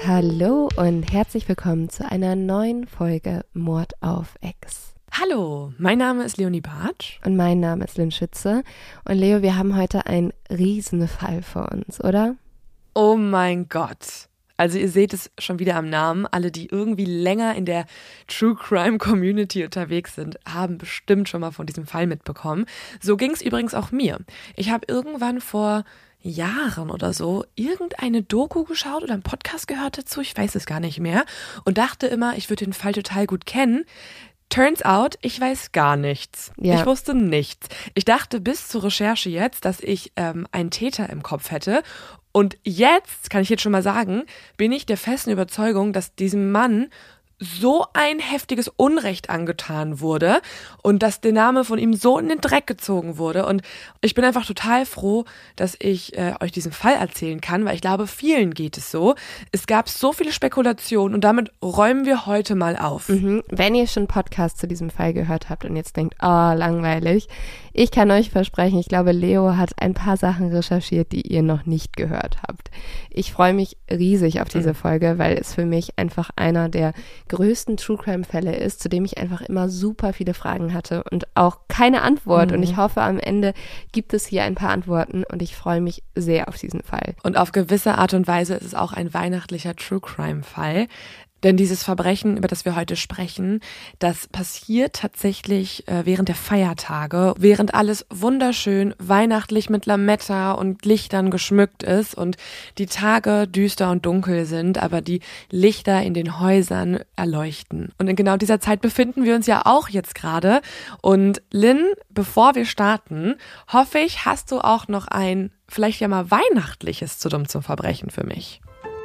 Hallo und herzlich willkommen zu einer neuen Folge Mord auf Ex. Hallo, mein Name ist Leonie Bartsch. Und mein Name ist Lynn Schütze. Und Leo, wir haben heute einen Riesenfall vor uns, oder? Oh mein Gott. Also ihr seht es schon wieder am Namen. Alle, die irgendwie länger in der True Crime Community unterwegs sind, haben bestimmt schon mal von diesem Fall mitbekommen. So ging es übrigens auch mir. Ich habe irgendwann vor Jahren oder so irgendeine Doku geschaut oder einen Podcast gehört dazu, ich weiß es gar nicht mehr, und dachte immer, ich würde den Fall total gut kennen. Turns out, ich weiß gar nichts. Ja. Ich wusste nichts. Ich dachte bis zur Recherche jetzt, dass ich einen Täter im Kopf hätte. Und jetzt, kann ich jetzt schon mal sagen, bin ich der festen Überzeugung, dass diesem Mann so ein heftiges Unrecht angetan wurde und dass der Name von ihm so in den Dreck gezogen wurde. Und ich bin einfach total froh, dass ich euch diesen Fall erzählen kann, weil ich glaube, vielen geht es so. Es gab so viele Spekulationen und damit räumen wir heute mal auf. Wenn ihr schon Podcasts zu diesem Fall gehört habt und jetzt denkt, oh, langweilig, ich kann euch versprechen, ich glaube, Leo hat ein paar Sachen recherchiert, die ihr noch nicht gehört habt. Ich freue mich riesig auf diese Folge, weil es für mich einfach einer der größten True-Crime-Fälle ist, zu dem ich einfach immer super viele Fragen hatte und auch keine Antwort. Und ich hoffe, am Ende gibt es hier ein paar Antworten und ich freue mich sehr auf diesen Fall. Und auf gewisse Art und Weise ist es auch ein weihnachtlicher True-Crime-Fall. Denn dieses Verbrechen, über das wir heute sprechen, das passiert tatsächlich während der Feiertage, während alles wunderschön weihnachtlich mit Lametta und Lichtern geschmückt ist und die Tage düster und dunkel sind, aber die Lichter in den Häusern erleuchten. Und in genau dieser Zeit befinden wir uns ja auch jetzt gerade. Und Lynn, bevor wir starten, hoffe ich, hast du auch noch ein vielleicht ja mal weihnachtliches Zu dumm zum Verbrechen für mich.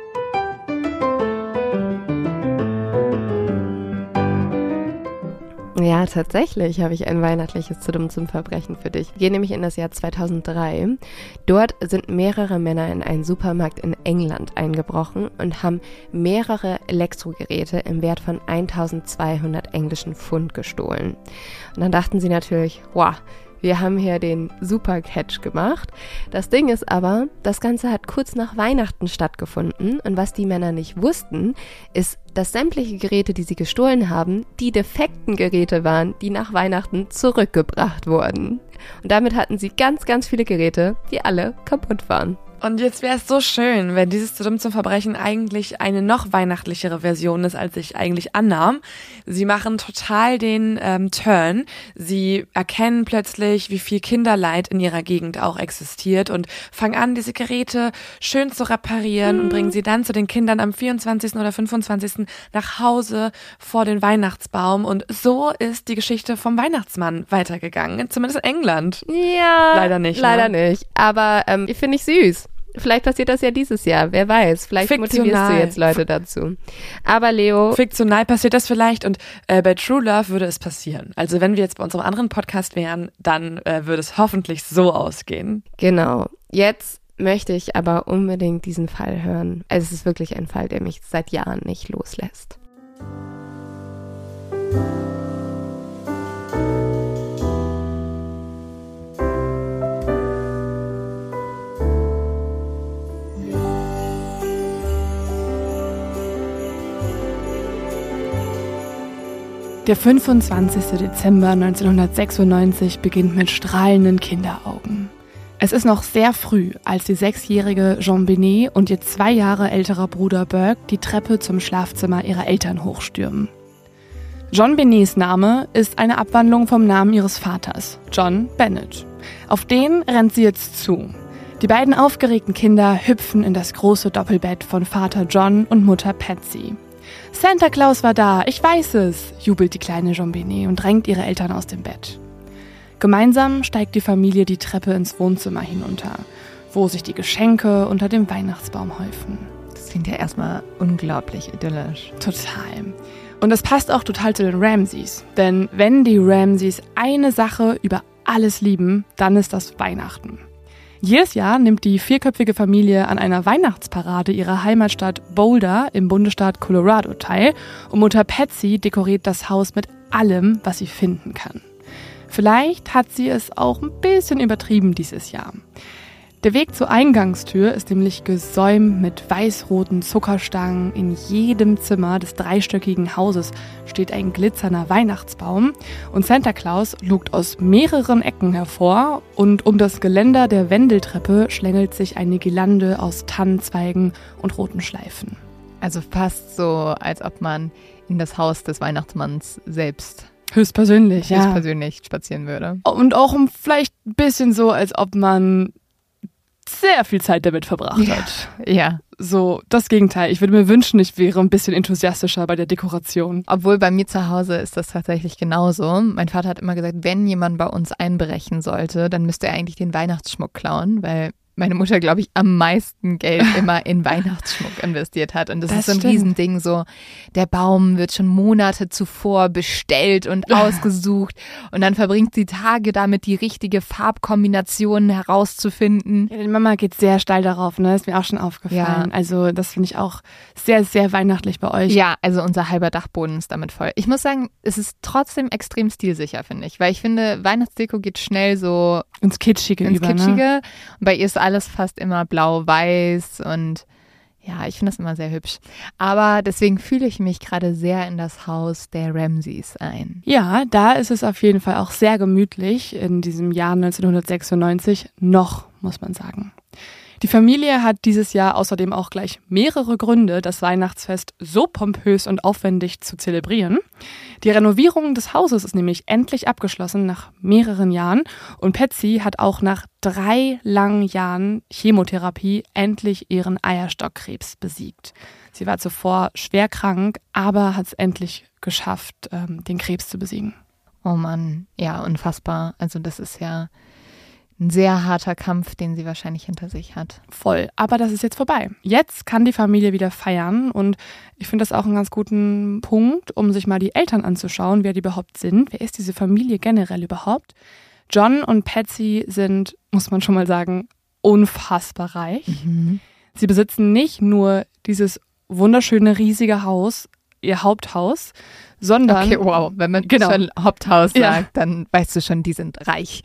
Ja, tatsächlich habe ich ein weihnachtliches Zu dumm zum Verbrechen für dich. Wir gehen nämlich in das Jahr 2003. Dort sind mehrere Männer in einen Supermarkt in England eingebrochen und haben mehrere Elektrogeräte im Wert von 1200 englischen Pfund gestohlen. Und dann dachten sie natürlich, wow, wir haben hier den Super-Catch gemacht. Das Ding ist aber, das Ganze hat kurz nach Weihnachten stattgefunden und was die Männer nicht wussten, ist, dass sämtliche Geräte, die sie gestohlen haben, die defekten Geräte waren, die nach Weihnachten zurückgebracht wurden. Und damit hatten sie ganz, ganz viele Geräte, die alle kaputt waren. Und jetzt wäre es so schön, wenn dieses Zu dumm zum Verbrechen eigentlich eine noch weihnachtlichere Version ist, als ich eigentlich annahm. Sie machen total den Turn. Sie erkennen plötzlich, wie viel Kinderleid in ihrer Gegend auch existiert und fangen an, diese Geräte schön zu reparieren und bringen sie dann zu den Kindern am 24. oder 25. nach Hause vor den Weihnachtsbaum. Und so ist die Geschichte vom Weihnachtsmann weitergegangen, zumindest in England. Ja, leider nicht. Leider nicht, aber finde ich süß. Vielleicht passiert das ja dieses Jahr, wer weiß. Vielleicht motivierst du jetzt Leute dazu. Aber Leo... Fiktional passiert das vielleicht und bei True Love würde es passieren. Also wenn wir jetzt bei unserem anderen Podcast wären, dann würde es hoffentlich so ausgehen. Genau. Jetzt möchte ich aber unbedingt diesen Fall hören. Also es ist wirklich ein Fall, der mich seit Jahren nicht loslässt. Der 25. Dezember 1996 beginnt mit strahlenden Kinderaugen. Es ist noch sehr früh, als die 6-jährige Jean Benet und ihr 2 Jahre älterer Bruder Burke die Treppe zum Schlafzimmer ihrer Eltern hochstürmen. Jean Benets Name ist eine Abwandlung vom Namen ihres Vaters, John Bennett. Auf den rennt sie jetzt zu. Die beiden aufgeregten Kinder hüpfen in das große Doppelbett von Vater John und Mutter Patsy. Santa Claus war da, ich weiß es, jubelt die kleine Jean Benet und drängt ihre Eltern aus dem Bett. Gemeinsam steigt die Familie die Treppe ins Wohnzimmer hinunter, wo sich die Geschenke unter dem Weihnachtsbaum häufen. Das klingt ja erstmal unglaublich idyllisch. Total. Und das passt auch total zu den Ramseys. Denn wenn die Ramseys eine Sache über alles lieben, dann ist das Weihnachten. Jedes Jahr nimmt die 4-köpfige Familie an einer Weihnachtsparade ihrer Heimatstadt Boulder im Bundesstaat Colorado teil und Mutter Patsy dekoriert das Haus mit allem, was sie finden kann. Vielleicht hat sie es auch ein bisschen übertrieben dieses Jahr. Der Weg zur Eingangstür ist nämlich gesäumt mit weiß-roten Zuckerstangen. In jedem Zimmer des dreistöckigen Hauses steht ein glitzernder Weihnachtsbaum und Santa Claus lugt aus mehreren Ecken hervor und um das Geländer der Wendeltreppe schlängelt sich eine Girlande aus Tannenzweigen und roten Schleifen. Also fast so, als ob man in das Haus des Weihnachtsmanns selbst Höchstpersönlich spazieren würde. Und auch vielleicht ein bisschen so, als ob man sehr viel Zeit damit verbracht hat. Ja. So, das Gegenteil. Ich würde mir wünschen, ich wäre ein bisschen enthusiastischer bei der Dekoration. Obwohl bei mir zu Hause ist das tatsächlich genauso. Mein Vater hat immer gesagt, wenn jemand bei uns einbrechen sollte, dann müsste er eigentlich den Weihnachtsschmuck klauen, weil meine Mutter, glaube ich, am meisten Geld immer in Weihnachtsschmuck investiert hat. Und das ist so ein Riesending, so der Baum wird schon Monate zuvor bestellt und ausgesucht und dann verbringt sie Tage damit, die richtige Farbkombination herauszufinden. Ja, die Mama geht sehr steil darauf, ne? Ist mir auch schon aufgefallen. Ja. Also das finde ich auch sehr, sehr weihnachtlich bei euch. Ja, also unser halber Dachboden ist damit voll. Ich muss sagen, es ist trotzdem extrem stilsicher, finde ich. Weil ich finde, Weihnachtsdeko geht schnell so ins Kitschige über. Ne? Und bei ihr ist alles fast immer blau-weiß und ja, ich finde das immer sehr hübsch. Aber deswegen fühle ich mich gerade sehr in das Haus der Ramseys ein. Ja, da ist es auf jeden Fall auch sehr gemütlich in diesem Jahr 1996 noch, muss man sagen. Die Familie hat dieses Jahr außerdem auch gleich mehrere Gründe, das Weihnachtsfest so pompös und aufwendig zu zelebrieren. Die Renovierung des Hauses ist nämlich endlich abgeschlossen nach mehreren Jahren und Patsy hat auch nach 3 langen Jahren Chemotherapie endlich ihren Eierstockkrebs besiegt. Sie war zuvor schwer krank, aber hat es endlich geschafft, den Krebs zu besiegen. Oh Mann, ja, unfassbar. Also das ist ja ein sehr harter Kampf, den sie wahrscheinlich hinter sich hat. Voll, aber das ist jetzt vorbei. Jetzt kann die Familie wieder feiern und ich finde das auch einen ganz guten Punkt, um sich mal die Eltern anzuschauen, wer die überhaupt sind. Wer ist diese Familie generell überhaupt? John und Patsy sind, muss man schon mal sagen, unfassbar reich. Mhm. Sie besitzen nicht nur dieses wunderschöne, riesige Haus, ihr Haupthaus, sondern... Okay, wow, wenn man schon Haupthaus sagt, dann weißt du schon, die sind reich.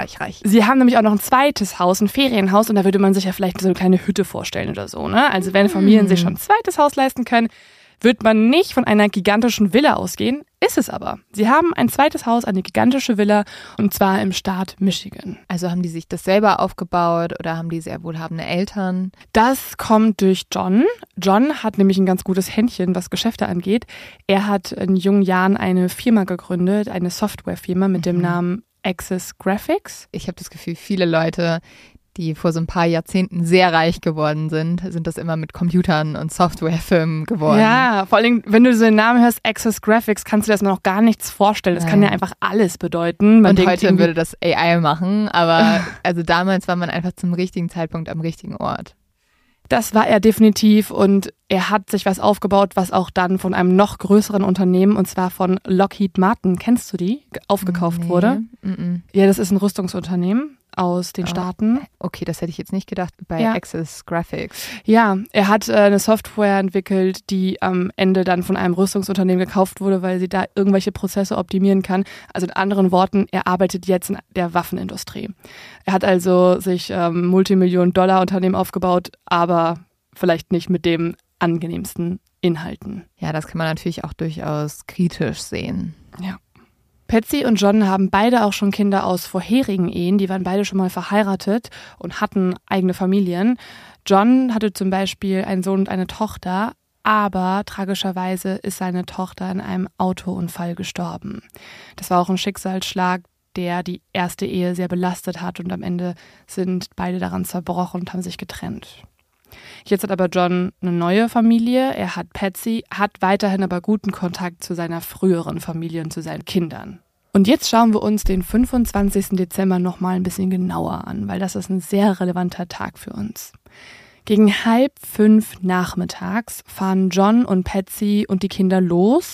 Sie haben nämlich auch noch ein zweites Haus, ein Ferienhaus und da würde man sich ja vielleicht so eine kleine Hütte vorstellen oder so, ne? Also wenn Familien sich schon ein zweites Haus leisten können, wird man nicht von einer gigantischen Villa ausgehen, ist es aber. Sie haben ein zweites Haus, eine gigantische Villa und zwar im Staat Michigan. Also haben die sich das selber aufgebaut oder haben die sehr wohlhabende Eltern? Das kommt durch John. John hat nämlich ein ganz gutes Händchen, was Geschäfte angeht. Er hat in jungen Jahren eine Firma gegründet, eine Softwarefirma mit dem Namen Access Graphics. Ich habe das Gefühl, viele Leute, die vor so ein paar Jahrzehnten sehr reich geworden sind das immer mit Computern und Softwarefirmen geworden. Ja, vor allem, wenn du so den Namen hörst, Access Graphics, kannst du dir erstmal noch gar nichts vorstellen. Das kann ja einfach alles bedeuten. Und heute würde das AI machen, aber also damals war man einfach zum richtigen Zeitpunkt am richtigen Ort. Das war er definitiv und er hat sich was aufgebaut, was auch dann von einem noch größeren Unternehmen, und zwar von Lockheed Martin, kennst du die, aufgekauft wurde. Ja, das ist ein Rüstungsunternehmen aus den Staaten. Okay, das hätte ich jetzt nicht gedacht bei Access Graphics. Ja, er hat eine Software entwickelt, die am Ende dann von einem Rüstungsunternehmen gekauft wurde, weil sie da irgendwelche Prozesse optimieren kann. Also in anderen Worten, er arbeitet jetzt in der Waffenindustrie. Er hat also sich Multimillionen-Dollar-Unternehmen aufgebaut, aber vielleicht nicht mit dem angenehmsten Inhalten. Ja, das kann man natürlich auch durchaus kritisch sehen. Ja. Patsy und John haben beide auch schon Kinder aus vorherigen Ehen. Die waren beide schon mal verheiratet und hatten eigene Familien. John hatte zum Beispiel einen Sohn und eine Tochter, aber tragischerweise ist seine Tochter in einem Autounfall gestorben. Das war auch ein Schicksalsschlag, der die erste Ehe sehr belastet hat und am Ende sind beide daran zerbrochen und haben sich getrennt. Jetzt hat aber John eine neue Familie, er hat Patsy, hat weiterhin aber guten Kontakt zu seiner früheren Familie und zu seinen Kindern. Und jetzt schauen wir uns den 25. Dezember nochmal ein bisschen genauer an, weil das ist ein sehr relevanter Tag für uns. Gegen 4:30 nachmittags fahren John und Patsy und die Kinder los,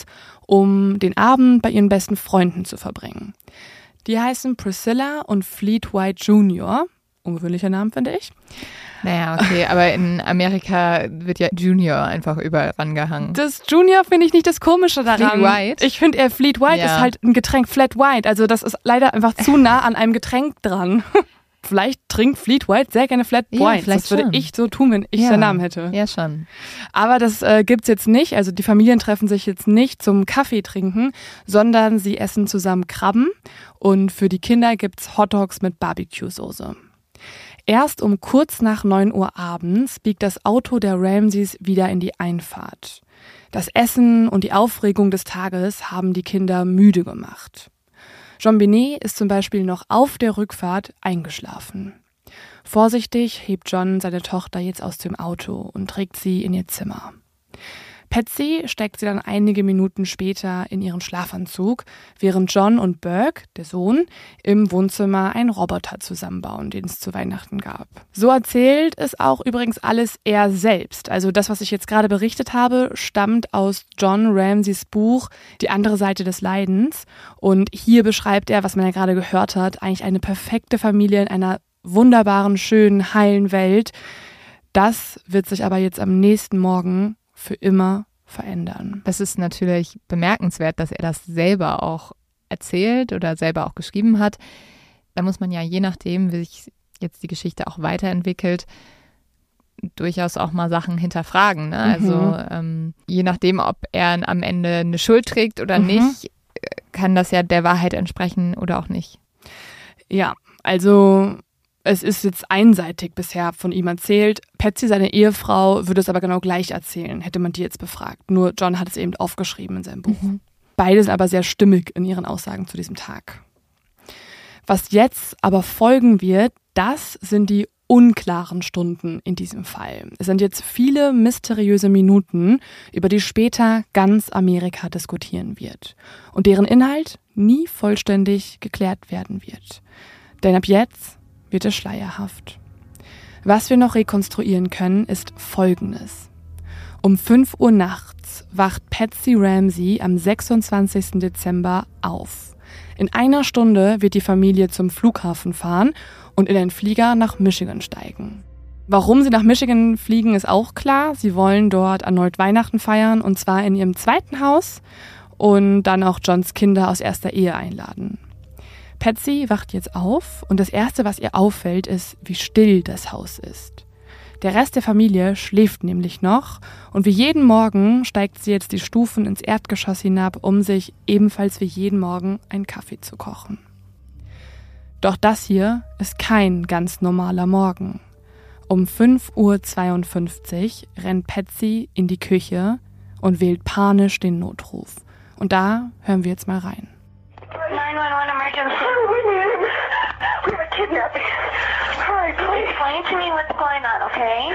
um den Abend bei ihren besten Freunden zu verbringen. Die heißen Priscilla und Fleet White Jr., ungewöhnlicher Name, finde ich. Naja, okay, aber in Amerika wird ja Junior einfach überall rangehangen. Das Junior finde ich nicht das Komische daran. Fleet White? Ich finde eher Fleet White ist halt ein Getränk, Flat White. Also das ist leider einfach zu nah an einem Getränk dran. vielleicht trinkt Fleet White sehr gerne Flat White. Das würde ich so tun, wenn ich den Namen hätte. Ja, schon. Aber das gibt's jetzt nicht. Also die Familien treffen sich jetzt nicht zum Kaffee trinken, sondern sie essen zusammen Krabben. Und für die Kinder gibt's Hotdogs mit Barbecue-Soße. Erst um kurz nach 9 Uhr abends biegt das Auto der Ramseys wieder in die Einfahrt. Das Essen und die Aufregung des Tages haben die Kinder müde gemacht. JonBenét ist zum Beispiel noch auf der Rückfahrt eingeschlafen. Vorsichtig hebt John seine Tochter jetzt aus dem Auto und trägt sie in ihr Zimmer. Patsy steckt sie dann einige Minuten später in ihren Schlafanzug, während John und Burke, der Sohn, im Wohnzimmer einen Roboter zusammenbauen, den es zu Weihnachten gab. So erzählt es auch übrigens alles er selbst. Also das, was ich jetzt gerade berichtet habe, stammt aus John Ramseys Buch Die andere Seite des Leidens. Und hier beschreibt er, was man ja gerade gehört hat, eigentlich eine perfekte Familie in einer wunderbaren, schönen, heilen Welt. Das wird sich aber jetzt am nächsten Morgen für immer verändern. Das ist natürlich bemerkenswert, dass er das selber auch erzählt oder selber auch geschrieben hat. Da muss man ja, je nachdem, wie sich jetzt die Geschichte auch weiterentwickelt, durchaus auch mal Sachen hinterfragen. Ne? Also je nachdem, ob er am Ende eine Schuld trägt oder nicht, kann das ja der Wahrheit entsprechen oder auch nicht. Ja, also es ist jetzt einseitig bisher von ihm erzählt. Patsy, seine Ehefrau, würde es aber genau gleich erzählen, hätte man die jetzt befragt. Nur John hat es eben aufgeschrieben in seinem Buch. Beide sind aber sehr stimmig in ihren Aussagen zu diesem Tag. Was jetzt aber folgen wird, das sind die unklaren Stunden in diesem Fall. Es sind jetzt viele mysteriöse Minuten, über die später ganz Amerika diskutieren wird und deren Inhalt nie vollständig geklärt werden wird. Denn ab jetzt wird es schleierhaft. Was wir noch rekonstruieren können, ist Folgendes. Um 5 Uhr nachts wacht Patsy Ramsey am 26. Dezember auf. In einer Stunde wird die Familie zum Flughafen fahren und in einen Flieger nach Michigan steigen. Warum sie nach Michigan fliegen, ist auch klar. Sie wollen dort erneut Weihnachten feiern, und zwar in ihrem zweiten Haus, und dann auch Johns Kinder aus erster Ehe einladen. Patsy wacht jetzt auf und das Erste, was ihr auffällt, ist, wie still das Haus ist. Der Rest der Familie schläft nämlich noch und wie jeden Morgen steigt sie jetzt die Stufen ins Erdgeschoss hinab, um sich ebenfalls wie jeden Morgen einen Kaffee zu kochen. Doch das hier ist kein ganz normaler Morgen. Um 5:52 Uhr rennt Patsy in die Küche und wählt panisch den Notruf. Und da hören wir jetzt mal rein. 911 emergency. We have a kidnapping. Hurry, please. Explain to me what's going on, okay?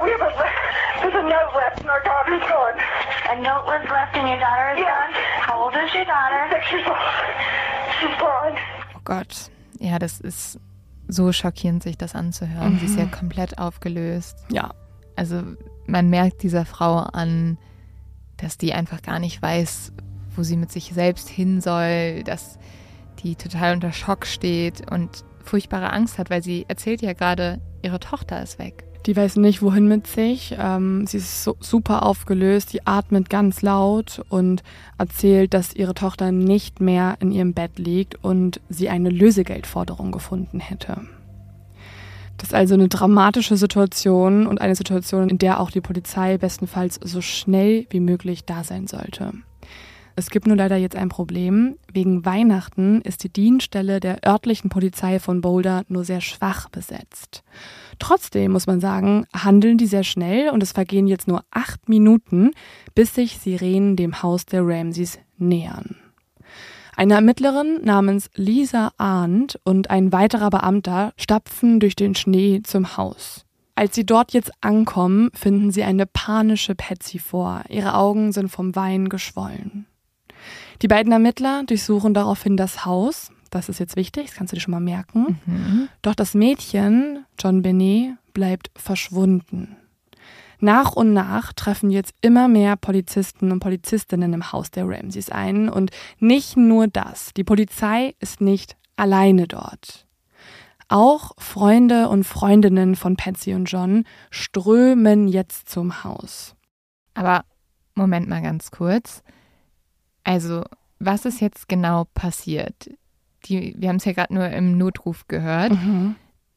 There's a note left and our daughter's gone. A note was left and your daughter is gone? How old is your daughter? 6 years old. She's gone. Oh Gott. Ja, das ist so schockierend, sich das anzuhören. Sie ist ja komplett aufgelöst. Ja. Also man merkt dieser Frau an, dass die einfach gar nicht weiß, wo sie mit sich selbst hin soll, dass die total unter Schock steht und furchtbare Angst hat, weil sie erzählt ja gerade, ihre Tochter ist weg. Die weiß nicht, wohin mit sich. Sie ist super aufgelöst, die atmet ganz laut und erzählt, dass ihre Tochter nicht mehr in ihrem Bett liegt und sie eine Lösegeldforderung gefunden hätte. Das ist also eine dramatische Situation und eine Situation, in der auch die Polizei bestenfalls so schnell wie möglich da sein sollte. Es gibt nur leider jetzt ein Problem. Wegen Weihnachten ist die Dienststelle der örtlichen Polizei von Boulder nur sehr schwach besetzt. Trotzdem muss man sagen, handeln die sehr schnell und es vergehen jetzt nur 8 Minuten, bis sich Sirenen dem Haus der Ramseys nähern. Eine Ermittlerin namens Lisa Arndt und ein weiterer Beamter stapfen durch den Schnee zum Haus. Als sie dort jetzt ankommen, finden sie eine panische Patsy vor. Ihre Augen sind vom Weinen geschwollen. Die beiden Ermittler durchsuchen daraufhin das Haus. Das ist jetzt wichtig, das kannst du dir schon mal merken. Doch das Mädchen, JonBenét, bleibt verschwunden. Nach und nach treffen jetzt immer mehr Polizisten und Polizistinnen im Haus der Ramseys ein. Und nicht nur das, die Polizei ist nicht alleine dort. Auch Freunde und Freundinnen von Patsy und John strömen jetzt zum Haus. Aber Moment mal ganz kurz. Also, was ist jetzt genau passiert? Wir haben es ja gerade nur im Notruf gehört.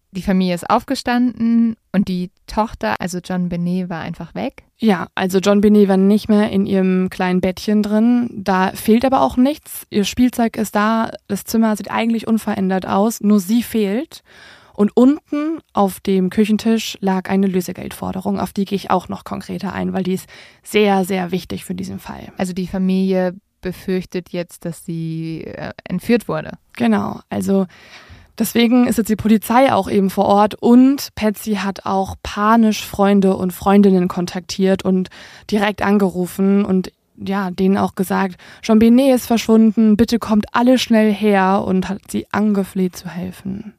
die Familie ist aufgestanden und die Tochter, also JonBenét, war einfach weg. Ja, also JonBenét war nicht mehr in ihrem kleinen Bettchen drin. Da fehlt aber auch nichts. Ihr Spielzeug ist da. Das Zimmer sieht eigentlich unverändert aus. Nur sie fehlt. Und unten auf dem Küchentisch lag eine Lösegeldforderung. Auf die gehe ich auch noch konkreter ein, weil die ist sehr, sehr wichtig für diesen Fall. Also die Familie befürchtet jetzt, dass sie entführt wurde. Genau, also deswegen ist jetzt die Polizei auch eben vor Ort und Patsy hat auch panisch Freunde und Freundinnen kontaktiert und direkt angerufen und ja, denen auch gesagt, JonBenét ist verschwunden, bitte kommt alle schnell her und hat sie angefleht zu helfen.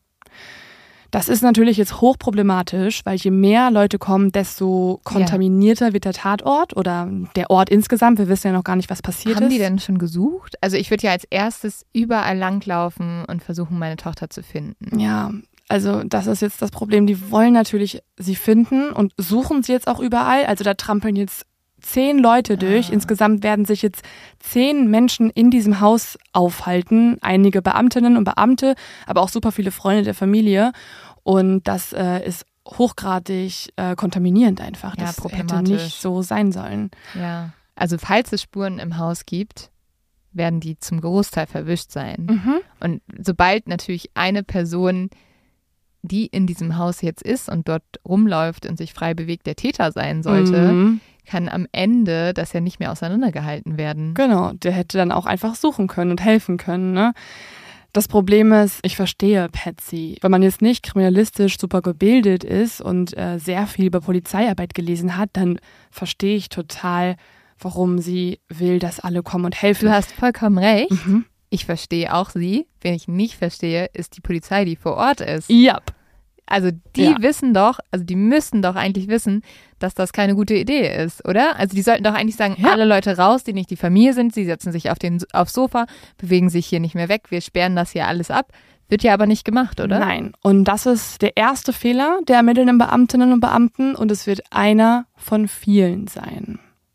Das ist natürlich jetzt hochproblematisch, weil je mehr Leute kommen, desto kontaminierter wird der Tatort oder der Ort insgesamt. Wir wissen ja noch gar nicht, was passiert ist. Haben die denn schon gesucht? Also ich würde ja als erstes überall langlaufen und versuchen, meine Tochter zu finden. Ja, also das ist jetzt das Problem. Die wollen natürlich sie finden und suchen sie jetzt auch überall. Also da trampeln jetzt 10 Leute durch. Insgesamt werden sich jetzt 10 Menschen in diesem Haus aufhalten. Einige Beamtinnen und Beamte, aber auch super viele Freunde der Familie. Und das ist hochgradig kontaminierend einfach. Ja, Das problematisch. hätte nicht so sein sollen. Ja, also falls es Spuren im Haus gibt, werden die zum Großteil verwischt sein. Mhm. Und sobald natürlich eine Person, die in diesem Haus jetzt ist und dort rumläuft und sich frei bewegt, der Täter sein sollte, kann am Ende das ja nicht mehr auseinandergehalten werden. Genau, der hätte dann auch einfach suchen können und helfen können, ne? Das Problem ist, ich verstehe Patsy. Wenn man jetzt nicht kriminalistisch super gebildet ist und sehr viel über Polizeiarbeit gelesen hat, dann verstehe ich total, warum sie will, dass alle kommen und helfen. Du hast vollkommen recht. Mhm. Ich verstehe auch sie. Wen ich nicht verstehe, ist die Polizei, die vor Ort ist. Yep. Also die wissen doch, also die müssen doch eigentlich wissen, dass das keine gute Idee ist, oder? Also die sollten doch eigentlich sagen, alle Leute raus, die nicht die Familie sind, sie setzen sich aufs Sofa, bewegen sich hier nicht mehr weg, wir sperren das hier alles ab. Wird ja aber nicht gemacht, oder? Nein. Und das ist der erste Fehler der ermittelnden Beamtinnen und Beamten und es wird einer von vielen sein.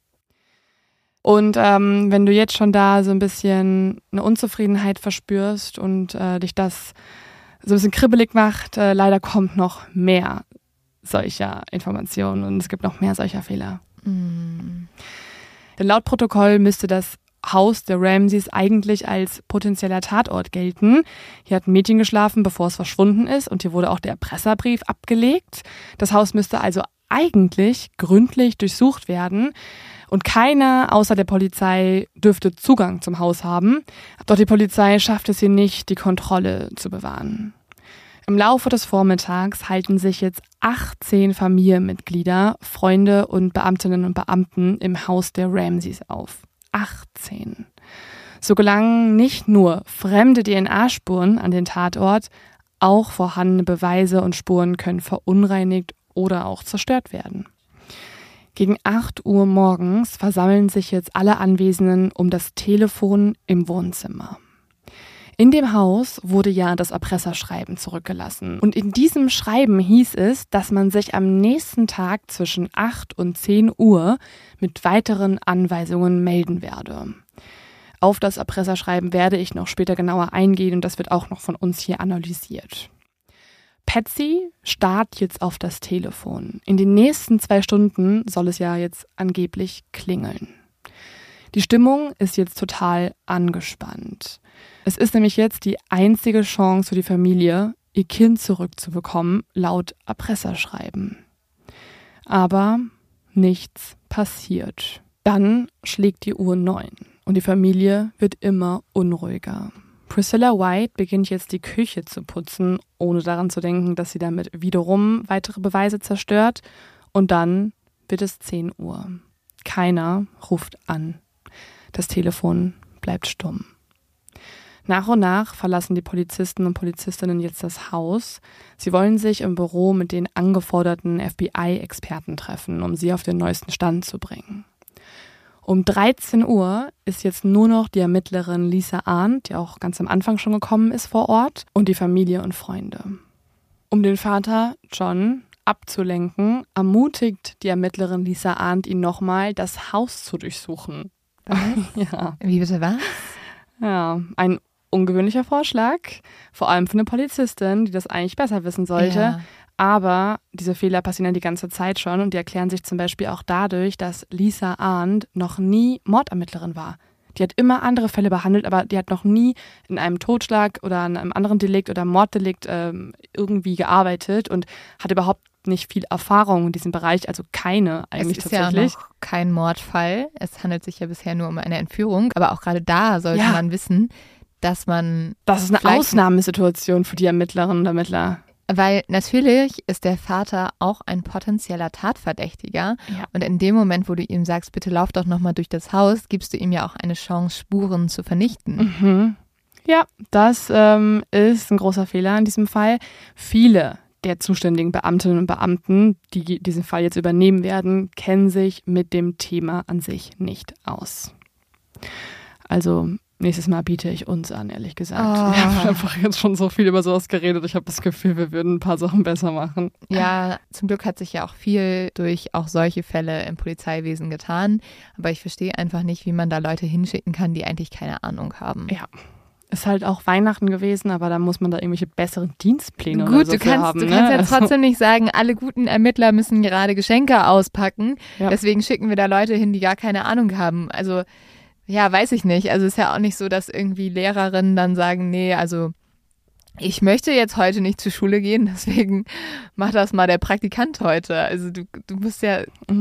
Und wenn du jetzt schon da so ein bisschen eine Unzufriedenheit verspürst und dich das so ein bisschen kribbelig macht, leider kommt noch mehr solcher Informationen und es gibt noch mehr solcher Fehler. Denn laut Protokoll müsste das Haus der Ramseys eigentlich als potenzieller Tatort gelten. Hier hat ein Mädchen geschlafen, bevor es verschwunden ist und hier wurde auch der Erpresserbrief abgelegt. Das Haus müsste also eigentlich gründlich durchsucht werden. Und keiner außer der Polizei dürfte Zugang zum Haus haben. Doch die Polizei schafft es hier nicht, die Kontrolle zu bewahren. Im Laufe des Vormittags halten sich jetzt 18 Familienmitglieder, Freunde und Beamtinnen und Beamten im Haus der Ramseys auf. 18. So gelangen nicht nur fremde DNA-Spuren an den Tatort, auch vorhandene Beweise und Spuren können verunreinigt oder auch zerstört werden. Gegen 8 Uhr morgens versammeln sich jetzt alle Anwesenden um das Telefon im Wohnzimmer. In dem Haus wurde ja das Erpresserschreiben zurückgelassen. Und in diesem Schreiben hieß es, dass man sich am nächsten Tag zwischen 8 und 10 Uhr mit weiteren Anweisungen melden werde. Auf das Erpresserschreiben werde ich noch später genauer eingehen und das wird auch noch von uns hier analysiert. Patsy starrt jetzt auf das Telefon. In den nächsten 2 Stunden soll es ja jetzt angeblich klingeln. Die Stimmung ist jetzt total angespannt. Es ist nämlich jetzt die einzige Chance für die Familie, ihr Kind zurückzubekommen, laut Erpresserschreiben. Aber nichts passiert. Dann schlägt die Uhr 9 und die Familie wird immer unruhiger. Priscilla White beginnt jetzt die Küche zu putzen, ohne daran zu denken, dass sie damit wiederum weitere Beweise zerstört. Und dann wird es 10 Uhr. Keiner ruft an. Das Telefon bleibt stumm. Nach und nach verlassen die Polizisten und Polizistinnen jetzt das Haus. Sie wollen sich im Büro mit den angeforderten FBI-Experten treffen, um sie auf den neuesten Stand zu bringen. Um 13 Uhr ist jetzt nur noch die Ermittlerin Lisa Arndt, die auch ganz am Anfang schon gekommen ist, vor Ort und die Familie und Freunde. Um den Vater John abzulenken, ermutigt die Ermittlerin Lisa Arndt ihn nochmal, das Haus zu durchsuchen. Was? Ja. Wie bitte was? Ja, ein ungewöhnlicher Vorschlag, vor allem für eine Polizistin, die das eigentlich besser wissen sollte. Ja. Aber diese Fehler passieren ja die ganze Zeit schon und die erklären sich zum Beispiel auch dadurch, dass Lisa Arndt noch nie Mordermittlerin war. Die hat immer andere Fälle behandelt, aber die hat noch nie in einem Totschlag oder in einem anderen Delikt oder Morddelikt irgendwie gearbeitet und hat überhaupt nicht viel Erfahrung in diesem Bereich, also keine eigentlich es ist tatsächlich. ja noch kein Mordfall. Es handelt sich ja bisher nur um eine Entführung. Aber auch gerade da sollte man wissen, dass man... Das ist eine Ausnahmesituation für die Ermittlerinnen und Ermittler. Weil natürlich ist der Vater auch ein potenzieller Tatverdächtiger. Ja. Und in dem Moment, wo du ihm sagst, bitte lauf doch nochmal durch das Haus, gibst du ihm ja auch eine Chance, Spuren zu vernichten. Mhm. Ja, das ist ein großer Fehler in diesem Fall. Viele der zuständigen Beamtinnen und Beamten, die diesen Fall jetzt übernehmen werden, kennen sich mit dem Thema an sich nicht aus. Also nächstes Mal biete ich uns an, ehrlich gesagt. Wir haben einfach jetzt schon so viel über sowas geredet. Ich habe das Gefühl, wir würden ein paar Sachen besser machen. Ja, zum Glück hat sich ja auch viel durch auch solche Fälle im Polizeiwesen getan. Aber ich verstehe einfach nicht, wie man da Leute hinschicken kann, die eigentlich keine Ahnung haben. Ja. Ist halt auch Weihnachten gewesen, aber da muss man da irgendwelche besseren Dienstpläne Gut, oder so du kannst haben. ja trotzdem nicht sagen, alle guten Ermittler müssen gerade Geschenke auspacken. Ja. Deswegen schicken wir da Leute hin, die gar keine Ahnung haben. Also, ja, weiß ich nicht. Also, es ist ja auch nicht so, dass irgendwie Lehrerinnen dann sagen, nee, also ich möchte jetzt heute nicht zur Schule gehen, deswegen mach das mal der Praktikant heute. Also, du musst ja,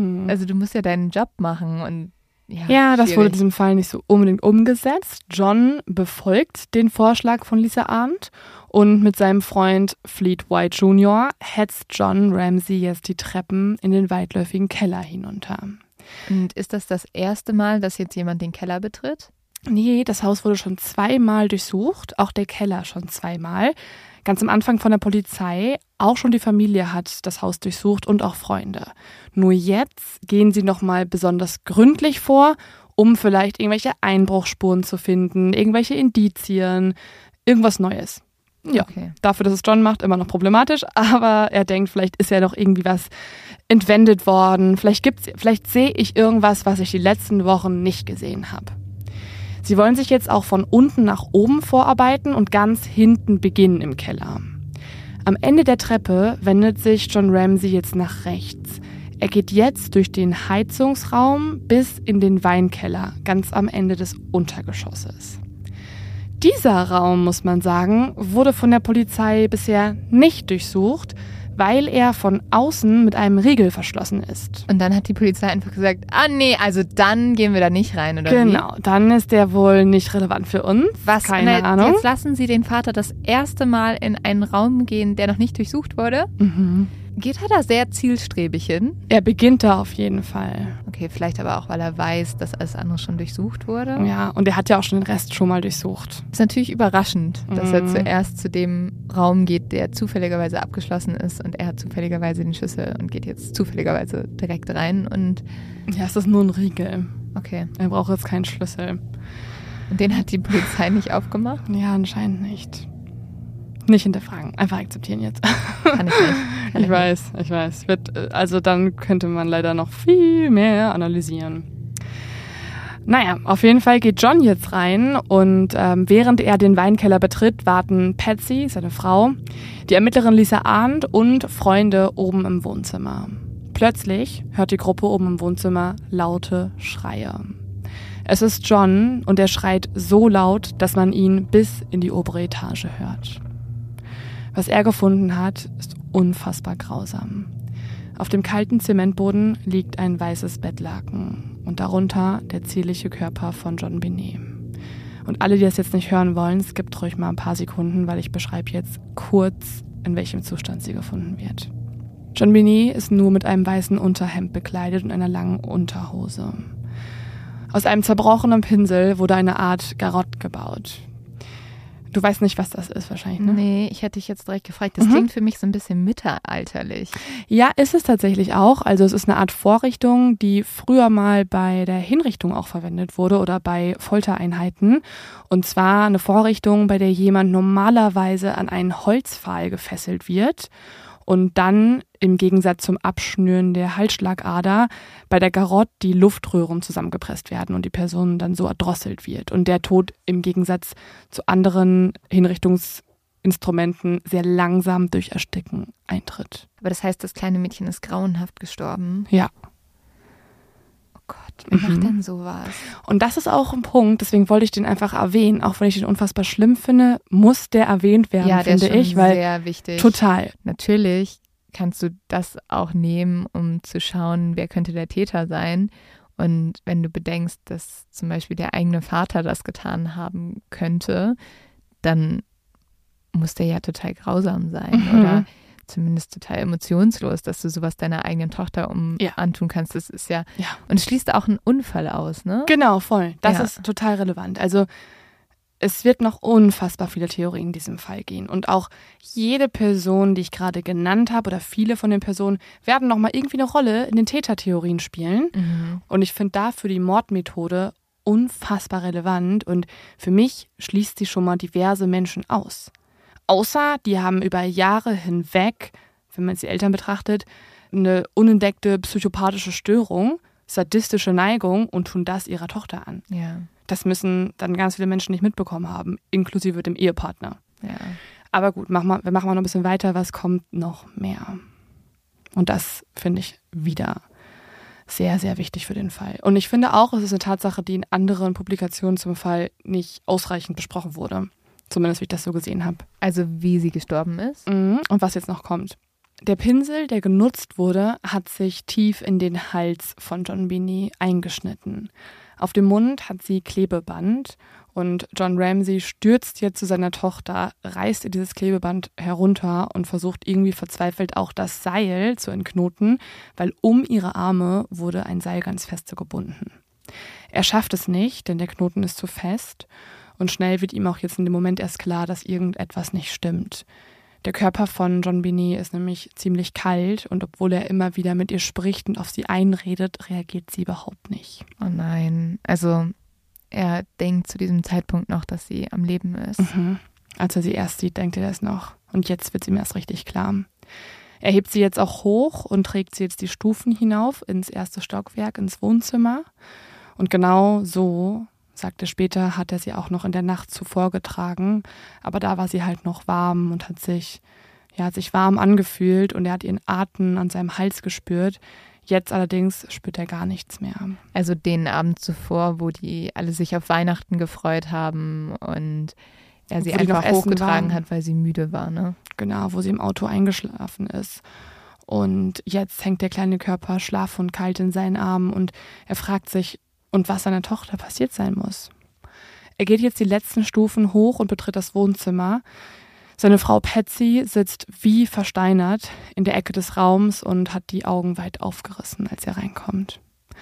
du musst ja deinen Job machen und ja, das wurde in schwierig. diesem Fall nicht so unbedingt umgesetzt. John befolgt den Vorschlag von Lisa Arndt und mit seinem Freund Fleet White Jr. hetzt John Ramsey jetzt die Treppen in den weitläufigen Keller hinunter. Und ist das erste Mal, dass jetzt jemand den Keller betritt? Nee, das Haus wurde schon 2-mal durchsucht, auch der Keller schon 2-mal. Ganz am Anfang von der Polizei, auch schon die Familie hat das Haus durchsucht und auch Freunde. Nur jetzt gehen sie nochmal besonders gründlich vor, um vielleicht irgendwelche Einbruchsspuren zu finden, irgendwelche Indizien, irgendwas Neues. Ja, Okay. dafür, dass es John macht, immer noch problematisch, aber er denkt, vielleicht ist ja noch irgendwie was entwendet worden, vielleicht sehe ich irgendwas, was ich die letzten Wochen nicht gesehen habe. Sie wollen sich jetzt auch von unten nach oben vorarbeiten und ganz hinten beginnen im Keller. Am Ende der Treppe wendet sich John Ramsey jetzt nach rechts. Er geht jetzt durch den Heizungsraum bis in den Weinkeller, ganz am Ende des Untergeschosses. Dieser Raum, muss man sagen, wurde von der Polizei bisher nicht durchsucht, weil er von außen mit einem Riegel verschlossen ist. Und dann hat die Polizei einfach gesagt, nee, also dann gehen wir da nicht rein, oder wie? Genau, dann ist der wohl nicht relevant für uns. Keine Ahnung. Jetzt lassen Sie den Vater das erste Mal in einen Raum gehen, der noch nicht durchsucht wurde. Geht er da sehr zielstrebig hin? Er beginnt da auf jeden Fall. Okay, vielleicht aber auch, weil er weiß, dass alles andere schon durchsucht wurde. Ja, und er hat ja auch schon den Rest schon mal durchsucht. Ist natürlich überraschend, dass er zuerst zu dem Raum geht, der zufälligerweise abgeschlossen ist und er hat zufälligerweise den Schlüssel und geht jetzt zufälligerweise direkt rein und Ja, es ist nur ein Riegel. okay. Er braucht jetzt keinen Schlüssel. Und den hat die Polizei nicht aufgemacht? Ja, anscheinend nicht. Nicht hinterfragen, einfach akzeptieren jetzt. Kann ich nicht. Ich weiß. Also dann könnte man leider noch viel mehr analysieren. Naja, auf jeden Fall geht John jetzt rein und während er den Weinkeller betritt, warten Patsy, seine Frau, die Ermittlerin Lisa Arndt und Freunde oben im Wohnzimmer. Plötzlich hört die Gruppe oben im Wohnzimmer laute Schreie. Es ist John und er schreit so laut, dass man ihn bis in die obere Etage hört. Was er gefunden hat, ist unfassbar grausam. Auf dem kalten Zementboden liegt ein weißes Bettlaken und darunter der zierliche Körper von John Binet. Und alle, die das jetzt nicht hören wollen, skippt ruhig mal ein paar Sekunden, weil ich beschreibe jetzt kurz, in welchem Zustand sie gefunden wird. John Binet ist nur mit einem weißen Unterhemd bekleidet und einer langen Unterhose. Aus einem zerbrochenen Pinsel wurde eine Art Garott gebaut. Du weißt nicht, was das ist wahrscheinlich, ne? Nee, ich hätte dich jetzt direkt gefragt. Das klingt für mich so ein bisschen mittelalterlich. Ja, ist es tatsächlich auch. Also es ist eine Art Vorrichtung, die früher mal bei der Hinrichtung auch verwendet wurde oder bei Foltereinheiten. Und zwar eine Vorrichtung, bei der jemand normalerweise an einen Holzpfahl gefesselt wird. und dann im Gegensatz zum Abschnüren der Halsschlagader bei der Garotte die Luftröhren zusammengepresst werden und die Person dann so erdrosselt wird und der Tod im Gegensatz zu anderen Hinrichtungsinstrumenten sehr langsam durch Ersticken eintritt. Aber das heißt, das kleine Mädchen ist grauenhaft gestorben? Ja. Oh Gott, wer macht denn sowas? Und das ist auch ein Punkt, deswegen wollte ich den einfach erwähnen, auch wenn ich den unfassbar schlimm finde, muss der erwähnt werden, Ja, der finde ist schon ich, weil sehr wichtig. total. Natürlich kannst du das auch nehmen, um zu schauen, wer könnte der Täter sein. Und wenn du bedenkst, dass zum Beispiel der eigene Vater das getan haben könnte, dann muss der ja total grausam sein oder zumindest total emotionslos, dass du sowas deiner eigenen Tochter antun kannst. Das ist ja. Und es schließt auch einen Unfall aus, ne? Genau, voll. Das ist total relevant. Also es wird noch unfassbar viele Theorien in diesem Fall gehen. Und auch jede Person, die ich gerade genannt habe, oder viele von den Personen, werden nochmal irgendwie eine Rolle in den Tätertheorien spielen. Und ich finde dafür die Mordmethode unfassbar relevant. Und für mich schließt sie schon mal diverse Menschen aus. Außer die haben über Jahre hinweg, wenn man jetzt die Eltern betrachtet, eine unentdeckte psychopathische Störung, sadistische Neigung und tun das ihrer Tochter an. Ja. Das müssen dann ganz viele Menschen nicht mitbekommen haben, inklusive dem Ehepartner. Ja. Aber gut, wir machen mal noch ein bisschen weiter. Was kommt noch mehr? Und das finde ich wieder sehr, sehr wichtig für den Fall. Und ich finde auch, es ist eine Tatsache, die in anderen Publikationen zum Fall nicht ausreichend besprochen wurde. Zumindest, wie ich das so gesehen habe. Also wie sie gestorben ist? Und was jetzt noch kommt. Der Pinsel, der genutzt wurde, hat sich tief in den Hals von John Binnie eingeschnitten. Auf dem Mund hat sie Klebeband und John Ramsey stürzt jetzt zu seiner Tochter, reißt ihr dieses Klebeband herunter und versucht irgendwie verzweifelt auch das Seil zu entknoten, weil um ihre Arme wurde ein Seil ganz feste gebunden. Er schafft es nicht, denn der Knoten ist zu fest. Und schnell wird ihm auch jetzt in dem Moment erst klar, dass irgendetwas nicht stimmt. Der Körper von John Binnie ist nämlich ziemlich kalt und obwohl er immer wieder mit ihr spricht und auf sie einredet, reagiert sie überhaupt nicht. Oh nein, also er denkt zu diesem Zeitpunkt noch, dass sie am Leben ist. Als er sie erst sieht, denkt er das noch. Und jetzt wird es ihm erst richtig klar. Er hebt sie jetzt auch hoch und trägt sie jetzt die Stufen hinauf ins erste Stockwerk, ins Wohnzimmer. Und genau so, sagt er später, hat er sie auch noch in der Nacht zuvor getragen. Aber da war sie halt noch warm und hat sich warm angefühlt und er hat ihren Atem an seinem Hals gespürt. Jetzt allerdings spürt er gar nichts mehr. Also den Abend zuvor, wo die alle sich auf Weihnachten gefreut haben und er sie einfach hochgetragen hat, weil sie müde war, ne? Genau, wo sie im Auto eingeschlafen ist. Und jetzt hängt der kleine Körper schlaff und kalt in seinen Armen und er fragt sich, und was seiner Tochter passiert sein muss. Er geht jetzt die letzten Stufen hoch und betritt das Wohnzimmer. Seine Frau Patsy sitzt wie versteinert in der Ecke des Raums und hat die Augen weit aufgerissen, als er reinkommt.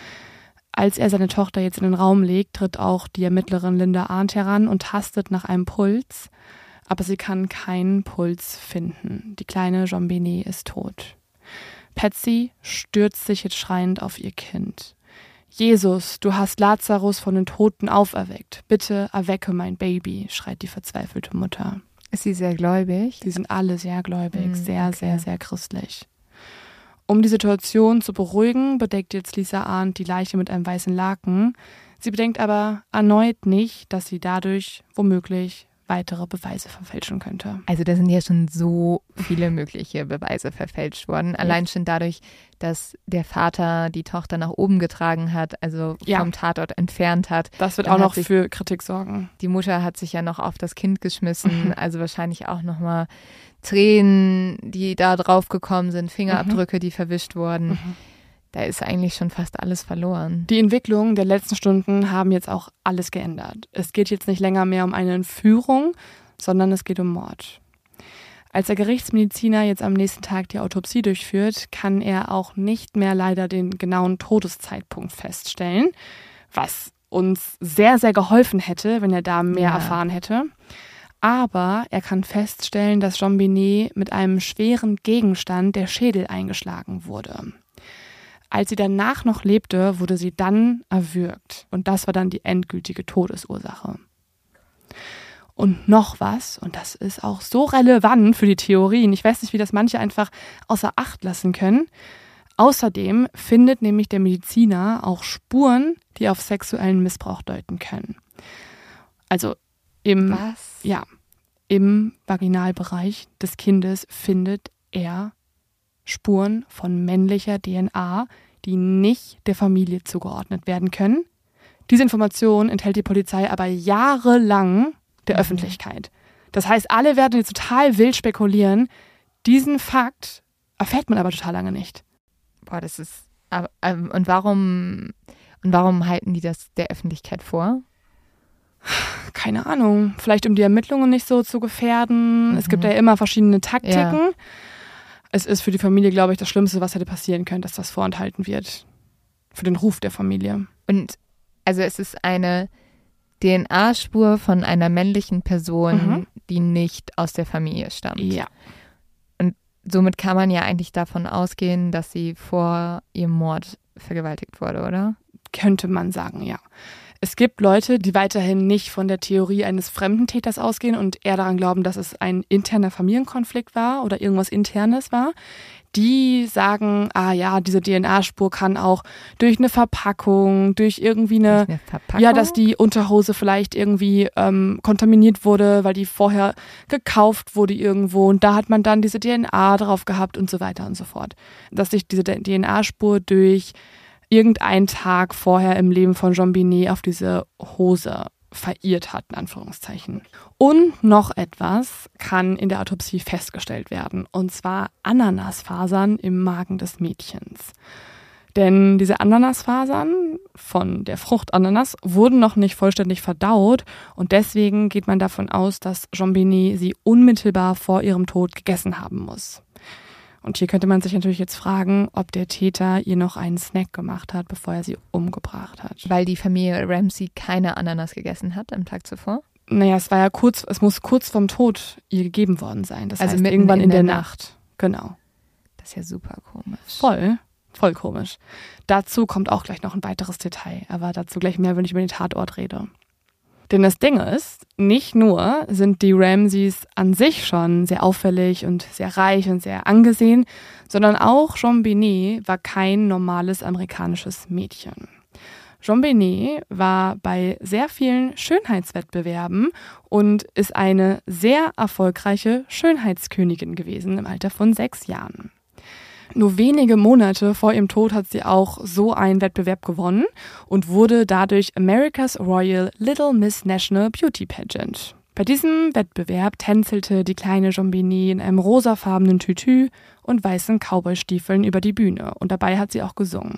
Als er seine Tochter jetzt in den Raum legt, tritt auch die Ermittlerin Linda Arndt heran und tastet nach einem Puls, aber sie kann keinen Puls finden. Die kleine John Binnie ist tot. Patsy stürzt sich jetzt schreiend auf ihr Kind. Jesus, du hast Lazarus von den Toten auferweckt. Bitte erwecke mein Baby, schreit die verzweifelte Mutter. Ist sie sehr gläubig? Die sind alle sehr gläubig, sehr, sehr christlich. Um die Situation zu beruhigen, bedeckt jetzt Lisa Arndt die Leiche mit einem weißen Laken. Sie bedenkt aber erneut nicht, dass sie dadurch womöglich weitere Beweise verfälschen könnte. Also da sind ja schon so viele mögliche Beweise verfälscht worden. Allein schon dadurch, dass der Vater die Tochter nach oben getragen hat, also vom Tatort entfernt hat. Das wird auch noch für Kritik sorgen. Die Mutter hat sich ja noch auf das Kind geschmissen, also wahrscheinlich auch nochmal Tränen, die da drauf gekommen sind, Fingerabdrücke, die verwischt wurden. Da ist eigentlich schon fast alles verloren. Die Entwicklungen der letzten Stunden haben jetzt auch alles geändert. Es geht jetzt nicht länger mehr um eine Entführung, sondern es geht um Mord. Als der Gerichtsmediziner jetzt am nächsten Tag die Autopsie durchführt, kann er auch nicht mehr leider den genauen Todeszeitpunkt feststellen, was uns sehr, sehr geholfen hätte, wenn er da mehr erfahren hätte. Aber er kann feststellen, dass John Binnie mit einem schweren Gegenstand der Schädel eingeschlagen wurde. Als sie danach noch lebte, wurde sie dann erwürgt. Und das war dann die endgültige Todesursache. Und noch was, und das ist auch so relevant für die Theorien, ich weiß nicht, wie das manche einfach außer Acht lassen können. Außerdem findet nämlich der Mediziner auch Spuren, die auf sexuellen Missbrauch deuten können. Also im Vaginalbereich des Kindes findet er Spuren von männlicher DNA, die nicht der Familie zugeordnet werden können. Diese Information enthält die Polizei aber jahrelang der Öffentlichkeit. Das heißt, alle werden jetzt total wild spekulieren. Diesen Fakt erfährt man aber total lange nicht. Boah, das ist. Und warum halten die das der Öffentlichkeit vor? Keine Ahnung. Vielleicht um die Ermittlungen nicht so zu gefährden. Es gibt ja immer verschiedene Taktiken. Ja. Es ist für die Familie, glaube ich, das Schlimmste, was hätte passieren können, dass das vorenthalten wird. Für den Ruf der Familie. Und also es ist eine DNA-Spur von einer männlichen Person, die nicht aus der Familie stammt. Ja. Und somit kann man ja eigentlich davon ausgehen, dass sie vor ihrem Mord vergewaltigt wurde, oder? Könnte man sagen, ja. Es gibt Leute, die weiterhin nicht von der Theorie eines fremden Täters ausgehen und eher daran glauben, dass es ein interner Familienkonflikt war oder irgendwas Internes war. Die sagen, diese DNA-Spur kann auch durch eine Verpackung, durch irgendwie eine Verpackung? Ja, dass die Unterhose vielleicht irgendwie kontaminiert wurde, weil die vorher gekauft wurde irgendwo und da hat man dann diese DNA drauf gehabt und so weiter und so fort. Dass sich diese DNA-Spur durch irgendeinen Tag vorher im Leben von JonBenét auf diese Hose verirrt hat, in Anführungszeichen. Und noch etwas kann in der Autopsie festgestellt werden, und zwar Ananasfasern im Magen des Mädchens. Denn diese Ananasfasern von der Frucht Ananas wurden noch nicht vollständig verdaut und deswegen geht man davon aus, dass JonBenét sie unmittelbar vor ihrem Tod gegessen haben muss. Und hier könnte man sich natürlich jetzt fragen, ob der Täter ihr noch einen Snack gemacht hat, bevor er sie umgebracht hat. Weil die Familie Ramsey keine Ananas gegessen hat am Tag zuvor? Naja, es muss kurz vorm Tod ihr gegeben worden sein. Das heißt irgendwann in der Nacht. Genau. Das ist ja super komisch. Voll komisch. Dazu kommt auch gleich noch ein weiteres Detail, aber dazu gleich mehr, wenn ich über den Tatort rede. Denn das Ding ist, nicht nur sind die Ramseys an sich schon sehr auffällig und sehr reich und sehr angesehen, sondern auch JonBenét war kein normales amerikanisches Mädchen. JonBenét war bei sehr vielen Schönheitswettbewerben und ist eine sehr erfolgreiche Schönheitskönigin gewesen im Alter von 6 Jahren. Nur wenige Monate vor ihrem Tod hat sie auch so einen Wettbewerb gewonnen und wurde dadurch America's Royal Little Miss National Beauty Pageant. Bei diesem Wettbewerb tänzelte die kleine JonBenét in einem rosafarbenen Tütü und weißen Cowboystiefeln über die Bühne und dabei hat sie auch gesungen.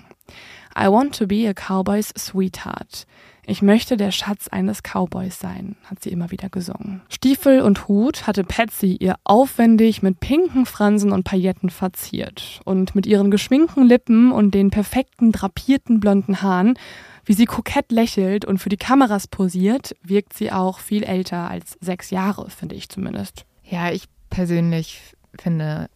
I want to be a cowboy's sweetheart. Ich möchte der Schatz eines Cowboys sein, hat sie immer wieder gesungen. Stiefel und Hut hatte Patsy ihr aufwendig mit pinken Fransen und Pailletten verziert. Und mit ihren geschminkten Lippen und den perfekten drapierten blonden Haaren, wie sie kokett lächelt und für die Kameras posiert, wirkt sie auch viel älter als 6 Jahre, finde ich zumindest. Ja, ich persönlich finde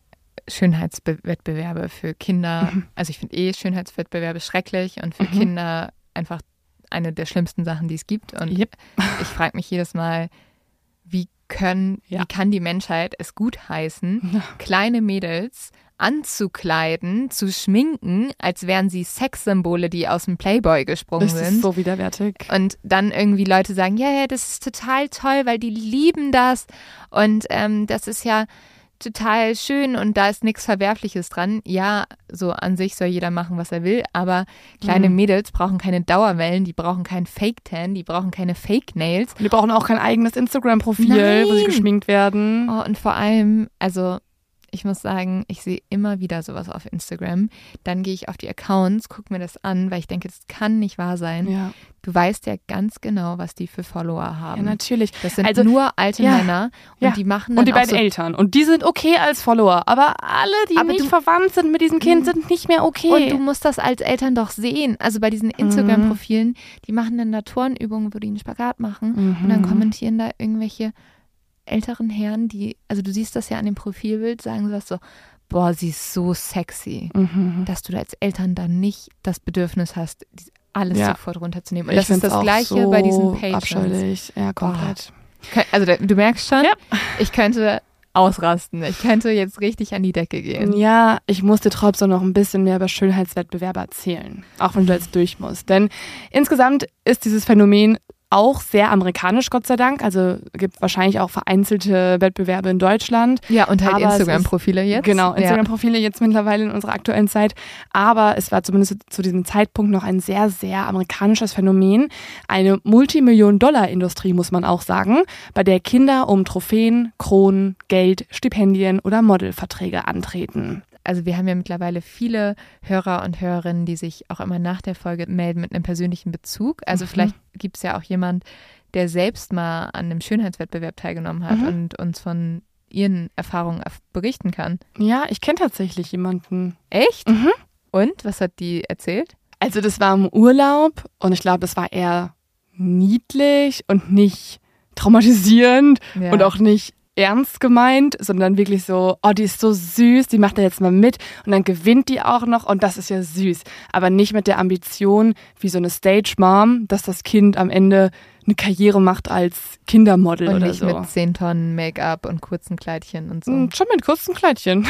Schönheitswettbewerbe für Kinder, also ich finde Schönheitswettbewerbe schrecklich und für Kinder einfach eine der schlimmsten Sachen, die es gibt. Und ich frage mich jedes Mal, wie kann die Menschheit es gut heißen, kleine Mädels anzukleiden, zu schminken, als wären sie Sexsymbole, die aus dem Playboy gesprungen sind. Das ist so widerwärtig. Und dann irgendwie Leute sagen, ja, das ist total toll, weil die lieben das. Und das ist ja total schön und da ist nichts Verwerfliches dran. Ja, so an sich soll jeder machen, was er will, aber kleine Mädels brauchen keine Dauerwellen, die brauchen keinen Fake-Tan, die brauchen keine Fake-Nails. Die brauchen auch kein eigenes Instagram-Profil, wo sie geschminkt werden. Oh, und vor allem, also ich muss sagen, ich sehe immer wieder sowas auf Instagram. Dann gehe ich auf die Accounts, gucke mir das an, weil ich denke, das kann nicht wahr sein. Ja. Du weißt ja ganz genau, was die für Follower haben. Ja, natürlich. Das sind nur alte Männer und die machen dann und die auch beiden Eltern. Und die sind okay als Follower. Aber alle, die nicht verwandt sind mit diesem Kind, sind nicht mehr okay. Und du musst das als Eltern doch sehen. Also bei diesen Instagram-Profilen, die machen dann da Turnübungen, wo die einen Spagat machen. Und dann kommentieren da irgendwelche älteren Herren, also du siehst das ja an dem Profilbild, sagen sowas so, boah, sie ist so sexy, dass du da als Eltern dann nicht das Bedürfnis hast, alles sofort runterzunehmen. Und das ist das Gleiche so bei diesen Patrons. Abscheulich, ja, komplett. Also du merkst schon, ich könnte ausrasten. Ich könnte jetzt richtig an die Decke gehen. Ja, ich muss dir trotzdem noch ein bisschen mehr über Schönheitswettbewerbe erzählen. Auch wenn du jetzt durch musst. Denn insgesamt ist dieses Phänomen auch sehr amerikanisch, Gott sei Dank. Also gibt wahrscheinlich auch vereinzelte Wettbewerbe in Deutschland. Ja, und halt Instagram-Profile jetzt. Genau, Instagram-Profile jetzt mittlerweile in unserer aktuellen Zeit. Aber es war zumindest zu diesem Zeitpunkt noch ein sehr, sehr amerikanisches Phänomen. Eine Multimillion-Dollar-Industrie, muss man auch sagen, bei der Kinder um Trophäen, Kronen, Geld, Stipendien oder Modelverträge antreten. Also wir haben ja mittlerweile viele Hörer und Hörerinnen, die sich auch immer nach der Folge melden mit einem persönlichen Bezug. Also vielleicht gibt es ja auch jemand, der selbst mal an einem Schönheitswettbewerb teilgenommen hat und uns von ihren Erfahrungen berichten kann. Ja, ich kenne tatsächlich jemanden. Echt? Und? Was hat die erzählt? Also das war im Urlaub und ich glaube, das war eher niedlich und nicht traumatisierend und auch nicht ernst gemeint, sondern wirklich so, oh, die ist so süß, die macht da jetzt mal mit und dann gewinnt die auch noch und das ist ja süß. Aber nicht mit der Ambition, wie so eine Stage-Mom, dass das Kind am Ende eine Karriere macht als Kindermodel und oder nicht so. Mit 10 Tonnen Make-up und kurzen Kleidchen und so. Schon mit kurzen Kleidchen.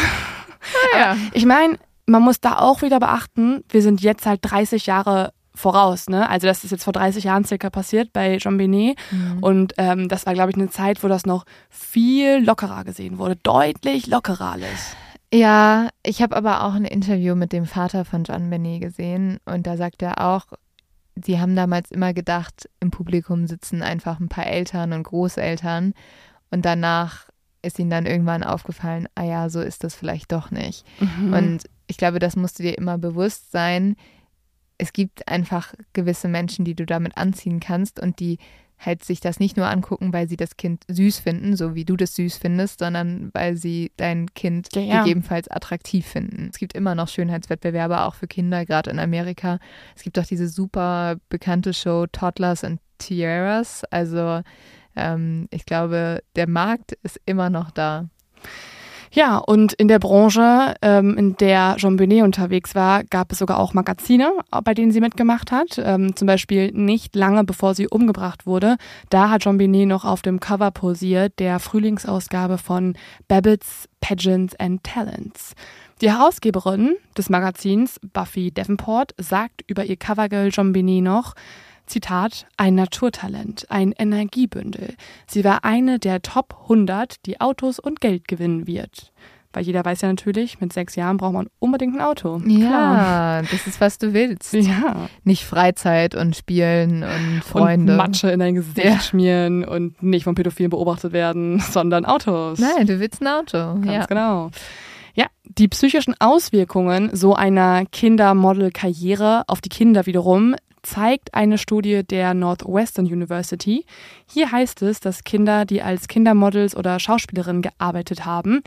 Ja. Aber ich meine, man muss da auch wieder beachten, wir sind jetzt halt 30 Jahre voraus, ne? Also das ist jetzt vor 30 Jahren circa passiert bei JonBenét und das war, glaube ich, eine Zeit, wo das noch viel lockerer gesehen wurde, deutlich lockerer alles. Ja, ich habe aber auch ein Interview mit dem Vater von JonBenét gesehen und da sagt er auch, sie haben damals immer gedacht, im Publikum sitzen einfach ein paar Eltern und Großeltern und danach ist ihnen dann irgendwann aufgefallen, ah ja, so ist das vielleicht doch nicht. Und ich glaube, das musst du dir immer bewusst sein. Es gibt einfach gewisse Menschen, die du damit anziehen kannst und die halt sich das nicht nur angucken, weil sie das Kind süß finden, so wie du das süß findest, sondern weil sie dein Kind gegebenenfalls attraktiv finden. Es gibt immer noch Schönheitswettbewerbe, auch für Kinder, gerade in Amerika. Es gibt auch diese super bekannte Show Toddlers and Tiaras. Also ich glaube, der Markt ist immer noch da. Ja, und in der Branche, in der JonBenét unterwegs war, gab es sogar auch Magazine, bei denen sie mitgemacht hat. Zum Beispiel nicht lange bevor sie umgebracht wurde. Da hat JonBenét noch auf dem Cover posiert, der Frühlingsausgabe von Babbitt's Pageants and Talents. Die Herausgeberin des Magazins, Buffy Davenport, sagt über ihr Covergirl JonBenét noch, Zitat, ein Naturtalent, ein Energiebündel. Sie war eine der Top 100, die Autos und Geld gewinnen wird. Weil jeder weiß ja natürlich, mit 6 Jahren braucht man unbedingt ein Auto. Ja, klar. Das ist, was du willst. Ja. Nicht Freizeit und Spielen und Freunde. Und Matsche in dein Gesicht schmieren und nicht von Pädophilen beobachtet werden, sondern Autos. Nein, du willst ein Auto. Ganz genau. Ja, die psychischen Auswirkungen so einer Kindermodel-Karriere auf die Kinder wiederum zeigt eine Studie der Northwestern University. Hier heißt es, dass Kinder, die als Kindermodels oder Schauspielerinnen gearbeitet haben,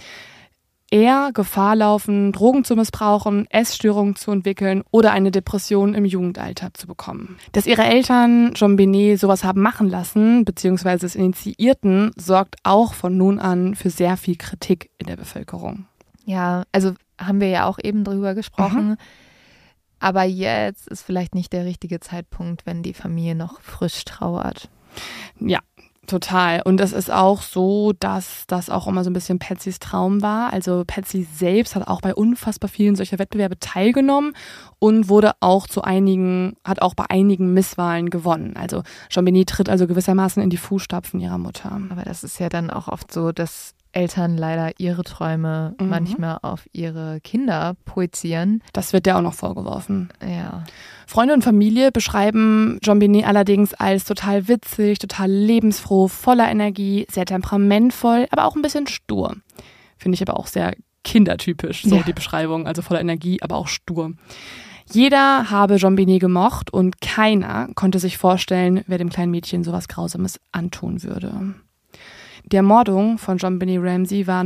eher Gefahr laufen, Drogen zu missbrauchen, Essstörungen zu entwickeln oder eine Depression im Jugendalter zu bekommen. Dass ihre Eltern JonBenét sowas haben machen lassen, beziehungsweise es initiierten, sorgt auch von nun an für sehr viel Kritik in der Bevölkerung. Ja, also haben wir ja auch eben drüber gesprochen. Aber jetzt ist vielleicht nicht der richtige Zeitpunkt, wenn die Familie noch frisch trauert. Ja, total. Und es ist auch so, dass das auch immer so ein bisschen Patsys Traum war. Also Patsy selbst hat auch bei unfassbar vielen solcher Wettbewerbe teilgenommen und hat auch bei einigen Misswahlen gewonnen. Also JonBenét tritt also gewissermaßen in die Fußstapfen ihrer Mutter. Aber das ist ja dann auch oft so, dass Eltern leider ihre Träume manchmal auf ihre Kinder projizieren. Das wird ja auch noch vorgeworfen. Ja. Freunde und Familie beschreiben JonBenét allerdings als total witzig, total lebensfroh, voller Energie, sehr temperamentvoll, aber auch ein bisschen stur. Finde ich aber auch sehr kindertypisch, so die Beschreibung, also voller Energie, aber auch stur. Jeder habe JonBenét gemocht und keiner konnte sich vorstellen, wer dem kleinen Mädchen sowas Grausames antun würde. Die Ermordung von JonBenét Ramsey war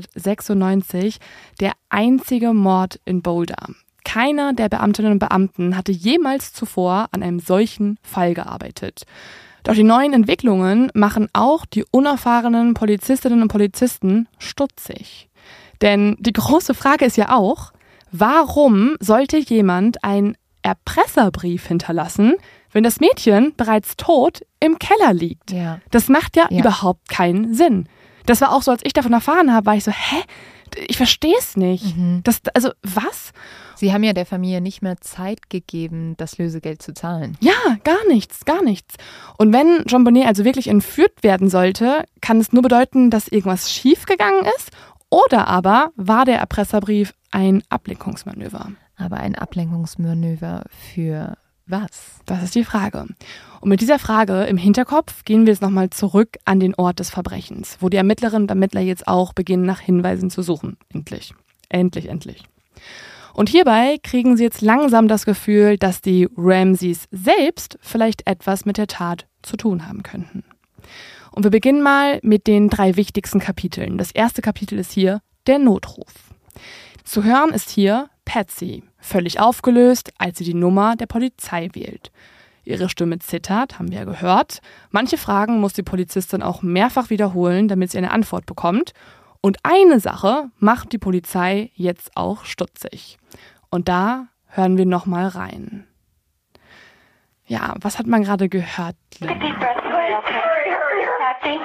1996 der einzige Mord in Boulder. Keiner der Beamtinnen und Beamten hatte jemals zuvor an einem solchen Fall gearbeitet. Doch die neuen Entwicklungen machen auch die unerfahrenen Polizistinnen und Polizisten stutzig. Denn die große Frage ist ja auch, warum sollte jemand einen Erpresserbrief hinterlassen, wenn das Mädchen bereits tot im Keller liegt? Ja. Das macht ja überhaupt keinen Sinn. Das war auch so, als ich davon erfahren habe, war ich so, ich verstehe es nicht. Also, was? Sie haben ja der Familie nicht mehr Zeit gegeben, das Lösegeld zu zahlen. Ja, gar nichts. Und wenn JonBenet also wirklich entführt werden sollte, kann es nur bedeuten, dass irgendwas schiefgegangen ist, oder aber war der Erpresserbrief ein Ablenkungsmanöver. Aber ein Ablenkungsmanöver für was? Das ist die Frage. Und mit dieser Frage im Hinterkopf gehen wir jetzt nochmal zurück an den Ort des Verbrechens, wo die Ermittlerinnen und Ermittler jetzt auch beginnen, nach Hinweisen zu suchen. Endlich. Und hierbei kriegen sie jetzt langsam das Gefühl, dass die Ramseys selbst vielleicht etwas mit der Tat zu tun haben könnten. Und wir beginnen mal mit den 3 wichtigsten Kapiteln. Das erste Kapitel ist hier der Notruf. Zu hören ist hier Patsy, völlig aufgelöst, als sie die Nummer der Polizei wählt. Ihre Stimme zittert, haben wir ja gehört. Manche Fragen muss die Polizistin auch mehrfach wiederholen, damit sie eine Antwort bekommt. Und eine Sache macht die Polizei jetzt auch stutzig. Und da hören wir nochmal rein. Ja, was hat man gerade gehört? Take a deep breath. Patsy.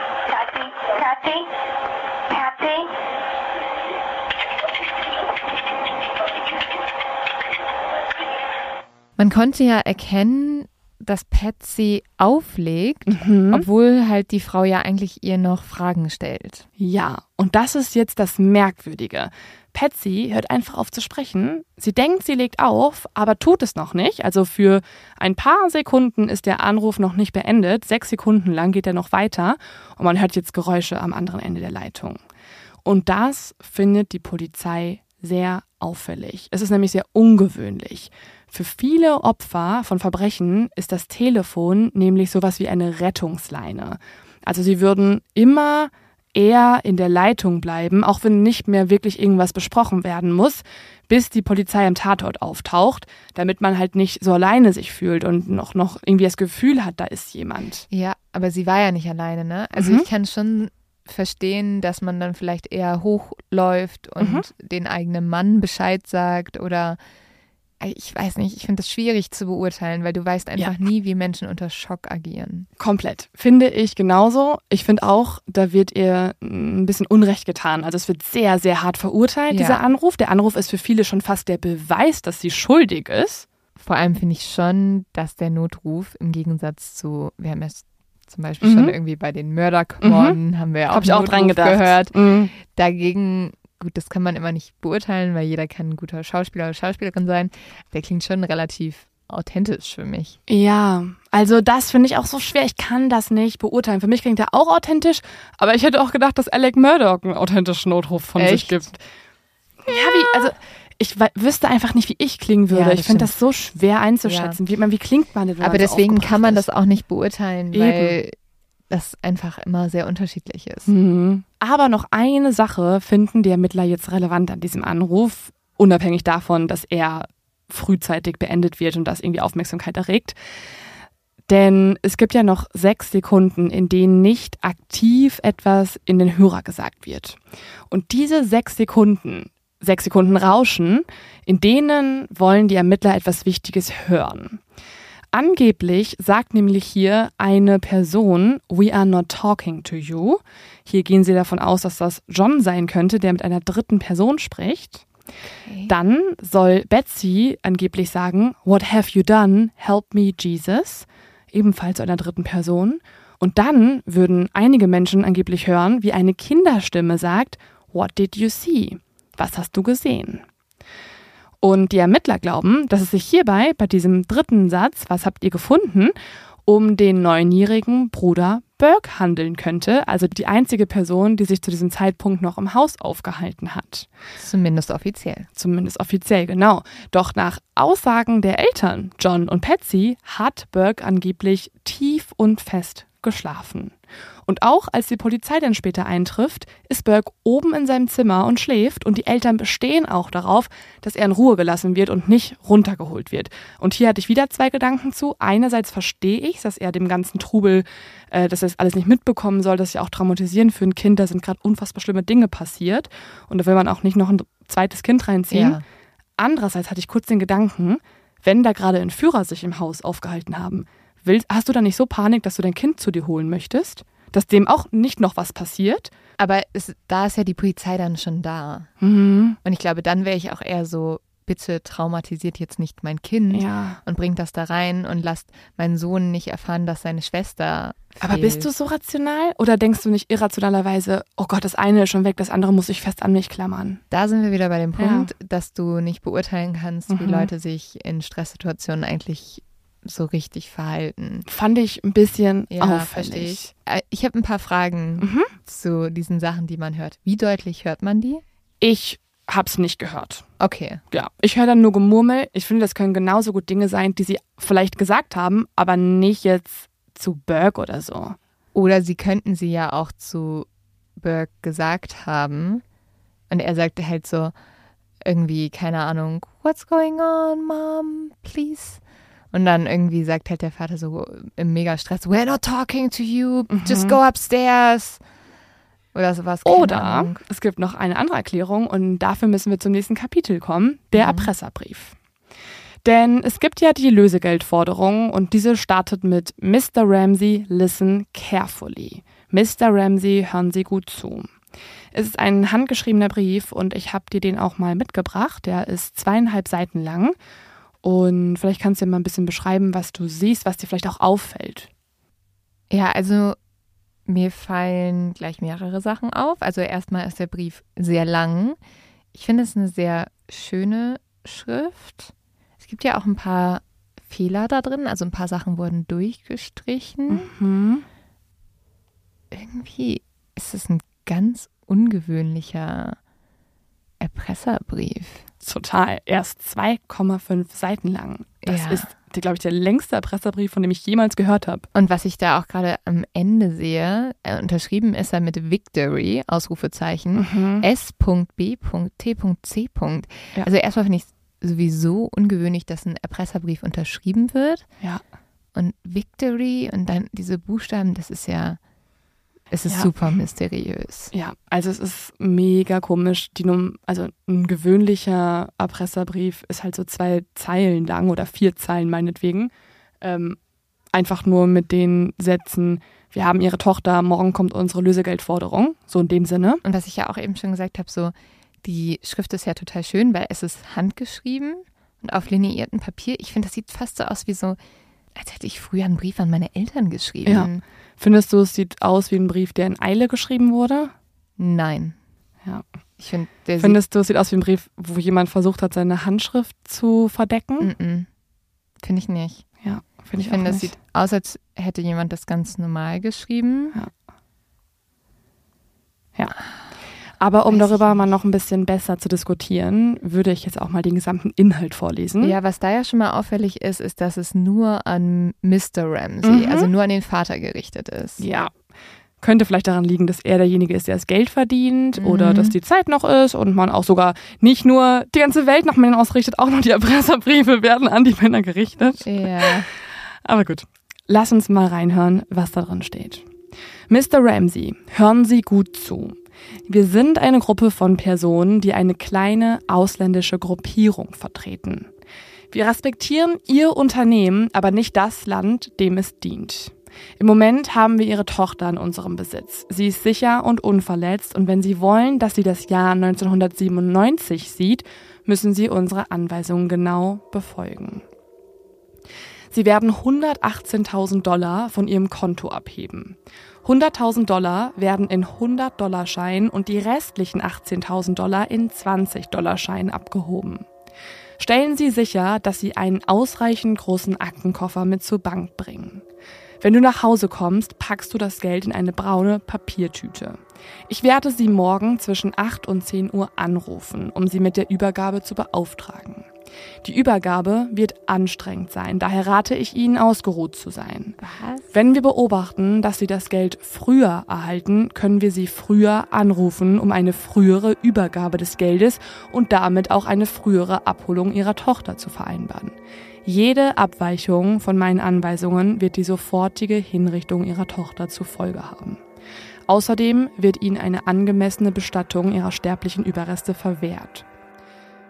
Man konnte ja erkennen, dass Patsy auflegt, obwohl halt die Frau ja eigentlich ihr noch Fragen stellt. Ja, und das ist jetzt das Merkwürdige. Patsy hört einfach auf zu sprechen. Sie denkt, sie legt auf, aber tut es noch nicht. Also für ein paar Sekunden ist der Anruf noch nicht beendet. 6 Sekunden lang geht er noch weiter und man hört jetzt Geräusche am anderen Ende der Leitung. Und das findet die Polizei sehr auffällig. Es ist nämlich sehr ungewöhnlich. Für viele Opfer von Verbrechen ist das Telefon nämlich sowas wie eine Rettungsleine. Also sie würden immer eher in der Leitung bleiben, auch wenn nicht mehr wirklich irgendwas besprochen werden muss, bis die Polizei am Tatort auftaucht, damit man halt nicht so alleine sich fühlt und noch irgendwie das Gefühl hat, da ist jemand. Ja, aber sie war ja nicht alleine, ne? Also ich kann schon verstehen, dass man dann vielleicht eher hochläuft und den eigenen Mann Bescheid sagt oder ich weiß nicht, ich finde das schwierig zu beurteilen, weil du weißt einfach nie, wie Menschen unter Schock agieren. Komplett. Finde ich genauso. Ich finde auch, da wird ihr ein bisschen Unrecht getan. Also es wird sehr, sehr hart verurteilt, dieser Anruf. Der Anruf ist für viele schon fast der Beweis, dass sie schuldig ist. Vor allem finde ich schon, dass der Notruf im Gegensatz zu, wir haben jetzt zum Beispiel schon irgendwie bei den Murdoch-Morden, haben wir ja auch, auch dran gedacht. Gehört. Dagegen, gut, das kann man immer nicht beurteilen, weil jeder kann ein guter Schauspieler oder Schauspielerin sein. Der klingt schon relativ authentisch für mich. Ja, also das finde ich auch so schwer. Ich kann das nicht beurteilen. Für mich klingt er auch authentisch, aber ich hätte auch gedacht, dass Alec Murdoch einen authentischen Notruf von sich gibt. Ja, ich wüsste einfach nicht, wie ich klingen würde. Ja, ich finde das so schwer einzuschätzen. Ja. Wie klingt man denn? Aber deswegen kann man das auch nicht beurteilen, weil das einfach immer sehr unterschiedlich ist. Aber noch eine Sache finden die Ermittler jetzt relevant an diesem Anruf, unabhängig davon, dass er frühzeitig beendet wird und das irgendwie Aufmerksamkeit erregt. Denn es gibt ja noch 6 Sekunden, in denen nicht aktiv etwas in den Hörer gesagt wird. Und diese 6 Sekunden Rauschen, in denen wollen die Ermittler etwas Wichtiges hören. Angeblich sagt nämlich hier eine Person, "We are not talking to you." Hier gehen sie davon aus, dass das John sein könnte, der mit einer dritten Person spricht. Okay. Dann soll Betsy angeblich sagen, "What have you done? Help me, Jesus." Ebenfalls zu einer dritten Person. Und dann würden einige Menschen angeblich hören, wie eine Kinderstimme sagt, "What did you see?" Was hast du gesehen? Und die Ermittler glauben, dass es sich hierbei, bei diesem dritten Satz, "Was habt ihr gefunden?", um den 9-jährigen Bruder Burke handeln könnte, also die einzige Person, die sich zu diesem Zeitpunkt noch im Haus aufgehalten hat. Zumindest offiziell. Zumindest offiziell, genau. Doch nach Aussagen der Eltern, John und Patsy, hat Burke angeblich tief und fest geschlafen. Und auch als die Polizei dann später eintrifft, ist Burke oben in seinem Zimmer und schläft und die Eltern bestehen auch darauf, dass er in Ruhe gelassen wird und nicht runtergeholt wird. Und hier hatte ich wieder 2 Gedanken zu. Einerseits verstehe ich, dass er dem ganzen Trubel, dass er das alles nicht mitbekommen soll, das ist ja auch traumatisierend für ein Kind, da sind gerade unfassbar schlimme Dinge passiert und da will man auch nicht noch ein zweites Kind reinziehen. Ja. Andererseits hatte ich kurz den Gedanken, wenn da gerade Entführer sich im Haus aufgehalten haben, hast du dann nicht so Panik, dass du dein Kind zu dir holen möchtest? Dass dem auch nicht noch was passiert? Aber da ist ja die Polizei dann schon da. Mhm. Und ich glaube, dann wäre ich auch eher so, bitte traumatisiert jetzt nicht mein Kind und bringt das da rein und lasst meinen Sohn nicht erfahren, dass seine Schwester fehlt. Aber bist du so rational oder denkst du nicht irrationalerweise, oh Gott, das eine ist schon weg, das andere muss ich fest an mich klammern? Da sind wir wieder bei dem Punkt, dass du nicht beurteilen kannst, wie Leute sich in Stresssituationen eigentlich so richtig verhalten. Fand ich ein bisschen auffällig. Verstehe ich. Ich habe ein paar Fragen zu diesen Sachen, die man hört. Wie deutlich hört man die? Ich hab's nicht gehört. Okay. Ja, ich höre dann nur Gemurmel. Ich finde, das können genauso gut Dinge sein, die sie vielleicht gesagt haben, aber nicht jetzt zu Burke oder so. Oder sie könnten sie ja auch zu Burke gesagt haben. Und er sagte halt so irgendwie, keine Ahnung, what's going on, Mom, please? Und dann irgendwie sagt halt der Vater so im Mega-Stress, we're not talking to you, just go upstairs. Oder sowas. Oder es gibt noch eine andere Erklärung und dafür müssen wir zum nächsten Kapitel kommen, der Erpresserbrief. Denn es gibt ja die Lösegeldforderung und diese startet mit Mr. Ramsey, listen carefully. Mr. Ramsey, hören Sie gut zu. Es ist ein handgeschriebener Brief und ich habe dir den auch mal mitgebracht. Der ist 2,5 Seiten lang und vielleicht kannst du dir mal ein bisschen beschreiben, was du siehst, was dir vielleicht auch auffällt. Ja, also mir fallen gleich mehrere Sachen auf. Also erstmal ist der Brief sehr lang. Ich finde es eine sehr schöne Schrift. Es gibt ja auch ein paar Fehler da drin. Also ein paar Sachen wurden durchgestrichen. Irgendwie ist es ein ganz ungewöhnlicher Erpresserbrief. Total. Erst 2,5 Seiten lang. Das ist, glaube ich, der längste Erpresserbrief, von dem ich jemals gehört habe. Und was ich da auch gerade am Ende sehe, unterschrieben ist er mit Victory, Ausrufezeichen, S.B.T.C. Ja. Also erstmal finde ich es sowieso ungewöhnlich, dass ein Erpresserbrief unterschrieben wird. Ja. Und Victory und dann diese Buchstaben, das ist ja... Es ist super mysteriös. Ja, also es ist mega komisch. Also ein gewöhnlicher Erpresserbrief ist halt so 2 Zeilen lang oder 4 Zeilen meinetwegen. Einfach nur mit den Sätzen, wir haben Ihre Tochter, morgen kommt unsere Lösegeldforderung. So in dem Sinne. Und was ich ja auch eben schon gesagt habe, so die Schrift ist ja total schön, weil es ist handgeschrieben und auf lineiertem Papier. Ich finde, das sieht fast so aus wie so, als hätte ich früher einen Brief an meine Eltern geschrieben. Ja. Findest du, es sieht aus wie ein Brief, der in Eile geschrieben wurde? Nein. Ja. Findest du, es sieht aus wie ein Brief, wo jemand versucht hat, seine Handschrift zu verdecken? Finde ich nicht. Ja, finde ich auch nicht. Ich finde, nicht. es sieht aus, als hätte jemand das ganz normal geschrieben. Ja. Aber um darüber mal noch ein bisschen besser zu diskutieren, würde ich jetzt auch mal den gesamten Inhalt vorlesen. Ja, was da ja schon mal auffällig ist, ist, dass es nur an Mr. Ramsey, also nur an den Vater gerichtet ist. Ja, könnte vielleicht daran liegen, dass er derjenige ist, der das Geld verdient oder dass die Zeit noch ist und man auch sogar nicht nur die ganze Welt nach Männern ausrichtet, auch noch die Erpresserbriefe werden an die Männer gerichtet. Ja. Aber gut, lass uns mal reinhören, was da drin steht. Mr. Ramsey, hören Sie gut zu. Wir sind eine Gruppe von Personen, die eine kleine ausländische Gruppierung vertreten. Wir respektieren Ihr Unternehmen, aber nicht das Land, dem es dient. Im Moment haben wir Ihre Tochter in unserem Besitz. Sie ist sicher und unverletzt und wenn Sie wollen, dass sie das Jahr 1997 sieht, müssen Sie unsere Anweisungen genau befolgen. Sie werden $118.000 von Ihrem Konto abheben. $100.000 werden in $100-Scheinen und die restlichen $18.000 in $20-Scheinen abgehoben. Stellen Sie sicher, dass Sie einen ausreichend großen Aktenkoffer mit zur Bank bringen. Wenn du nach Hause kommst, packst du das Geld in eine braune Papiertüte. Ich werde Sie morgen zwischen 8 und 10 Uhr anrufen, um Sie mit der Übergabe zu beauftragen. Die Übergabe wird anstrengend sein, daher rate ich Ihnen, ausgeruht zu sein. Was? Wenn wir beobachten, dass Sie das Geld früher erhalten, können wir Sie früher anrufen, um eine frühere Übergabe des Geldes und damit auch eine frühere Abholung Ihrer Tochter zu vereinbaren. Jede Abweichung von meinen Anweisungen wird die sofortige Hinrichtung Ihrer Tochter zur Folge haben. Außerdem wird Ihnen eine angemessene Bestattung Ihrer sterblichen Überreste verwehrt.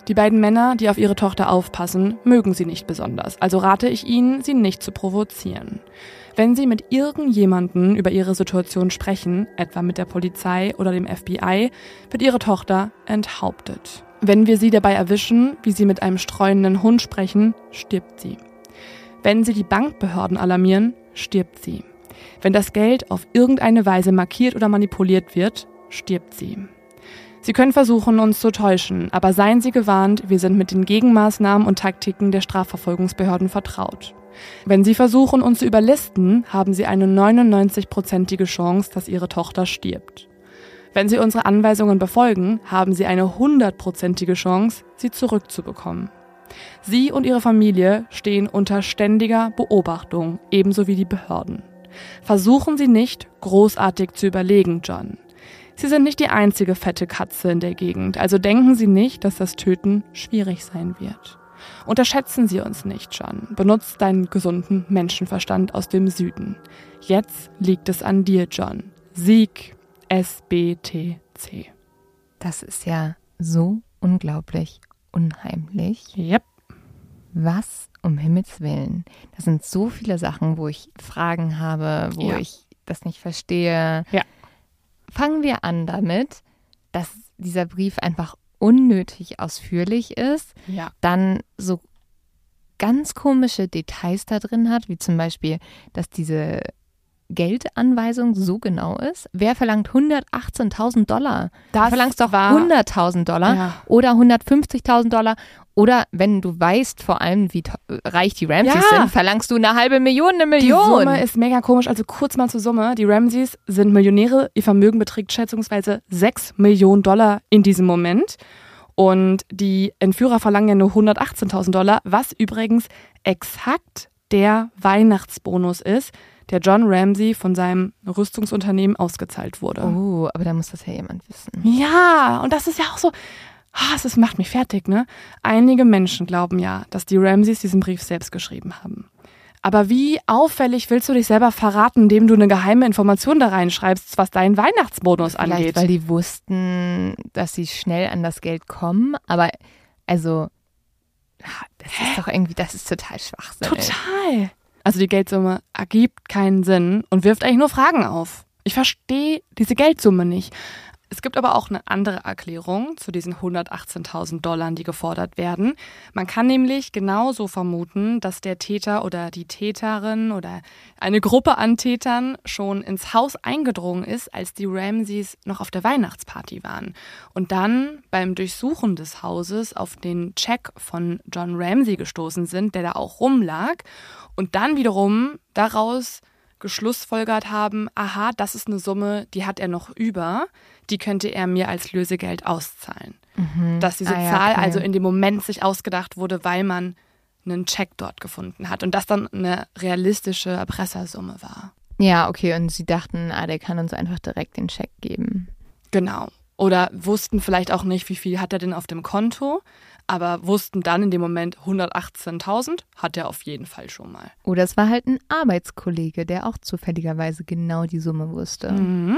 Die beiden Männer, die auf ihre Tochter aufpassen, mögen sie nicht besonders, also rate ich ihnen, sie nicht zu provozieren. Wenn sie mit irgendjemandem über ihre Situation sprechen, etwa mit der Polizei oder dem FBI, wird ihre Tochter enthauptet. Wenn wir sie dabei erwischen, wie sie mit einem streunenden Hund sprechen, stirbt sie. Wenn sie die Bankbehörden alarmieren, stirbt sie. Wenn das Geld auf irgendeine Weise markiert oder manipuliert wird, stirbt sie. Sie können versuchen, uns zu täuschen, aber seien Sie gewarnt, wir sind mit den Gegenmaßnahmen und Taktiken der Strafverfolgungsbehörden vertraut. Wenn Sie versuchen, uns zu überlisten, haben Sie eine 99-prozentige Chance, dass Ihre Tochter stirbt. Wenn Sie unsere Anweisungen befolgen, haben Sie eine 100-prozentige Chance, sie zurückzubekommen. Sie und Ihre Familie stehen unter ständiger Beobachtung, ebenso wie die Behörden. Versuchen Sie nicht, großartig zu überlegen, John. Sie sind nicht die einzige fette Katze in der Gegend, also denken Sie nicht, dass das Töten schwierig sein wird. Unterschätzen Sie uns nicht, John. Benutzt deinen gesunden Menschenverstand aus dem Süden. Jetzt liegt es an dir, John. Sieg, SBTC. Das ist ja so unglaublich unheimlich. Yep. Was um Himmels Willen? Das sind so viele Sachen, wo ich Fragen habe, wo ich das nicht verstehe. Ja. Fangen wir an damit, dass dieser Brief einfach unnötig ausführlich ist, Ja. dann so ganz komische Details da drin hat, wie zum Beispiel, dass diese Geldanweisung so genau ist. Wer verlangt $118.000? Du verlangst doch $100.000 oder $150.000 oder wenn du weißt vor allem, wie reich die Ramseys sind, verlangst du 500.000, 1 Million. Die Summe ist mega komisch, also kurz mal zur Summe. Die Ramseys sind Millionäre, ihr Vermögen beträgt schätzungsweise $6 Millionen in diesem Moment. Und die Entführer verlangen ja nur $118.000, was übrigens exakt der Weihnachtsbonus ist, der John Ramsey von seinem Rüstungsunternehmen ausgezahlt wurde. Oh, aber da muss das ja jemand wissen. Ja, und das ist ja auch so, das macht mich fertig, ne? Einige Menschen glauben ja, dass die Ramseys diesen Brief selbst geschrieben haben. Aber wie auffällig willst du dich selber verraten, indem du eine geheime Information da reinschreibst, was deinen Weihnachtsbonus angeht? Vielleicht, weil die wussten, dass sie schnell an das Geld kommen, aber also, das ist doch irgendwie, das ist total schwachsinnig. Total. Also die Geldsumme ergibt keinen Sinn und wirft eigentlich nur Fragen auf. Ich verstehe diese Geldsumme nicht. Es gibt aber auch eine andere Erklärung zu diesen $118.000, die gefordert werden. Man kann nämlich genauso vermuten, dass der Täter oder die Täterin oder eine Gruppe an Tätern schon ins Haus eingedrungen ist, als die Ramseys noch auf der Weihnachtsparty waren. Und dann beim Durchsuchen des Hauses auf den Check von John Ramsey gestoßen sind, der da auch rumlag. Und dann wiederum daraus geschlussfolgert haben, aha, das ist eine Summe, die hat er noch über, die könnte er mir als Lösegeld auszahlen. Dass diese Zahl also in dem Moment sich ausgedacht wurde, weil man einen Check dort gefunden hat und das dann eine realistische Erpressersumme war. Ja, okay, und sie dachten, der kann uns einfach direkt den Check geben. Genau. Oder wussten vielleicht auch nicht, wie viel hat er denn auf dem Konto, aber wussten dann in dem Moment 118.000 hat er auf jeden Fall schon mal. Oder es war halt ein Arbeitskollege, der auch zufälligerweise genau die Summe wusste. Mhm.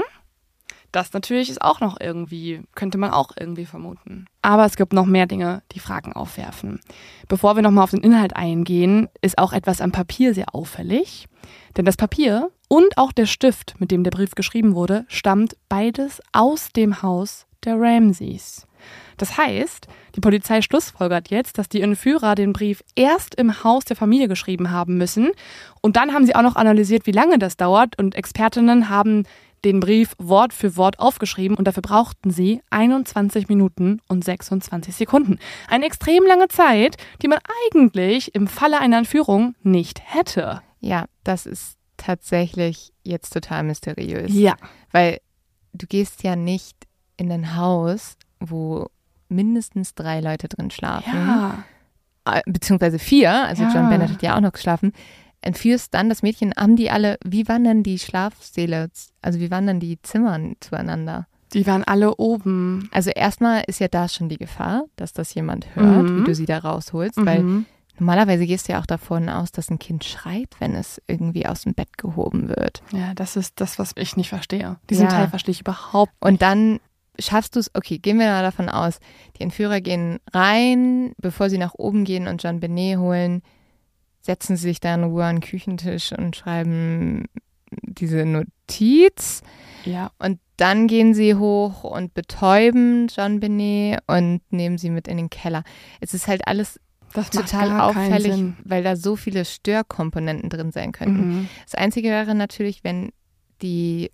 Das natürlich ist auch noch irgendwie, könnte man auch irgendwie vermuten. Aber es gibt noch mehr Dinge, die Fragen aufwerfen. Bevor wir nochmal auf den Inhalt eingehen, ist auch etwas am Papier sehr auffällig. Denn das Papier und auch der Stift, mit dem der Brief geschrieben wurde, stammt beides aus dem Haus der Ramseys. Das heißt, die Polizei schlussfolgert jetzt, dass die Entführer den Brief erst im Haus der Familie geschrieben haben müssen. Und dann haben sie auch noch analysiert, wie lange das dauert. Und Expertinnen haben den Brief Wort für Wort aufgeschrieben und dafür brauchten sie 21 Minuten und 26 Sekunden. Eine extrem lange Zeit, die man eigentlich im Falle einer Entführung nicht hätte. Ja, das ist tatsächlich jetzt total mysteriös. Ja. Weil du gehst ja nicht in ein Haus, wo mindestens 3 Leute drin schlafen. Ja. Beziehungsweise 4, also Ja. John Bennett hat ja auch noch geschlafen. Entführst dann das Mädchen, haben die alle, wie waren denn die Schlafsäle, also wie waren denn die Zimmer zueinander? Die waren alle oben. Also erstmal ist ja da schon die Gefahr, dass das jemand hört, wie du sie da rausholst, weil normalerweise gehst du ja auch davon aus, dass ein Kind schreit, wenn es irgendwie aus dem Bett gehoben wird. Ja, das ist das, was ich nicht verstehe. Diesen Ja. Teil verstehe ich überhaupt nicht. Und dann Schaffst du es? Okay, gehen wir mal davon aus, die Entführer gehen rein, bevor sie nach oben gehen und John Benet holen, setzen sie sich da in Ruhe an den Küchentisch und schreiben diese Notiz. Ja. Und dann gehen sie hoch und betäuben John Benet und nehmen sie mit in den Keller. Es ist halt alles Das macht total gar keinen auffällig, Sinn. weil da so viele Störkomponenten drin sein könnten. Mhm. Das Einzige wäre natürlich, wenn die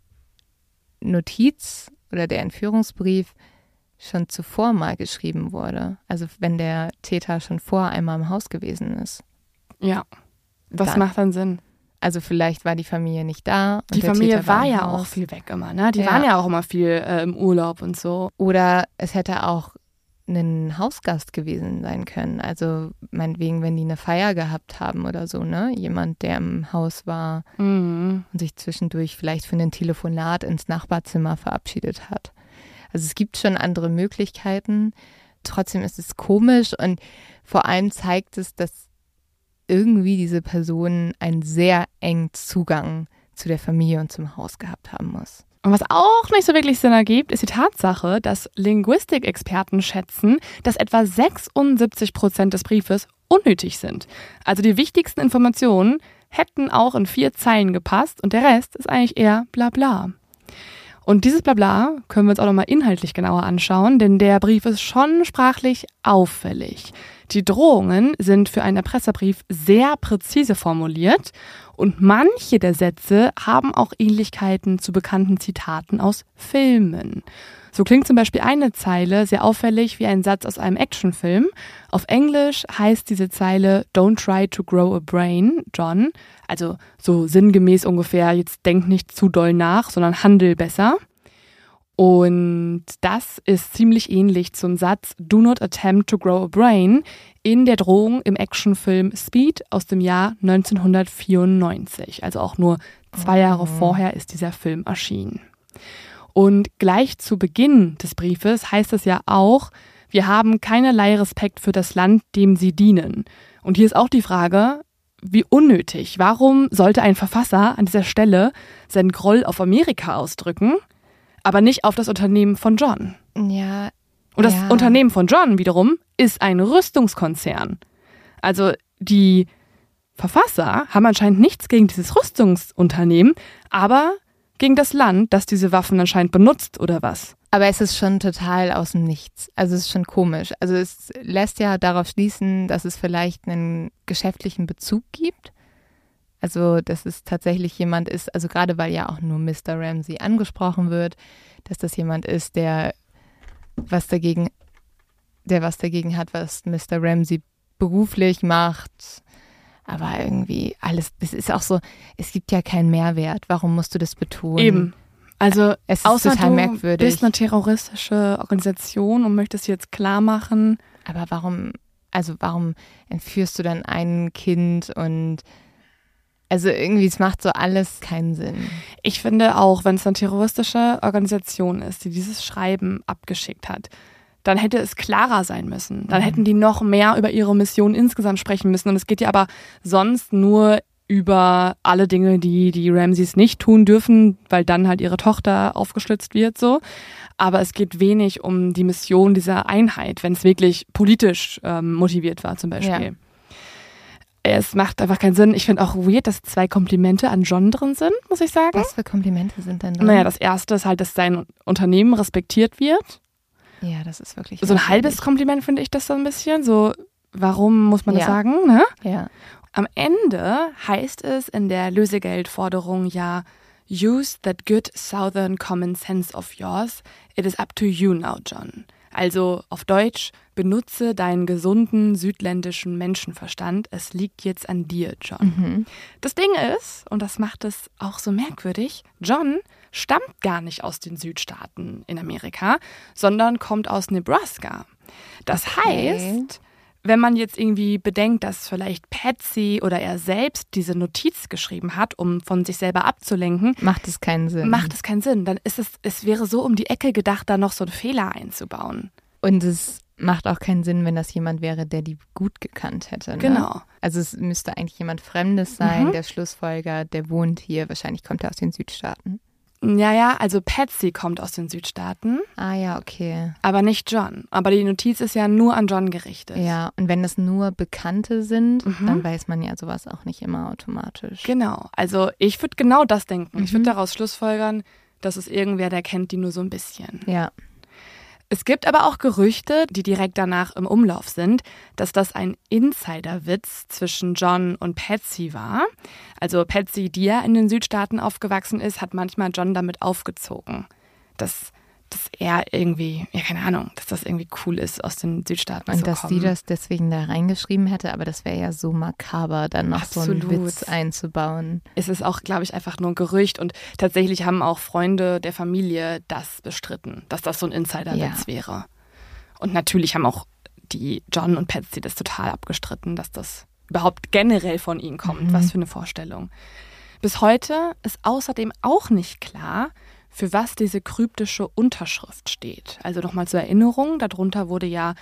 Notiz oder der Entführungsbrief schon zuvor mal geschrieben wurde. Also wenn der Täter schon vorher einmal im Haus gewesen ist. Ja, das Dann. macht dann Sinn. Also vielleicht war die Familie nicht da. Und Die der Familie Täter war im ja Haus. auch viel weg immer, ne? Die Ja. waren ja auch immer viel im Urlaub und so. Oder es hätte auch ein Hausgast gewesen sein können. Also meinetwegen, wenn die eine Feier gehabt haben oder so, ne? Jemand, der im Haus war Mhm. und sich zwischendurch vielleicht für ein Telefonat ins Nachbarzimmer verabschiedet hat. Also es gibt schon andere Möglichkeiten. Trotzdem ist es komisch und vor allem zeigt es, dass irgendwie diese Person einen sehr engen Zugang zu der Familie und zum Haus gehabt haben muss. Und was auch nicht so wirklich Sinn ergibt, ist die Tatsache, dass Linguistikexperten schätzen, dass etwa 76% des Briefes unnötig sind. Also die wichtigsten Informationen hätten auch in 4 Zeilen gepasst und der Rest ist eigentlich eher Blabla. Und dieses Blabla können wir uns auch nochmal inhaltlich genauer anschauen, denn der Brief ist schon sprachlich auffällig. Die Drohungen sind für einen Erpresserbrief sehr präzise formuliert und manche der Sätze haben auch Ähnlichkeiten zu bekannten Zitaten aus Filmen. So klingt zum Beispiel eine Zeile sehr auffällig wie ein Satz aus einem Actionfilm. Auf Englisch heißt diese Zeile "Don't try to grow a brain, John." Also so sinngemäß ungefähr, jetzt denk nicht zu doll nach, sondern handel besser. Und das ist ziemlich ähnlich zum Satz "Do not attempt to grow a brain" in der Drohung im Actionfilm Speed aus dem Jahr 1994. Also auch nur 2 Jahre vorher ist dieser Film erschienen. Und gleich zu Beginn des Briefes heißt es ja auch, wir haben keinerlei Respekt für das Land, dem sie dienen. Und hier ist auch die Frage, wie unnötig. Warum sollte ein Verfasser an dieser Stelle seinen Groll auf Amerika ausdrücken, aber nicht auf das Unternehmen von John? Ja. Und das ja. Unternehmen von John wiederum ist ein Rüstungskonzern. Also die Verfasser haben anscheinend nichts gegen dieses Rüstungsunternehmen, aber gegen das Land, das diese Waffen anscheinend benutzt, oder was? Aber es ist schon total aus dem Nichts. Also es ist schon komisch. Also es lässt ja darauf schließen, dass es vielleicht einen geschäftlichen Bezug gibt. Also dass es tatsächlich jemand ist, also gerade weil ja auch nur Mr. Ramsey angesprochen wird, dass das jemand ist, der was dagegen hat, was Mr. Ramsey beruflich macht. Aber irgendwie alles, es ist auch so, es gibt ja keinen Mehrwert. Warum musst du das betonen? Eben. Also Es ist außer total du merkwürdig. bist eine terroristische Organisation und möchtest jetzt klar machen. Aber warum entführst du dann ein Kind und also irgendwie, es macht so alles keinen Sinn. Ich finde auch, wenn es eine terroristische Organisation ist, die dieses Schreiben abgeschickt hat, dann hätte es klarer sein müssen. Dann hätten die noch mehr über ihre Mission insgesamt sprechen müssen. Und es geht ja aber sonst nur über alle Dinge, die Ramseys nicht tun dürfen, weil dann halt ihre Tochter aufgeschlitzt wird, so. Aber es geht wenig um die Mission dieser Einheit, wenn es wirklich politisch motiviert war, zum Beispiel. Ja. Es macht einfach keinen Sinn. Ich finde auch weird, dass 2 Komplimente an John drin sind, muss ich sagen. Was für Komplimente sind denn drin? Naja, das erste ist halt, dass sein Unternehmen respektiert wird. Ja, das ist wirklich So ein halbes merkwürdig. Kompliment finde ich das so ein bisschen. So, warum muss man das Ja. sagen? Ne? Ja. Am Ende heißt es in der Lösegeldforderung ja, use that good southern common sense of yours. It is up to you now, John. Also auf Deutsch, benutze deinen gesunden südländischen Menschenverstand. Es liegt jetzt an dir, John. Das Ding ist, und das macht es auch so merkwürdig, John stammt gar nicht aus den Südstaaten in Amerika, sondern kommt aus Nebraska. Das heißt, wenn man jetzt irgendwie bedenkt, dass vielleicht Patsy oder er selbst diese Notiz geschrieben hat, um von sich selber abzulenken, Macht es keinen Sinn. macht es keinen Sinn. Dann ist es wäre so um die Ecke gedacht, da noch so einen Fehler einzubauen. Und es macht auch keinen Sinn, wenn das jemand wäre, der die gut gekannt hätte. Ne? Genau. Also es müsste eigentlich jemand Fremdes sein, der Schlussfolger, der wohnt hier. Wahrscheinlich kommt er aus den Südstaaten. Ja, also Patsy kommt aus den Südstaaten, Ah ja, okay. aber nicht John. Aber die Notiz ist ja nur an John gerichtet. Ja, und wenn das nur Bekannte sind, dann weiß man ja sowas auch nicht immer automatisch. Genau, also ich würde genau das denken. Ich würde daraus schlussfolgern, dass es irgendwer, der kennt die nur so ein bisschen. Ja. Es gibt aber auch Gerüchte, die direkt danach im Umlauf sind, dass das ein Insiderwitz zwischen John und Patsy war. Also Patsy, die ja in den Südstaaten aufgewachsen ist, hat manchmal John damit aufgezogen, dass er irgendwie, ja keine Ahnung, dass das irgendwie cool ist, aus den Südstaaten Und zu dass kommen. sie das deswegen da reingeschrieben hätte, aber das wäre ja so makaber, dann noch so einen Absolut. Witz einzubauen. Es ist auch, glaube ich, einfach nur ein Gerücht und tatsächlich haben auch Freunde der Familie das bestritten, dass das so ein Insiderwitz wäre. Und natürlich haben auch die John und Patsy das total abgestritten, dass das überhaupt generell von ihnen kommt. Was für eine Vorstellung. Bis heute ist außerdem auch nicht klar, für was diese kryptische Unterschrift steht. Also nochmal zur Erinnerung, darunter wurde ja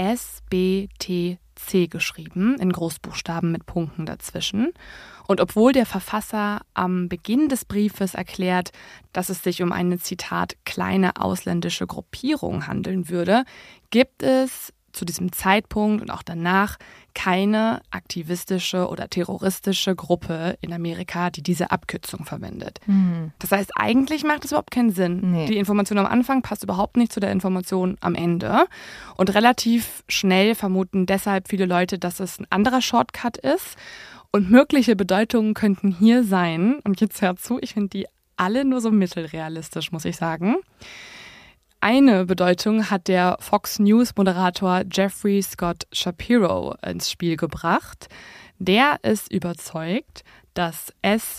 SBTC geschrieben, in Großbuchstaben mit Punkten dazwischen. Und obwohl der Verfasser am Beginn des Briefes erklärt, dass es sich um eine, Zitat, kleine ausländische Gruppierung handeln würde, gibt es zu diesem Zeitpunkt und auch danach keine aktivistische oder terroristische Gruppe in Amerika, die diese Abkürzung verwendet. Das heißt, eigentlich macht es überhaupt keinen Sinn. Nee. Die Information am Anfang passt überhaupt nicht zu der Information am Ende. Und relativ schnell vermuten deshalb viele Leute, dass es ein anderer Shortcut ist. Und mögliche Bedeutungen könnten hier sein, und jetzt hör zu, ich finde die alle nur so mittelrealistisch, muss ich sagen. Eine Bedeutung hat der Fox News-Moderator Jeffrey Scott Shapiro ins Spiel gebracht. Der ist überzeugt, dass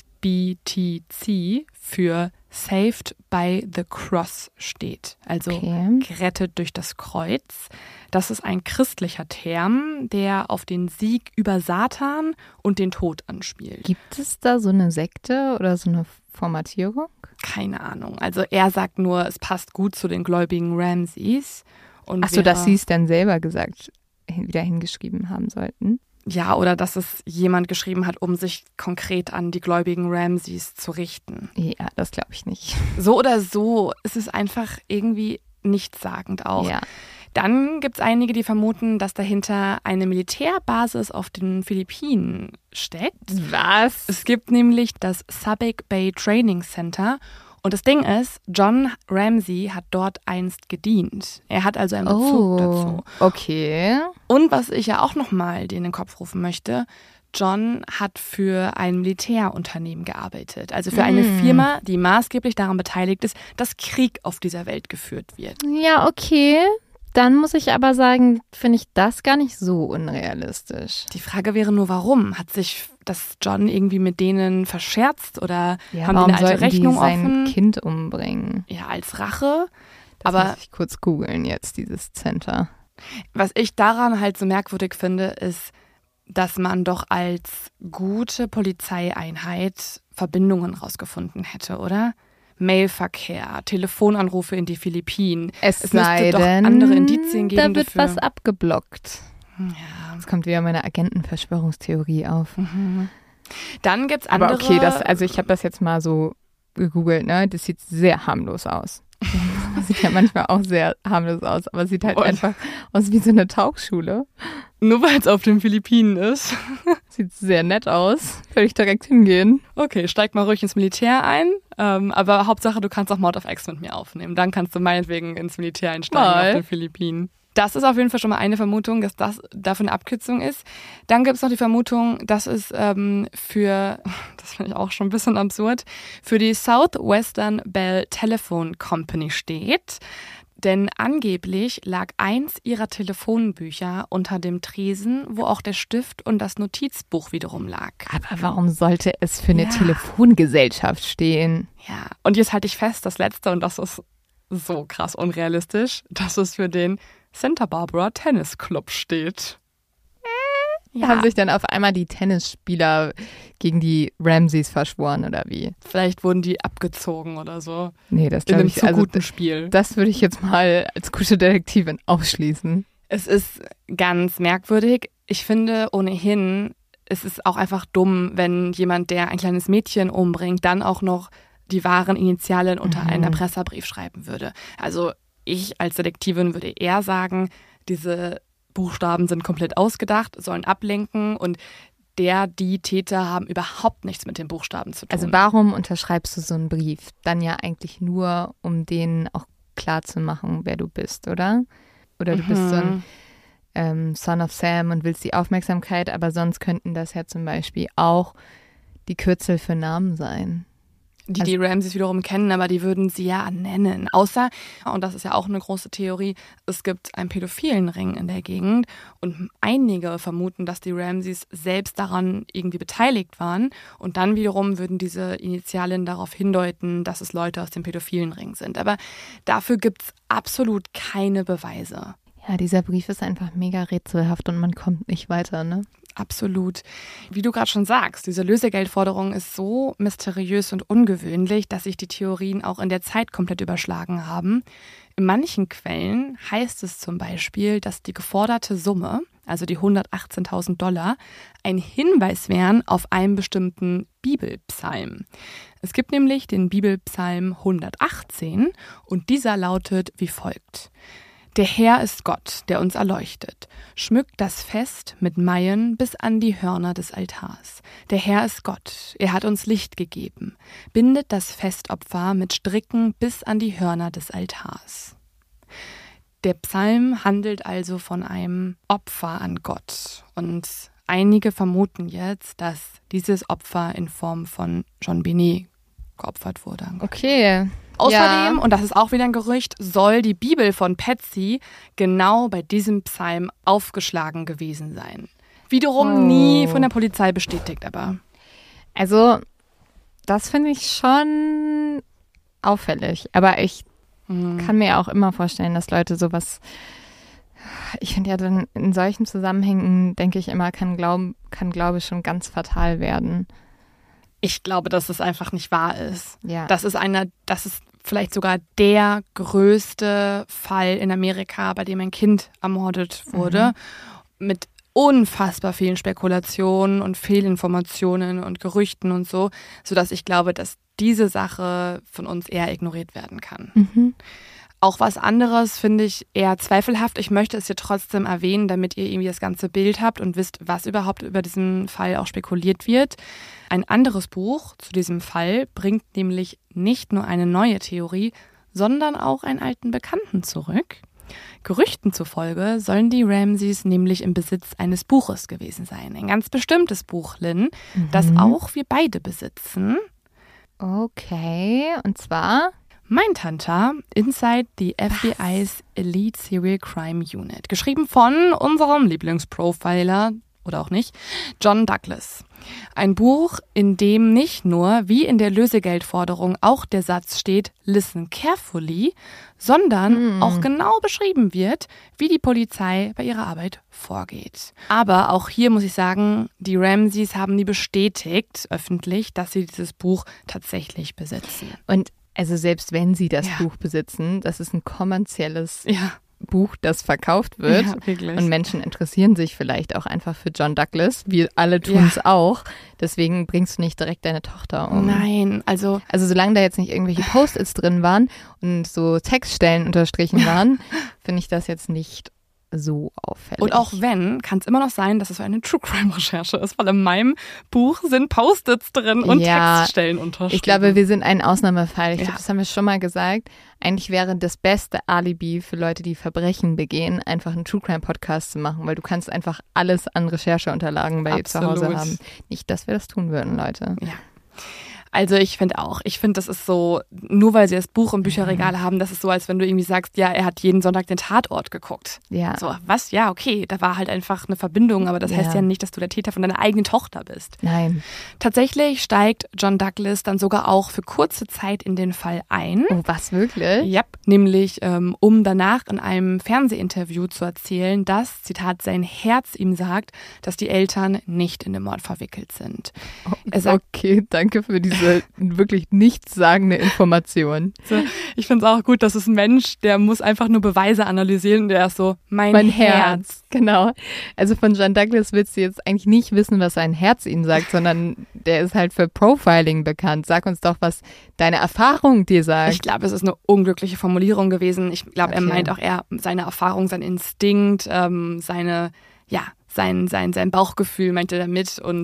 SBTC für Saved by the Cross steht, also gerettet durch das Kreuz. Das ist ein christlicher Term, der auf den Sieg über Satan und den Tod anspielt. Gibt es da so eine Sekte oder so eine Formatierung? Keine Ahnung. Also er sagt nur, es passt gut zu den gläubigen Ramseys. Achso, dass sie es dann selber gesagt, wieder hingeschrieben haben sollten. Ja, oder dass es jemand geschrieben hat, um sich konkret an die gläubigen Ramseys zu richten. Ja, das glaube ich nicht. So oder so ist es einfach irgendwie nichtssagend auch. Ja. Dann gibt es einige, die vermuten, dass dahinter eine Militärbasis auf den Philippinen steckt. Was? Es gibt nämlich das Subic Bay Training Center. Und das Ding ist, John Ramsey hat dort einst gedient. Er hat also einen Bezug dazu. Okay. Und was ich ja auch nochmal dir in den Kopf rufen möchte, John hat für ein Militärunternehmen gearbeitet. Also für eine Firma, die maßgeblich daran beteiligt ist, dass Krieg auf dieser Welt geführt wird. Ja, okay. Dann muss ich aber sagen, finde ich das gar nicht so unrealistisch. Die Frage wäre nur, warum? Hat sich das John irgendwie mit denen verscherzt oder Ja, haben die warum eine alte sollten Rechnung die sein offen? Kind umbringen? Ja, als Rache. Das Aber muss ich kurz googeln jetzt, dieses Center. was ich daran halt so merkwürdig finde, ist, dass man doch als gute Polizeieinheit Verbindungen rausgefunden hätte, oder? Mailverkehr, Telefonanrufe in die Philippinen. Es müsste sei doch denn, andere Indizien da geben wird dafür. was abgeblockt. Ja. Jetzt kommt wieder meine Agentenverschwörungstheorie auf. Dann gibt's andere. Aber okay, also ich habe das jetzt mal so gegoogelt, ne? Das sieht sehr harmlos aus. Das sieht ja manchmal auch sehr harmlos aus, aber es sieht halt Und? einfach aus wie so eine Tauchschule. Nur weil es auf den Philippinen ist. Sieht sehr nett aus. Würde ich direkt hingehen. Okay, steig mal ruhig ins Militär ein. Aber Hauptsache, du kannst auch Mord of X mit mir aufnehmen. Dann kannst du meinetwegen ins Militär einsteigen auf den Philippinen. Das ist auf jeden Fall schon mal eine Vermutung, dass das dafür eine Abkürzung ist. Dann gibt es noch die Vermutung, dass es für, das finde ich auch schon ein bisschen absurd, für die Southwestern Bell Telephone Company steht. Denn angeblich lag eins ihrer Telefonbücher unter dem Tresen, wo auch der Stift und das Notizbuch wiederum lag. Aber warum sollte es für eine Telefongesellschaft stehen? Ja, und jetzt halte ich fest, das Letzte, und das ist so krass unrealistisch, dass es für den Santa Barbara Tennis Club steht. Ja. Haben sich dann auf einmal die Tennisspieler gegen die Ramseys verschworen oder wie? Vielleicht wurden die abgezogen oder so. Nee, das In glaube einem ich. zu Also guten Spiel. das würde ich jetzt mal als gute Detektivin ausschließen. Es ist ganz merkwürdig. Ich finde ohnehin, es ist auch einfach dumm, wenn jemand, der ein kleines Mädchen umbringt, dann auch noch die wahren Initialen unter einen Erpresserbrief schreiben würde. Also ich als Detektivin würde eher sagen, diese Buchstaben sind komplett ausgedacht, sollen ablenken und die Täter haben überhaupt nichts mit den Buchstaben zu tun. Also warum unterschreibst du so einen Brief? Dann ja eigentlich nur, um denen auch klar zu machen, wer du bist, oder? Oder du bist so ein Son of Sam und willst die Aufmerksamkeit, aber sonst könnten das ja zum Beispiel auch die Kürzel für Namen sein. Die Ramseys wiederum kennen, aber die würden sie ja nennen. Außer, und das ist ja auch eine große Theorie, es gibt einen pädophilen Ring in der Gegend und einige vermuten, dass die Ramseys selbst daran irgendwie beteiligt waren und dann wiederum würden diese Initialien darauf hindeuten, dass es Leute aus dem pädophilen Ring sind. Aber dafür gibt es absolut keine Beweise. Ja, dieser Brief ist einfach mega rätselhaft und man kommt nicht weiter, ne? Absolut. Wie du gerade schon sagst, diese Lösegeldforderung ist so mysteriös und ungewöhnlich, dass sich die Theorien auch in der Zeit komplett überschlagen haben. In manchen Quellen heißt es zum Beispiel, dass die geforderte Summe, also die $118.000, ein Hinweis wären auf einen bestimmten Bibelpsalm. Es gibt nämlich den Bibelpsalm 118 und dieser lautet wie folgt. Der Herr ist Gott, der uns erleuchtet. Schmückt das Fest mit Maien bis an die Hörner des Altars. Der Herr ist Gott, er hat uns Licht gegeben. Bindet das Festopfer mit Stricken bis an die Hörner des Altars. Der Psalm handelt also von einem Opfer an Gott. Und einige vermuten jetzt, dass dieses Opfer in Form von JonBenét geopfert wurde. Okay. Außerdem, und das ist auch wieder ein Gerücht, soll die Bibel von Patsy genau bei diesem Psalm aufgeschlagen gewesen sein. Wiederum nie von der Polizei bestätigt, aber. Also, das finde ich schon auffällig. Aber ich kann mir auch immer vorstellen, dass Leute sowas. Ich finde ja dann in solchen Zusammenhängen, denke ich immer, kann Glaube schon ganz fatal werden. Ich glaube, dass es einfach nicht wahr ist. Ja. Das ist vielleicht sogar der größte Fall in Amerika, bei dem ein Kind ermordet wurde, mit unfassbar vielen Spekulationen und Fehlinformationen und Gerüchten und so, sodass ich glaube, dass diese Sache von uns eher ignoriert werden kann. Auch was anderes finde ich eher zweifelhaft. Ich möchte es hier trotzdem erwähnen, damit ihr irgendwie das ganze Bild habt und wisst, was überhaupt über diesen Fall auch spekuliert wird. Ein anderes Buch zu diesem Fall bringt nämlich nicht nur eine neue Theorie, sondern auch einen alten Bekannten zurück. Gerüchten zufolge sollen die Ramseys nämlich im Besitz eines Buches gewesen sein. Ein ganz bestimmtes Buch, Lynn, das auch wir beide besitzen. Okay, und zwar? Mindhunter, Inside the FBI's Elite Serial Crime Unit. Geschrieben von unserem Lieblingsprofiler, oder auch nicht, John Douglas. Ein Buch, in dem nicht nur, wie in der Lösegeldforderung, auch der Satz steht, listen carefully, sondern auch genau beschrieben wird, wie die Polizei bei ihrer Arbeit vorgeht. Aber auch hier muss ich sagen, die Ramseys haben nie bestätigt, öffentlich, dass sie dieses Buch tatsächlich besitzen. Und also selbst wenn sie das Buch besitzen, das ist ein kommerzielles Buch, das verkauft wird. Ja, wirklich. Und Menschen interessieren sich vielleicht auch einfach für John Douglas. Wir alle tun es auch. Deswegen bringst du nicht direkt deine Tochter um. Nein, also solange da jetzt nicht irgendwelche Post-its drin waren und so Textstellen unterstrichen waren, finde ich das jetzt nicht so auffällig. Und auch wenn, kann es immer noch sein, dass es so eine True-Crime-Recherche ist, weil in meinem Buch sind Post-its drin und Textstellen unterstrichen. Ich glaube, wir sind ein Ausnahmefall. Ich glaube, das haben wir schon mal gesagt. Eigentlich wäre das beste Alibi für Leute, die Verbrechen begehen, einfach einen True-Crime-Podcast zu machen, weil du kannst einfach alles an Rechercheunterlagen bei dir zu Hause haben. Nicht, dass wir das tun würden, Leute. Ja. Also ich finde, das ist so, nur weil sie das Buch im Bücherregal haben, das ist so, als wenn du irgendwie sagst, ja, er hat jeden Sonntag den Tatort geguckt. Ja. So, was? Ja, okay, da war halt einfach eine Verbindung, aber das heißt ja nicht, dass du der Täter von deiner eigenen Tochter bist. Nein. Tatsächlich steigt John Douglas dann sogar auch für kurze Zeit in den Fall ein. Oh, was, wirklich? Ja, nämlich um danach in einem Fernsehinterview zu erzählen, dass, Zitat, sein Herz ihm sagt, dass die Eltern nicht in den Mord verwickelt sind. Er sagt, okay, danke für diese diese wirklich nichtssagende Information. So, ich finde es auch gut, dass es ein Mensch, der muss einfach nur Beweise analysieren und der ist so, mein Herz. Genau. Also von John Douglas willst du jetzt eigentlich nicht wissen, was sein Herz ihnen sagt, sondern der ist halt für Profiling bekannt. Sag uns doch, was deine Erfahrung dir sagt. Ich glaube, es ist eine unglückliche Formulierung gewesen. Ich glaube, er meint auch eher seine Erfahrung, sein Instinkt, sein Bauchgefühl meint er damit. Und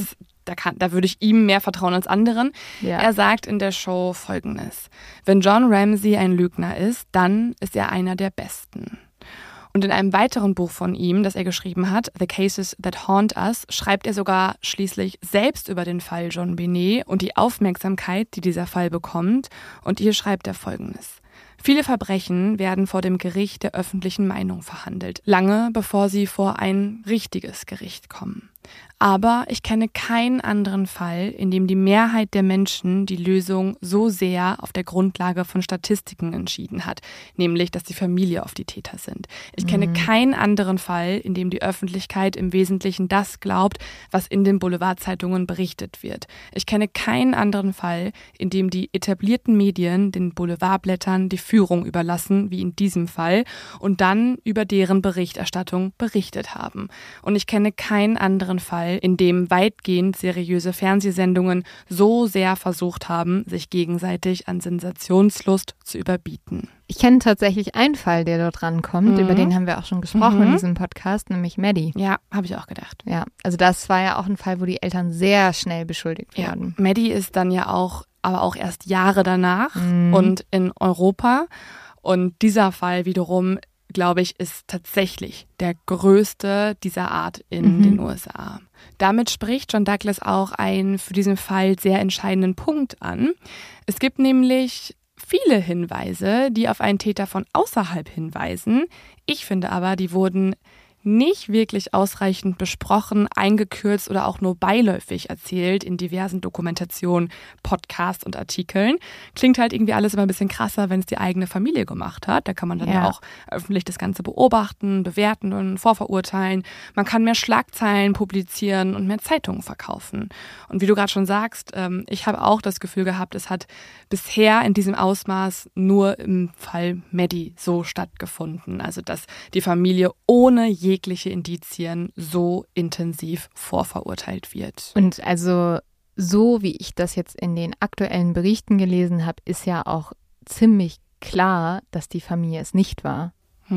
da würde ich ihm mehr vertrauen als anderen. Ja. Er sagt in der Show Folgendes: Wenn John Ramsey ein Lügner ist, dann ist er einer der Besten. Und in einem weiteren Buch von ihm, das er geschrieben hat, The Cases That Haunt Us, schreibt er sogar schließlich selbst über den Fall JonBenét und die Aufmerksamkeit, die dieser Fall bekommt. Und hier schreibt er Folgendes: Viele Verbrechen werden vor dem Gericht der öffentlichen Meinung verhandelt, lange bevor sie vor ein richtiges Gericht kommen. Aber ich kenne keinen anderen Fall, in dem die Mehrheit der Menschen die Lösung so sehr auf der Grundlage von Statistiken entschieden hat, nämlich, dass die Familie auf die Täter sind. Ich kenne keinen anderen Fall, in dem die Öffentlichkeit im Wesentlichen das glaubt, was in den Boulevardzeitungen berichtet wird. Ich kenne keinen anderen Fall, in dem die etablierten Medien den Boulevardblättern die Führung überlassen, wie in diesem Fall, und dann über deren Berichterstattung berichtet haben. Und ich kenne keinen anderen Fall, in dem weitgehend seriöse Fernsehsendungen so sehr versucht haben, sich gegenseitig an Sensationslust zu überbieten. Ich kenne tatsächlich einen Fall, der dort rankommt, über den haben wir auch schon gesprochen in diesem Podcast, nämlich Maddie. Ja, habe ich auch gedacht. Ja, also das war ja auch ein Fall, wo die Eltern sehr schnell beschuldigt wurden. Ja, Maddie ist dann ja aber auch erst Jahre danach und in Europa. Und dieser Fall wiederum, glaube ich, ist tatsächlich der größte dieser Art in den USA. Damit spricht John Douglas auch einen für diesen Fall sehr entscheidenden Punkt an. Es gibt nämlich viele Hinweise, die auf einen Täter von außerhalb hinweisen. Ich finde aber, die wurden nicht wirklich ausreichend besprochen, eingekürzt oder auch nur beiläufig erzählt in diversen Dokumentationen, Podcasts und Artikeln. Klingt halt irgendwie alles immer ein bisschen krasser, wenn es die eigene Familie gemacht hat. Da kann man dann ja auch öffentlich das Ganze beobachten, bewerten und vorverurteilen. Man kann mehr Schlagzeilen publizieren und mehr Zeitungen verkaufen. Und wie du gerade schon sagst, ich habe auch das Gefühl gehabt, es hat bisher in diesem Ausmaß nur im Fall Maddie so stattgefunden. Also dass die Familie ohne jegliche Indizien so intensiv vorverurteilt wird. Und also so wie ich das jetzt in den aktuellen Berichten gelesen habe, ist ja auch ziemlich klar, dass die Familie es nicht war.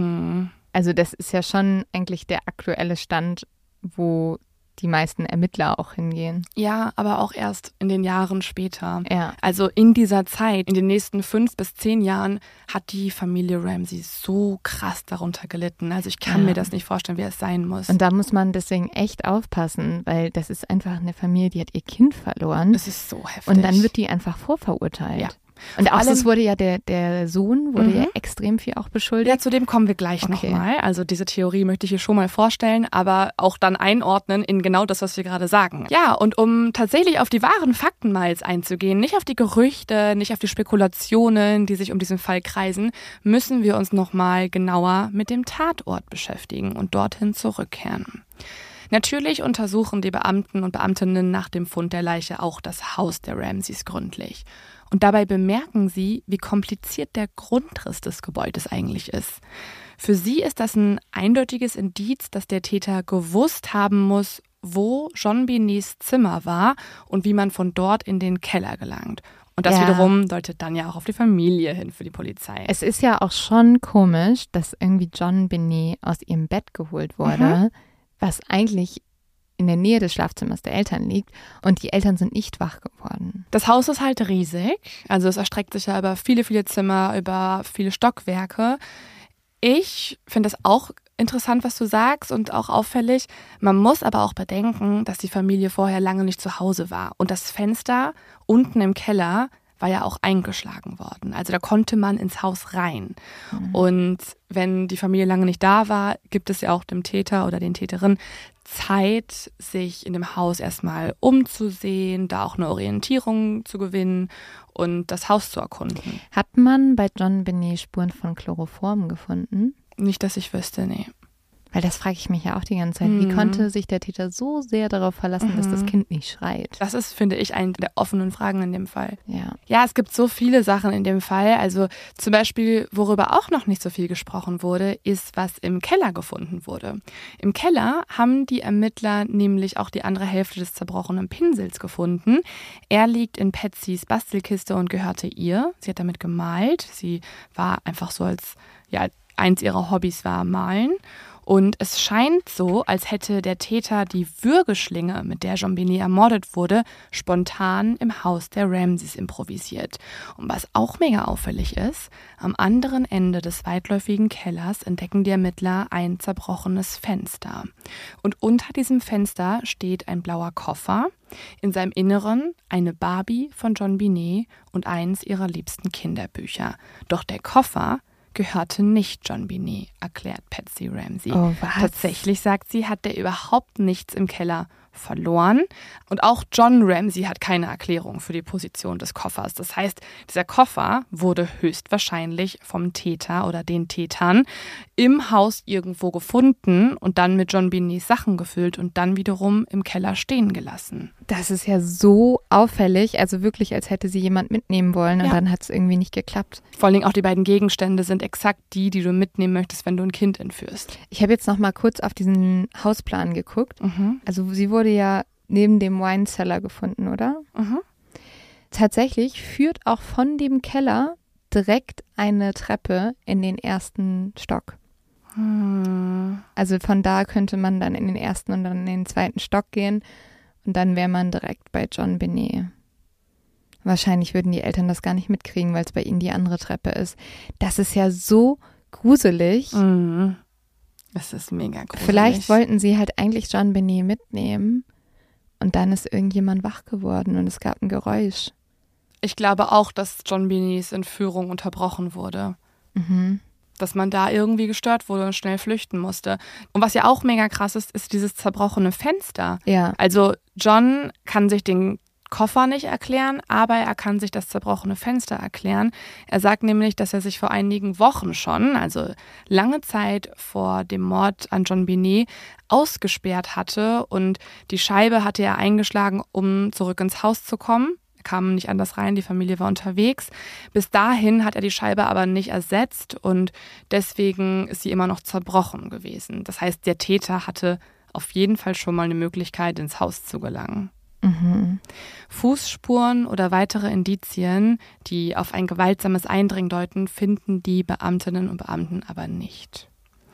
Also das ist ja schon eigentlich der aktuelle Stand, wo die meisten Ermittler auch hingehen. Ja, aber auch erst in den Jahren später. Ja. Also in dieser Zeit, in den nächsten 5 bis 10 Jahren, hat die Familie Ramsey so krass darunter gelitten. Also ich kann mir das nicht vorstellen, wie es sein muss. Und da muss man deswegen echt aufpassen, weil das ist einfach eine Familie, die hat ihr Kind verloren. Es ist so heftig. Und dann wird die einfach vorverurteilt. Ja. Und auch das wurde ja, der Sohn wurde ja extrem viel auch beschuldigt. Ja, zu dem kommen wir gleich nochmal. Also diese Theorie möchte ich hier schon mal vorstellen, aber auch dann einordnen in genau das, was wir gerade sagen. Ja, und um tatsächlich auf die wahren Fakten mal jetzt einzugehen, nicht auf die Gerüchte, nicht auf die Spekulationen, die sich um diesen Fall kreisen, müssen wir uns nochmal genauer mit dem Tatort beschäftigen und dorthin zurückkehren. Natürlich untersuchen die Beamten und Beamtinnen nach dem Fund der Leiche auch das Haus der Ramseys gründlich. Und dabei bemerken sie, wie kompliziert der Grundriss des Gebäudes eigentlich ist. Für sie ist das ein eindeutiges Indiz, dass der Täter gewusst haben muss, wo JonBenéts Zimmer war und wie man von dort in den Keller gelangt. Und das wiederum deutet dann ja auch auf die Familie hin für die Polizei. Es ist ja auch schon komisch, dass irgendwie JonBenét aus ihrem Bett geholt wurde, was eigentlich in der Nähe des Schlafzimmers der Eltern liegt und die Eltern sind nicht wach geworden. Das Haus ist halt riesig, also es erstreckt sich ja über viele, viele Zimmer, über viele Stockwerke. Ich finde das auch interessant, was du sagst und auch auffällig. Man muss aber auch bedenken, dass die Familie vorher lange nicht zu Hause war und das Fenster unten im Keller war ja auch eingeschlagen worden. Also da konnte man ins Haus rein. Und wenn die Familie lange nicht da war, gibt es ja auch dem Täter oder den Täterin Zeit, sich in dem Haus erstmal umzusehen, da auch eine Orientierung zu gewinnen und das Haus zu erkunden. Hat man bei JonBenét Spuren von Chloroform gefunden? Nicht, dass ich wüsste, nee. Weil das frage ich mich ja auch die ganze Zeit. Wie konnte sich der Täter so sehr darauf verlassen, dass das Kind nicht schreit? Das ist, finde ich, eine der offenen Fragen in dem Fall. Ja. Ja, es gibt so viele Sachen in dem Fall. Also zum Beispiel, worüber auch noch nicht so viel gesprochen wurde, ist, was im Keller gefunden wurde. Im Keller haben die Ermittler nämlich auch die andere Hälfte des zerbrochenen Pinsels gefunden. Er liegt in Patsys Bastelkiste und gehörte ihr. Sie hat damit gemalt. Sie war einfach so eins ihrer Hobbys war Malen. Und es scheint so, als hätte der Täter die Würgeschlinge, mit der JonBenét ermordet wurde, spontan im Haus der Ramseys improvisiert. Und was auch mega auffällig ist, am anderen Ende des weitläufigen Kellers entdecken die Ermittler ein zerbrochenes Fenster. Und unter diesem Fenster steht ein blauer Koffer, in seinem Inneren eine Barbie von JonBenét und eins ihrer liebsten Kinderbücher. Doch der Koffer gehörte nicht JonBenét, erklärt Patsy Ramsey. Oh, was? Tatsächlich, sagt sie, hat der überhaupt nichts im Keller verloren. Und auch John Ramsey hat keine Erklärung für die Position des Koffers. Das heißt, dieser Koffer wurde höchstwahrscheinlich vom Täter oder den Tätern im Haus irgendwo gefunden und dann mit JonBenéts Sachen gefüllt und dann wiederum im Keller stehen gelassen. Das ist ja so auffällig, also wirklich, als hätte sie jemand mitnehmen wollen und dann hat es irgendwie nicht geklappt. Vor allen Dingen auch die beiden Gegenstände sind exakt die du mitnehmen möchtest, wenn du ein Kind entführst. Ich habe jetzt noch mal kurz auf diesen Hausplan geguckt. Also sie wurde ja neben dem Wine Cellar gefunden, oder? Tatsächlich führt auch von dem Keller direkt eine Treppe in den ersten Stock. Also von da könnte man dann in den ersten und dann in den zweiten Stock gehen und dann wäre man direkt bei JonBenét. Wahrscheinlich würden die Eltern das gar nicht mitkriegen, weil es bei ihnen die andere Treppe ist. Das ist ja so gruselig. Das ist mega gruselig. Vielleicht wollten sie halt eigentlich JonBenét mitnehmen und dann ist irgendjemand wach geworden und es gab ein Geräusch. Ich glaube auch, dass JonBenéts Entführung unterbrochen wurde. Dass man da irgendwie gestört wurde und schnell flüchten musste. Und was ja auch mega krass ist, ist dieses zerbrochene Fenster. Ja. Also John kann sich den Koffer nicht erklären, aber er kann sich das zerbrochene Fenster erklären. Er sagt nämlich, dass er sich vor einigen Wochen schon, also lange Zeit vor dem Mord an JonBenét, ausgesperrt hatte und die Scheibe hatte er eingeschlagen, um zurück ins Haus zu kommen. Er kam nicht anders rein, die Familie war unterwegs. Bis dahin hat er die Scheibe aber nicht ersetzt und deswegen ist sie immer noch zerbrochen gewesen. Das heißt, der Täter hatte auf jeden Fall schon mal eine Möglichkeit, ins Haus zu gelangen. Fußspuren oder weitere Indizien, die auf ein gewaltsames Eindringen deuten, finden die Beamtinnen und Beamten aber nicht.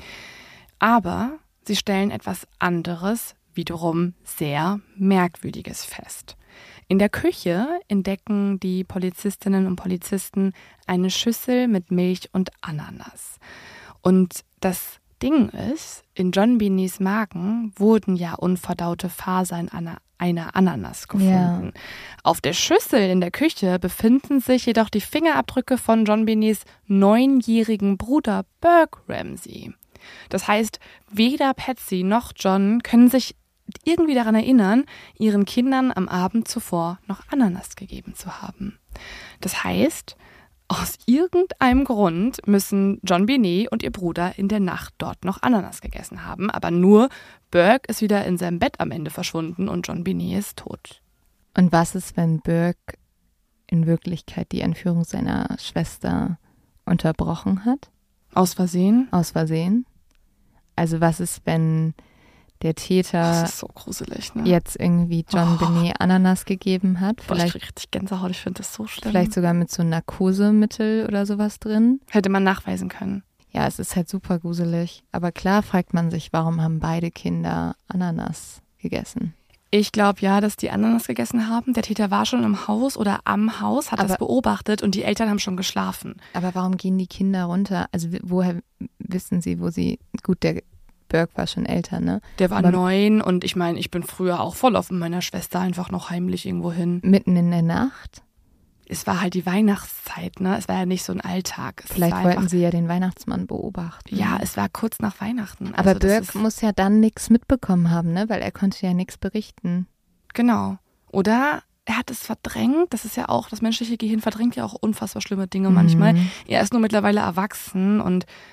Aber sie stellen etwas anderes, wiederum sehr Merkwürdiges fest. In der Küche entdecken die Polizistinnen und Polizisten eine Schüssel mit Milch und Ananas. Und das Ding ist, in JonBenéts Magen wurden ja unverdaute Fasern einer Ananas gefunden. Ja. Auf der Schüssel in der Küche befinden sich jedoch die Fingerabdrücke von JonBenéts 9-jährigen Bruder Burke Ramsey. Das heißt, weder Patsy noch John können sich irgendwie daran erinnern, ihren Kindern am Abend zuvor noch Ananas gegeben zu haben. Das heißt, aus irgendeinem Grund müssen JonBenét und ihr Bruder in der Nacht dort noch Ananas gegessen haben, aber nur Burke ist wieder in seinem Bett am Ende verschwunden und JonBenét ist tot. Und was ist, wenn Burke in Wirklichkeit die Entführung seiner Schwester unterbrochen hat? Aus Versehen? Aus Versehen. Also was ist, wenn der Täter das ist so gruselig, ne? Jetzt irgendwie JonBenét Ananas gegeben hat? Vielleicht, ich krieg richtig Gänsehaut, ich finde das so schlimm. Vielleicht sogar mit so Narkosemittel oder sowas drin. Hätte man nachweisen können. Ja, es ist halt super gruselig. Aber klar fragt man sich, warum haben beide Kinder Ananas gegessen? Ich glaube ja, dass die Ananas gegessen haben. Der Täter war schon im Haus oder am Haus, hat das beobachtet und die Eltern haben schon geschlafen. Aber warum gehen die Kinder runter? Also woher wissen sie, wo sie... Gut, der Burke war schon älter, ne? Der war 9 und ich meine, ich bin früher auch voll auf meiner Schwester einfach noch heimlich irgendwo hin. Mitten in der Nacht? Es war halt die Weihnachtszeit, ne? Es war ja nicht so ein Alltag. Vielleicht wollten sie ja den Weihnachtsmann beobachten. Ja, es war kurz nach Weihnachten. Aber Burke muss ja dann nichts mitbekommen haben, ne? Weil er konnte ja nichts berichten. Genau. Oder er hat es verdrängt. Das ist ja auch, das menschliche Gehirn verdrängt ja auch unfassbar schlimme Dinge manchmal. Er ist nur mittlerweile erwachsen und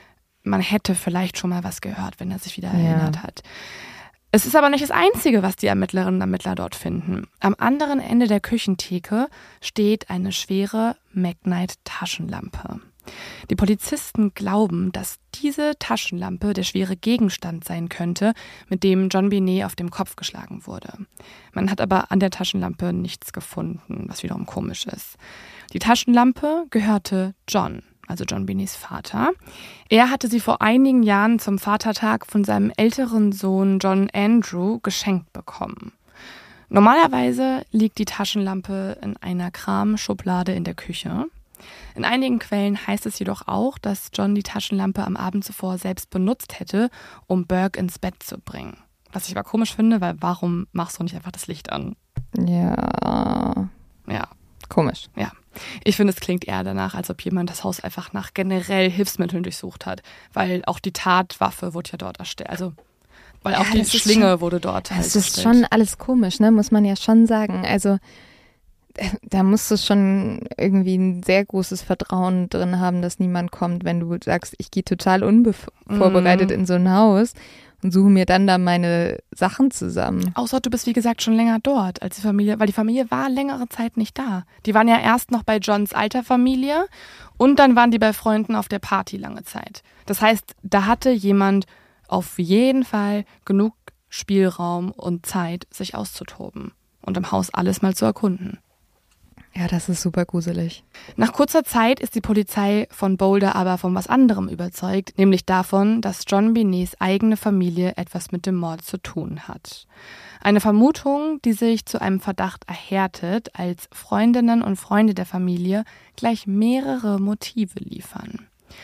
man hätte vielleicht schon mal was gehört, wenn er sich wieder erinnert hat. Es ist aber nicht das Einzige, was die Ermittlerinnen und Ermittler dort finden. Am anderen Ende der Küchentheke steht eine schwere Magnite-Taschenlampe. Die Polizisten glauben, dass diese Taschenlampe der schwere Gegenstand sein könnte, mit dem John Binet auf dem Kopf geschlagen wurde. Man hat aber an der Taschenlampe nichts gefunden, was wiederum komisch ist. Die Taschenlampe gehörte John, also John Binets Vater. Er hatte sie vor einigen Jahren zum Vatertag von seinem älteren Sohn John Andrew geschenkt bekommen. Normalerweise liegt die Taschenlampe in einer Kramschublade in der Küche. In einigen Quellen heißt es jedoch auch, dass John die Taschenlampe am Abend zuvor selbst benutzt hätte, um Burke ins Bett zu bringen. Was ich aber komisch finde, weil warum machst du nicht einfach das Licht an? Ja. Komisch. Ja. Ich finde, es klingt eher danach, als ob jemand das Haus einfach nach generell Hilfsmitteln durchsucht hat. Weil auch die Tatwaffe wurde ja dort erstellt. Also, weil auch die Schlinge wurde dort halt erstellt. Das ist schon alles komisch, ne? Muss man ja schon sagen. Also, da musst du schon irgendwie ein sehr großes Vertrauen drin haben, dass niemand kommt, wenn du sagst, ich gehe total unvorbereitet in so ein Haus und suche mir dann da meine Sachen zusammen. Außer du bist, wie gesagt, schon länger dort als die Familie, weil die Familie war längere Zeit nicht da. Die waren ja erst noch bei Johns alter Familie und dann waren die bei Freunden auf der Party lange Zeit. Das heißt, da hatte jemand auf jeden Fall genug Spielraum und Zeit, sich auszutoben und im Haus alles mal zu erkunden. Ja, das ist super gruselig. Nach kurzer Zeit ist die Polizei von Boulder aber von was anderem überzeugt, nämlich davon, dass John Binets eigene Familie etwas mit dem Mord zu tun hat. Eine Vermutung, die sich zu einem Verdacht erhärtet, als Freundinnen und Freunde der Familie gleich mehrere Motive liefern.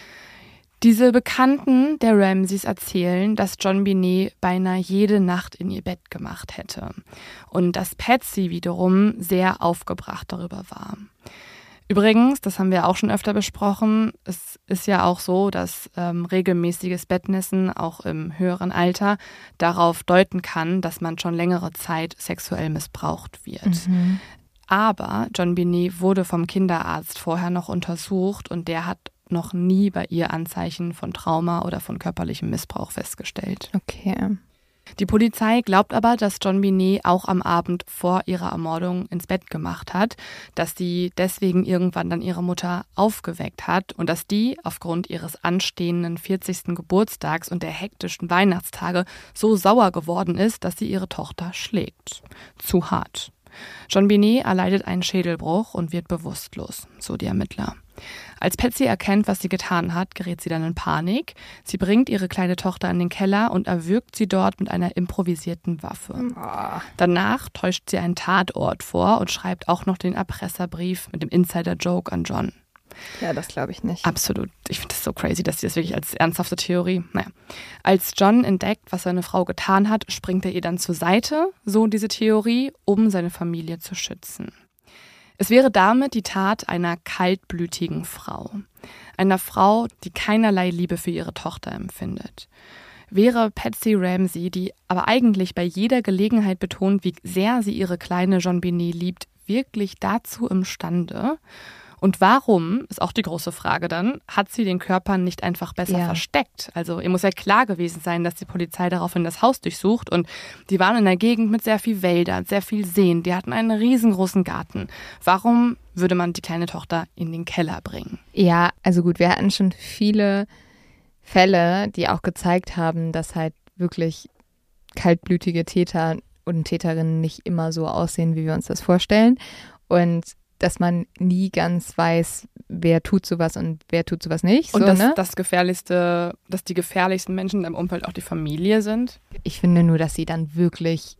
Diese Bekannten der Ramseys erzählen, dass John Binet beinahe jede Nacht in ihr Bett gemacht hätte und dass Patsy wiederum sehr aufgebracht darüber war. Übrigens, das haben wir auch schon öfter besprochen, es ist ja auch so, dass regelmäßiges Bettnässen auch im höheren Alter darauf deuten kann, dass man schon längere Zeit sexuell missbraucht wird. Aber John Binet wurde vom Kinderarzt vorher noch untersucht und der hat noch nie bei ihr Anzeichen von Trauma oder von körperlichem Missbrauch festgestellt. Okay. Die Polizei glaubt aber, dass John Binet auch am Abend vor ihrer Ermordung ins Bett gemacht hat, dass sie deswegen irgendwann dann ihre Mutter aufgeweckt hat und dass die aufgrund ihres anstehenden 40. Geburtstags und der hektischen Weihnachtstage so sauer geworden ist, dass sie ihre Tochter schlägt. Zu hart. John Binet erleidet einen Schädelbruch und wird bewusstlos, so die Ermittler. Als Patsy erkennt, was sie getan hat, gerät sie dann in Panik. Sie bringt ihre kleine Tochter in den Keller und erwürgt sie dort mit einer improvisierten Waffe. Danach täuscht sie einen Tatort vor und schreibt auch noch den Erpresserbrief mit dem Insider-Joke an John. Ja, das glaube ich nicht. Absolut. Ich finde das so crazy, dass sie das wirklich als ernsthafte Theorie. Naja. Als John entdeckt, was seine Frau getan hat, springt er ihr dann zur Seite, so diese Theorie, um seine Familie zu schützen. Es wäre damit die Tat einer kaltblütigen Frau. Einer Frau, die keinerlei Liebe für ihre Tochter empfindet. Wäre Patsy Ramsey, die aber eigentlich bei jeder Gelegenheit betont, wie sehr sie ihre kleine John Binet liebt, wirklich dazu imstande? Und warum, ist auch die große Frage dann, hat sie den Körper nicht einfach besser versteckt? Also ihr muss ja klar gewesen sein, dass die Polizei daraufhin das Haus durchsucht und die waren in einer Gegend mit sehr viel Wäldern, sehr viel Seen, die hatten einen riesengroßen Garten. Warum würde man die kleine Tochter in den Keller bringen? Ja, also gut, wir hatten schon viele Fälle, die auch gezeigt haben, dass halt wirklich kaltblütige Täter und Täterinnen nicht immer so aussehen, wie wir uns das vorstellen. Und dass man nie ganz weiß, wer tut sowas und wer tut sowas nicht. Und so, dass die gefährlichsten Menschen in deinem Umfeld auch die Familie sind? Ich finde nur, dass sie dann wirklich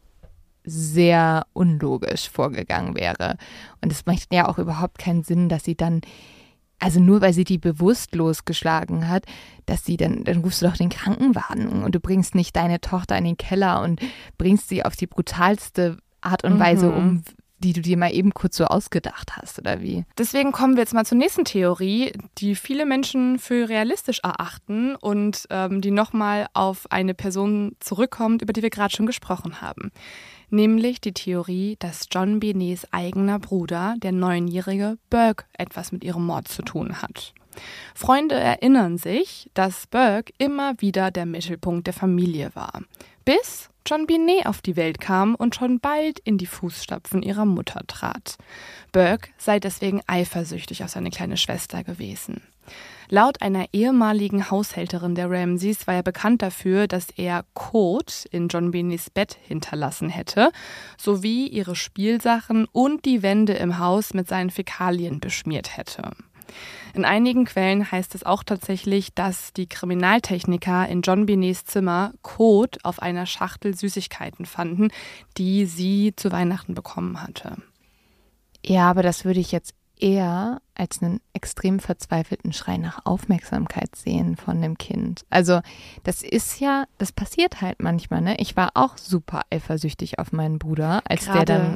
sehr unlogisch vorgegangen wäre. Und es macht ja auch überhaupt keinen Sinn, dass sie dann, also nur weil sie die bewusstlos geschlagen hat, dass sie dann rufst du doch den Krankenwagen und du bringst nicht deine Tochter in den Keller und bringst sie auf die brutalste Art und Weise um, die du dir mal eben kurz so ausgedacht hast, oder wie? Deswegen kommen wir jetzt mal zur nächsten Theorie, die viele Menschen für realistisch erachten und die nochmal auf eine Person zurückkommt, über die wir gerade schon gesprochen haben. Nämlich die Theorie, dass John Binets eigener Bruder, der 9-jährige Burke, etwas mit ihrem Mord zu tun hat. Freunde erinnern sich, dass Burke immer wieder der Mittelpunkt der Familie war, bis John Binet auf die Welt kam und schon bald in die Fußstapfen ihrer Mutter trat. Burke sei deswegen eifersüchtig auf seine kleine Schwester gewesen. Laut einer ehemaligen Haushälterin der Ramseys war er bekannt dafür, dass er Kot in John Binets Bett hinterlassen hätte, sowie ihre Spielsachen und die Wände im Haus mit seinen Fäkalien beschmiert hätte. In einigen Quellen heißt es auch tatsächlich, dass die Kriminaltechniker in John Binets Zimmer Kot auf einer Schachtel Süßigkeiten fanden, die sie zu Weihnachten bekommen hatte. Ja, aber das würde ich jetzt eher als einen extrem verzweifelten Schrei nach Aufmerksamkeit sehen von dem Kind. Also das passiert halt manchmal, ne? Ich war auch super eifersüchtig auf meinen Bruder, als der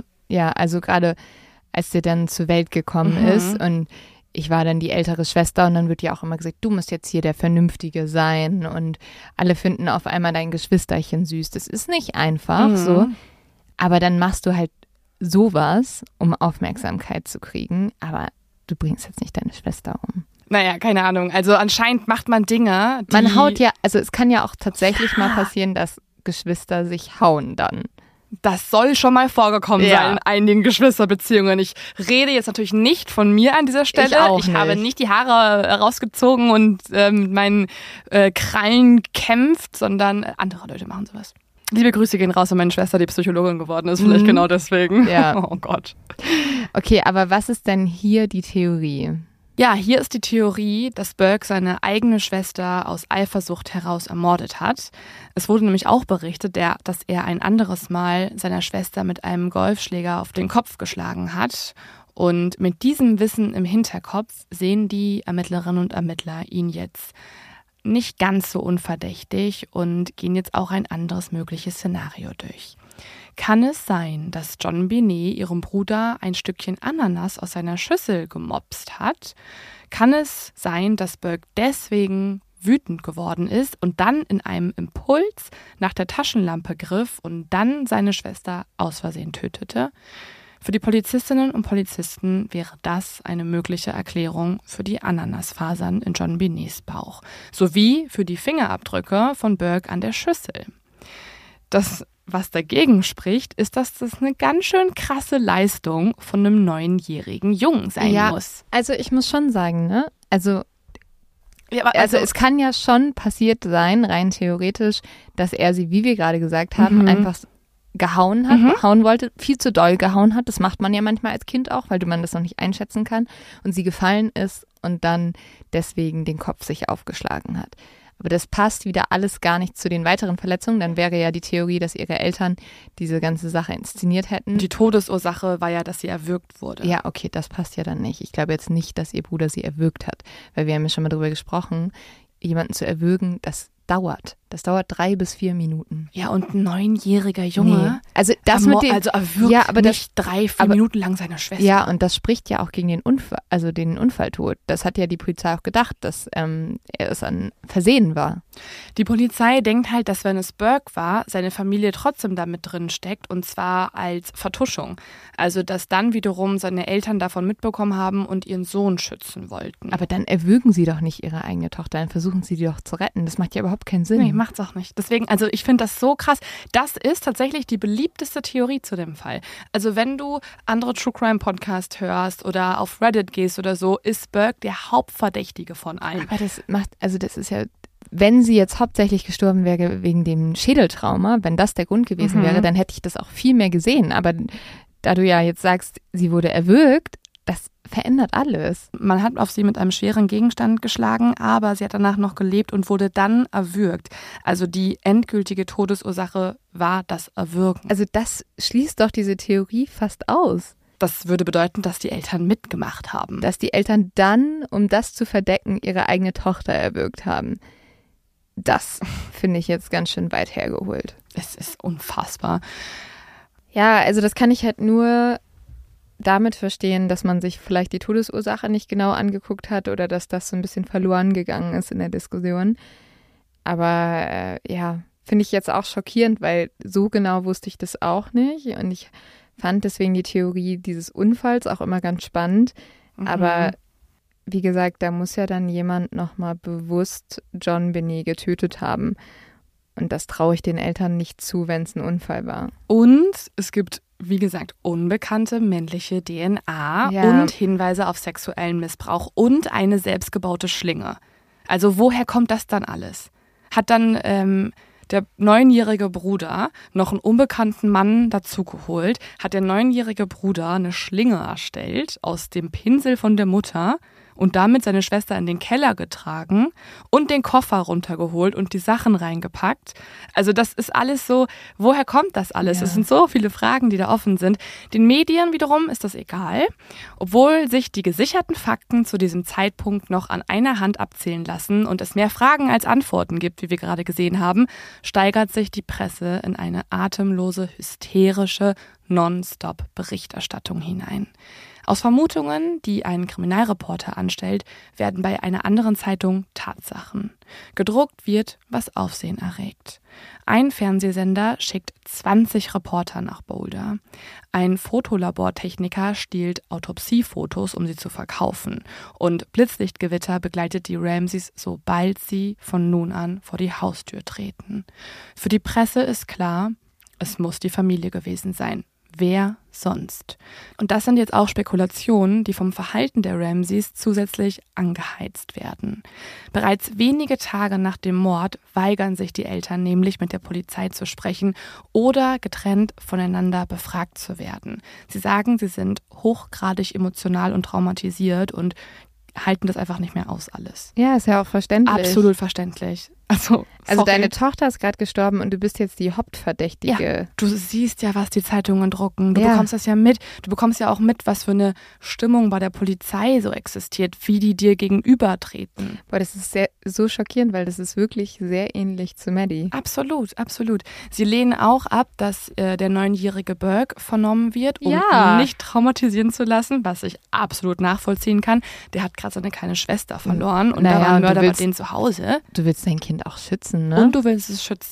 dann zur Welt gekommen ist, und ich war dann die ältere Schwester, und dann wird ja auch immer gesagt, du musst jetzt hier der Vernünftige sein, und alle finden auf einmal dein Geschwisterchen süß. Das ist nicht einfach so, aber dann machst du halt sowas, um Aufmerksamkeit zu kriegen, aber du bringst jetzt nicht deine Schwester um. Naja, keine Ahnung. Also anscheinend macht man Dinge, die... Man haut ja, also es kann ja auch tatsächlich mal passieren, dass Geschwister sich hauen dann. Das soll schon mal vorgekommen sein in einigen Geschwisterbeziehungen. Ich rede jetzt natürlich nicht von mir an dieser Stelle. Ich habe nicht die Haare rausgezogen und meinen Krallen kämpft, sondern andere Leute machen sowas. Liebe Grüße gehen raus an meine Schwester, die Psychologin geworden ist, vielleicht genau deswegen. Ja. Oh Gott. Okay, aber was ist denn hier die Theorie? Ja, hier ist die Theorie, dass Burke seine eigene Schwester aus Eifersucht heraus ermordet hat. Es wurde nämlich auch berichtet, dass er ein anderes Mal seiner Schwester mit einem Golfschläger auf den Kopf geschlagen hat. Und mit diesem Wissen im Hinterkopf sehen die Ermittlerinnen und Ermittler ihn jetzt nicht ganz so unverdächtig und gehen jetzt auch ein anderes mögliches Szenario durch. Kann es sein, dass John Binet ihrem Bruder ein Stückchen Ananas aus seiner Schüssel gemopst hat? Kann es sein, dass Burke deswegen wütend geworden ist und dann in einem Impuls nach der Taschenlampe griff und dann seine Schwester aus Versehen tötete? Für die Polizistinnen und Polizisten wäre das eine mögliche Erklärung für die Ananasfasern in John Binets Bauch, sowie für die Fingerabdrücke von Burke an der Schüssel. Das, was dagegen spricht, ist, dass das eine ganz schön krasse Leistung von einem 9-jährigen Jungen sein muss. Also ich muss schon sagen, ne? Also es kann ja schon passiert sein, rein theoretisch, dass er sie, wie wir gerade gesagt haben, einfach gehauen hat, hauen wollte, viel zu doll gehauen hat. Das macht man ja manchmal als Kind auch, weil man das noch nicht einschätzen kann. Und sie gefallen ist und dann deswegen den Kopf sich aufgeschlagen hat. Aber das passt wieder alles gar nicht zu den weiteren Verletzungen. Dann wäre ja die Theorie, dass ihre Eltern diese ganze Sache inszeniert hätten. Die Todesursache war ja, dass sie erwürgt wurde. Ja, okay, das passt ja dann nicht. Ich glaube jetzt nicht, dass ihr Bruder sie erwürgt hat. Weil wir haben ja schon mal darüber gesprochen, jemanden zu erwürgen, das dauert. Das dauert 3 bis 4 Minuten. Ja, und ein 9-jähriger Junge. Nee. Also das mit dem, erwürgt ja, aber nicht 3-4 Minuten lang seine Schwester. Ja, und das spricht ja auch gegen den Unfall, also den Unfalltod. Das hat ja die Polizei auch gedacht, dass es ein Versehen war. Die Polizei denkt halt, dass wenn es Burke war, seine Familie trotzdem damit drin steckt, und zwar als Vertuschung. Also dass dann wiederum seine Eltern davon mitbekommen haben und ihren Sohn schützen wollten. Aber dann erwürgen sie doch nicht ihre eigene Tochter, dann versuchen sie die doch zu retten. Das macht ja überhaupt keinen Sinn. Nee, macht's auch nicht. Deswegen, also ich finde das so krass. Das ist tatsächlich die beliebteste Theorie zu dem Fall. Also wenn du andere True Crime Podcasts hörst oder auf Reddit gehst oder so, ist Burke der Hauptverdächtige von allen. Aber das ist ja, wenn sie jetzt hauptsächlich gestorben wäre wegen dem Schädeltrauma, wenn das der Grund gewesen wäre, dann hätte ich das auch viel mehr gesehen. Aber da du ja jetzt sagst, sie wurde erwürgt, das verändert alles. Man hat auf sie mit einem schweren Gegenstand geschlagen, aber sie hat danach noch gelebt und wurde dann erwürgt. Also die endgültige Todesursache war das Erwürgen. Also das schließt doch diese Theorie fast aus. Das würde bedeuten, dass die Eltern mitgemacht haben. Dass die Eltern dann, um das zu verdecken, ihre eigene Tochter erwürgt haben. Das finde ich jetzt ganz schön weit hergeholt. Es ist unfassbar. Ja, also das kann ich halt nur damit verstehen, dass man sich vielleicht die Todesursache nicht genau angeguckt hat oder dass das so ein bisschen verloren gegangen ist in der Diskussion. Aber finde ich jetzt auch schockierend, weil so genau wusste ich das auch nicht. Und ich fand deswegen die Theorie dieses Unfalls auch immer ganz spannend. Aber wie gesagt, da muss ja dann jemand nochmal bewusst JonBenét getötet haben. Und das traue ich den Eltern nicht zu, wenn es ein Unfall war. Und es gibt, wie gesagt, unbekannte männliche DNA und Hinweise auf sexuellen Missbrauch und eine selbstgebaute Schlinge. Also woher kommt das dann alles? Hat dann der 9-jährige Bruder noch einen unbekannten Mann dazugeholt, hat der 9-jährige Bruder eine Schlinge erstellt aus dem Pinsel von der Mutter und damit seine Schwester in den Keller getragen und den Koffer runtergeholt und die Sachen reingepackt. Also das ist alles so, woher kommt das alles? Es sind so viele Fragen, die da offen sind. Den Medien wiederum ist das egal, obwohl sich die gesicherten Fakten zu diesem Zeitpunkt noch an einer Hand abzählen lassen und es mehr Fragen als Antworten gibt, wie wir gerade gesehen haben, steigert sich die Presse in eine atemlose, hysterische, Non-Stop-Berichterstattung hinein. Aus Vermutungen, die ein Kriminalreporter anstellt, werden bei einer anderen Zeitung Tatsachen. Gedruckt wird, was Aufsehen erregt. Ein Fernsehsender schickt 20 Reporter nach Boulder. Ein Fotolabortechniker stiehlt Autopsiefotos, um sie zu verkaufen. Und Blitzlichtgewitter begleitet die Ramseys, sobald sie von nun an vor die Haustür treten. Für die Presse ist klar, es muss die Familie gewesen sein. Wer sonst? Und das sind jetzt auch Spekulationen, die vom Verhalten der Ramseys zusätzlich angeheizt werden. Bereits wenige Tage nach dem Mord weigern sich die Eltern nämlich, mit der Polizei zu sprechen oder getrennt voneinander befragt zu werden. Sie sagen, sie sind hochgradig emotional und traumatisiert und halten das einfach nicht mehr aus alles. Ja, ist ja auch verständlich. Absolut verständlich. Also deine Tochter ist gerade gestorben und du bist jetzt die Hauptverdächtige. Ja, du siehst ja, was die Zeitungen drucken. Du bekommst das ja mit. Du bekommst ja auch mit, was für eine Stimmung bei der Polizei so existiert, wie die dir gegenübertreten. Boah, das ist so schockierend, weil das ist wirklich sehr ähnlich zu Maddie. Absolut, absolut. Sie lehnen auch ab, dass der 9-jährige Burke vernommen wird, um ihn nicht traumatisieren zu lassen, was ich absolut nachvollziehen kann. Der hat gerade seine kleine Schwester verloren und da war ein Mörder bei denen zu Hause. Du willst dein Kind auch schützen, ne? Und du willst es schützen.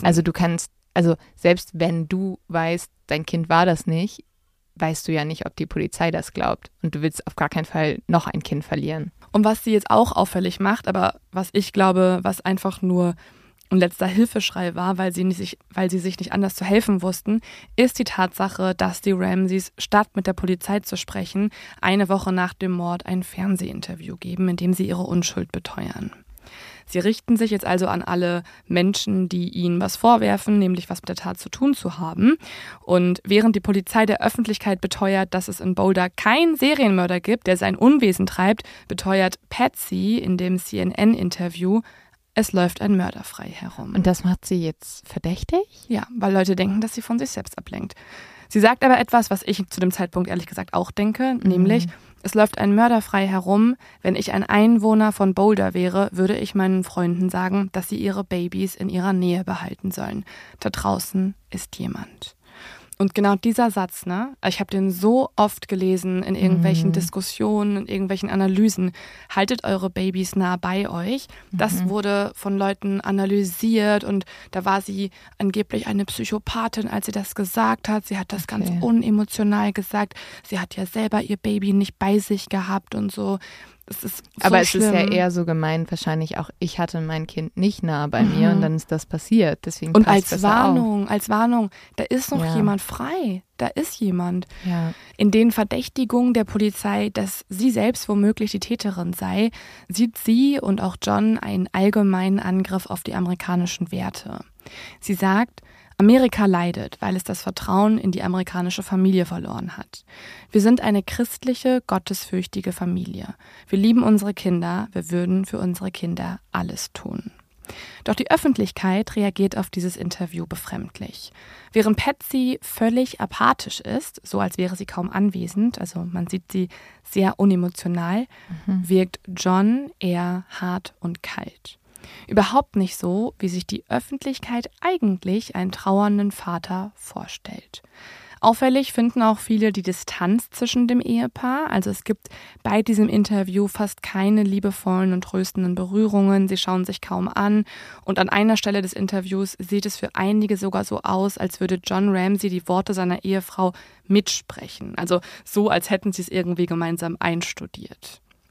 Also selbst wenn du weißt, dein Kind war das nicht, weißt du ja nicht, ob die Polizei das glaubt. Und du willst auf gar keinen Fall noch ein Kind verlieren. Und was sie jetzt auch auffällig macht, aber was ich glaube, was einfach nur ein letzter Hilfeschrei war, weil sie sich nicht anders zu helfen wussten, ist die Tatsache, dass die Ramseys, statt mit der Polizei zu sprechen, eine Woche nach dem Mord ein Fernsehinterview geben, in dem sie ihre Unschuld beteuern. Sie richten sich jetzt also an alle Menschen, die ihnen was vorwerfen, nämlich was mit der Tat zu tun zu haben. Und während die Polizei der Öffentlichkeit beteuert, dass es in Boulder keinen Serienmörder gibt, der sein Unwesen treibt, beteuert Patsy in dem CNN-Interview, es läuft ein Mörder frei herum. Und das macht sie jetzt verdächtig? Ja, weil Leute denken, dass sie von sich selbst ablenkt. Sie sagt aber etwas, was ich zu dem Zeitpunkt ehrlich gesagt auch denke, nämlich, es läuft ein Mörder frei herum. Wenn ich ein Einwohner von Boulder wäre, würde ich meinen Freunden sagen, dass sie ihre Babys in ihrer Nähe behalten sollen. Da draußen ist jemand. Und genau dieser Satz, ne? Ich habe den so oft gelesen in irgendwelchen Diskussionen, in irgendwelchen Analysen. Haltet eure Babys nah bei euch. Das wurde von Leuten analysiert und da war sie angeblich eine Psychopathin, als sie das gesagt hat. Sie hat das ganz unemotional gesagt. Sie hat ja selber ihr Baby nicht bei sich gehabt und so. Es ist so aber schlimm. Es ist ja eher so gemeint, wahrscheinlich auch, ich hatte mein Kind nicht nah bei mir und dann ist das passiert. Deswegen und passt als das Warnung, da ist noch jemand frei. Da ist jemand. Ja. In den Verdächtigungen der Polizei, dass sie selbst womöglich die Täterin sei, sieht sie und auch John einen allgemeinen Angriff auf die amerikanischen Werte. Sie sagt, Amerika leidet, weil es das Vertrauen in die amerikanische Familie verloren hat. Wir sind eine christliche, gottesfürchtige Familie. Wir lieben unsere Kinder, wir würden für unsere Kinder alles tun. Doch die Öffentlichkeit reagiert auf dieses Interview befremdlich. Während Patsy völlig apathisch ist, so als wäre sie kaum anwesend, also man sieht sie sehr unemotional, wirkt John eher hart und kalt. Überhaupt nicht so, wie sich die Öffentlichkeit eigentlich einen trauernden Vater vorstellt. Auffällig finden auch viele die Distanz zwischen dem Ehepaar. Also es gibt bei diesem Interview fast keine liebevollen und tröstenden Berührungen. Sie schauen sich kaum an. Und an einer Stelle des Interviews sieht es für einige sogar so aus, als würde John Ramsey die Worte seiner Ehefrau mitsprechen. Also so, als hätten sie es irgendwie gemeinsam einstudiert.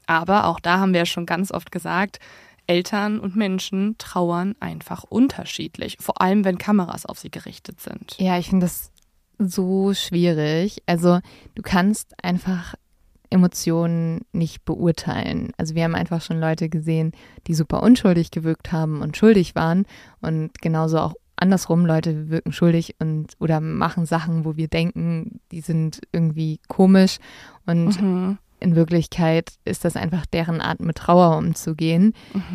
Aber auch da haben wir ja schon ganz oft gesagt, Eltern und Menschen trauern einfach unterschiedlich, vor allem wenn Kameras auf sie gerichtet sind. Ja, ich finde das so schwierig. Also du kannst einfach Emotionen nicht beurteilen. Also wir haben einfach schon Leute gesehen, die super unschuldig gewirkt haben und schuldig waren und genauso auch andersrum, Leute wirken schuldig und oder machen Sachen, wo wir denken, die sind irgendwie komisch und in Wirklichkeit ist das einfach deren Art, mit Trauer umzugehen.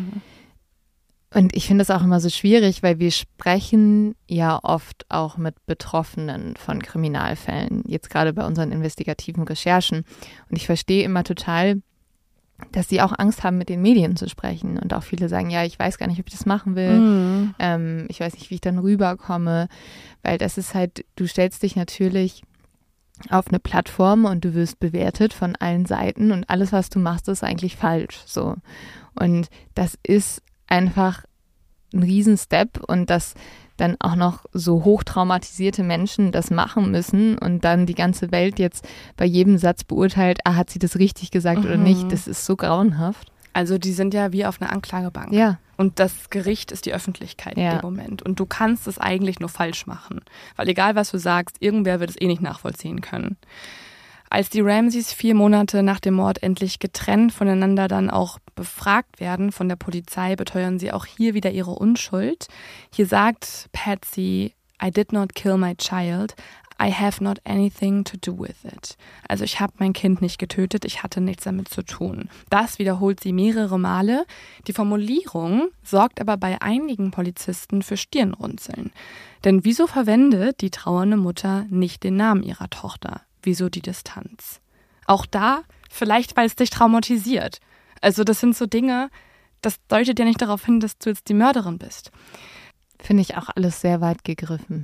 Und ich finde das auch immer so schwierig, weil wir sprechen ja oft auch mit Betroffenen von Kriminalfällen, jetzt gerade bei unseren investigativen Recherchen. Und ich verstehe immer total, dass sie auch Angst haben, mit den Medien zu sprechen. Und auch viele sagen, ja, ich weiß gar nicht, ob ich das machen will. Ich weiß nicht, wie ich dann rüberkomme. Weil das ist halt, du stellst dich natürlich auf eine Plattform und du wirst bewertet von allen Seiten und alles, was du machst, ist eigentlich falsch. So. Und das ist einfach ein Riesenstep und dass dann auch noch so hochtraumatisierte Menschen das machen müssen und dann die ganze Welt jetzt bei jedem Satz beurteilt, hat sie das richtig gesagt oder nicht, das ist so grauenhaft. Also die sind ja wie auf einer Anklagebank. Ja. Und das Gericht ist die Öffentlichkeit in dem Moment. Und du kannst es eigentlich nur falsch machen. Weil egal, was du sagst, irgendwer wird es eh nicht nachvollziehen können. Als die Ramseys 4 Monate nach dem Mord endlich getrennt voneinander dann auch befragt werden von der Polizei, beteuern sie auch hier wieder ihre Unschuld. Hier sagt Patsy, I did not kill my child. I have not anything to do with it. Also ich habe mein Kind nicht getötet, ich hatte nichts damit zu tun. Das wiederholt sie mehrere Male. Die Formulierung sorgt aber bei einigen Polizisten für Stirnrunzeln. Denn wieso verwendet die trauernde Mutter nicht den Namen ihrer Tochter? Wieso die Distanz? Auch da, vielleicht weil es dich traumatisiert. Also das sind so Dinge, das deutet ja nicht darauf hin, dass du jetzt die Mörderin bist. Finde ich auch alles sehr weit gegriffen.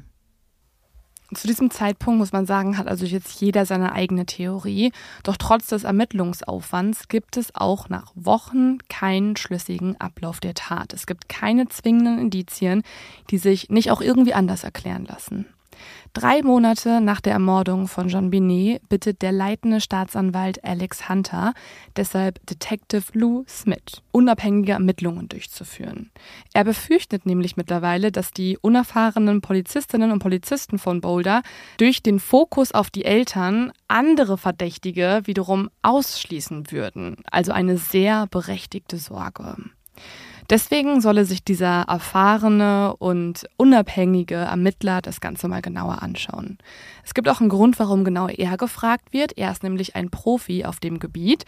Zu diesem Zeitpunkt, muss man sagen, hat also jetzt jeder seine eigene Theorie. Doch trotz des Ermittlungsaufwands gibt es auch nach Wochen keinen schlüssigen Ablauf der Tat. Es gibt keine zwingenden Indizien, die sich nicht auch irgendwie anders erklären lassen. 3 Monate nach der Ermordung von John Binet bittet der leitende Staatsanwalt Alex Hunter deshalb Detective Lou Smith, unabhängige Ermittlungen durchzuführen. Er befürchtet nämlich mittlerweile, dass die unerfahrenen Polizistinnen und Polizisten von Boulder durch den Fokus auf die Eltern andere Verdächtige wiederum ausschließen würden. Also eine sehr berechtigte Sorge. Deswegen solle sich dieser erfahrene und unabhängige Ermittler das Ganze mal genauer anschauen. Es gibt auch einen Grund, warum genau er gefragt wird. Er ist nämlich ein Profi auf dem Gebiet.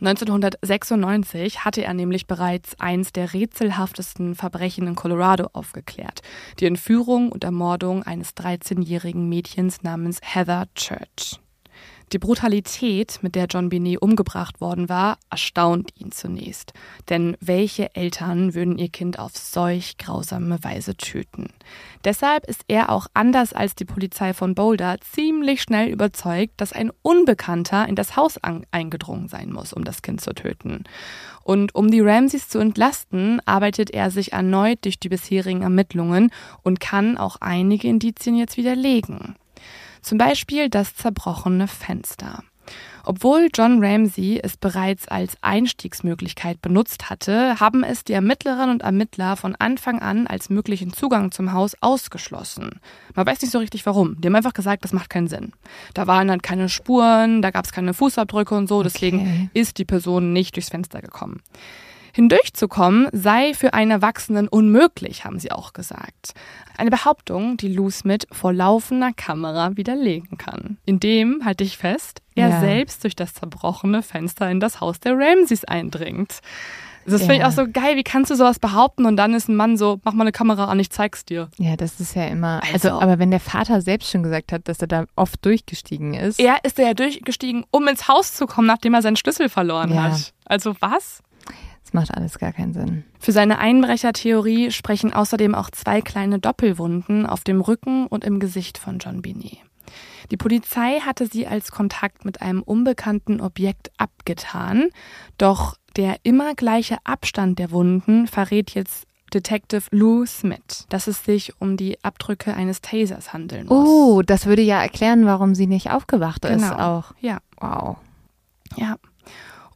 1996 hatte er nämlich bereits eins der rätselhaftesten Verbrechen in Colorado aufgeklärt. Die Entführung und Ermordung eines 13-jährigen Mädchens namens Heather Church. Die Brutalität, mit der John Binet umgebracht worden war, erstaunt ihn zunächst. Denn welche Eltern würden ihr Kind auf solch grausame Weise töten? Deshalb ist er auch anders als die Polizei von Boulder ziemlich schnell überzeugt, dass ein Unbekannter in das Haus eingedrungen sein muss, um das Kind zu töten. Und um die Ramseys zu entlasten, arbeitet er sich erneut durch die bisherigen Ermittlungen und kann auch einige Indizien jetzt widerlegen. Zum Beispiel das zerbrochene Fenster. Obwohl John Ramsey es bereits als Einstiegsmöglichkeit benutzt hatte, haben es die Ermittlerinnen und Ermittler von Anfang an als möglichen Zugang zum Haus ausgeschlossen. Man weiß nicht so richtig warum. Die haben einfach gesagt, das macht keinen Sinn. Da waren dann keine Spuren, da gab es keine Fußabdrücke und so, deswegen ist die Person nicht durchs Fenster gekommen. Hindurchzukommen sei für einen Erwachsenen unmöglich, haben sie auch gesagt. Eine Behauptung, die Lou Smith vor laufender Kamera widerlegen kann. Indem, halte ich fest, er selbst durch das zerbrochene Fenster in das Haus der Ramseys eindringt. Das finde ich auch so geil, wie kannst du sowas behaupten und dann ist ein Mann so, mach mal eine Kamera an, ich zeig's dir. Ja, das ist ja immer, aber wenn der Vater selbst schon gesagt hat, dass er da oft durchgestiegen ist. Er ist ja durchgestiegen, um ins Haus zu kommen, nachdem er seinen Schlüssel verloren hat. Also was? Das macht alles gar keinen Sinn. Für seine Einbrechertheorie sprechen außerdem auch 2 kleine Doppelwunden auf dem Rücken und im Gesicht von John Binet. Die Polizei hatte sie als Kontakt mit einem unbekannten Objekt abgetan, doch der immer gleiche Abstand der Wunden verrät jetzt Detective Lou Smith, dass es sich um die Abdrücke eines Tasers handeln muss. Oh, das würde ja erklären, warum sie nicht aufgewacht ist auch. Ja. Wow. Ja.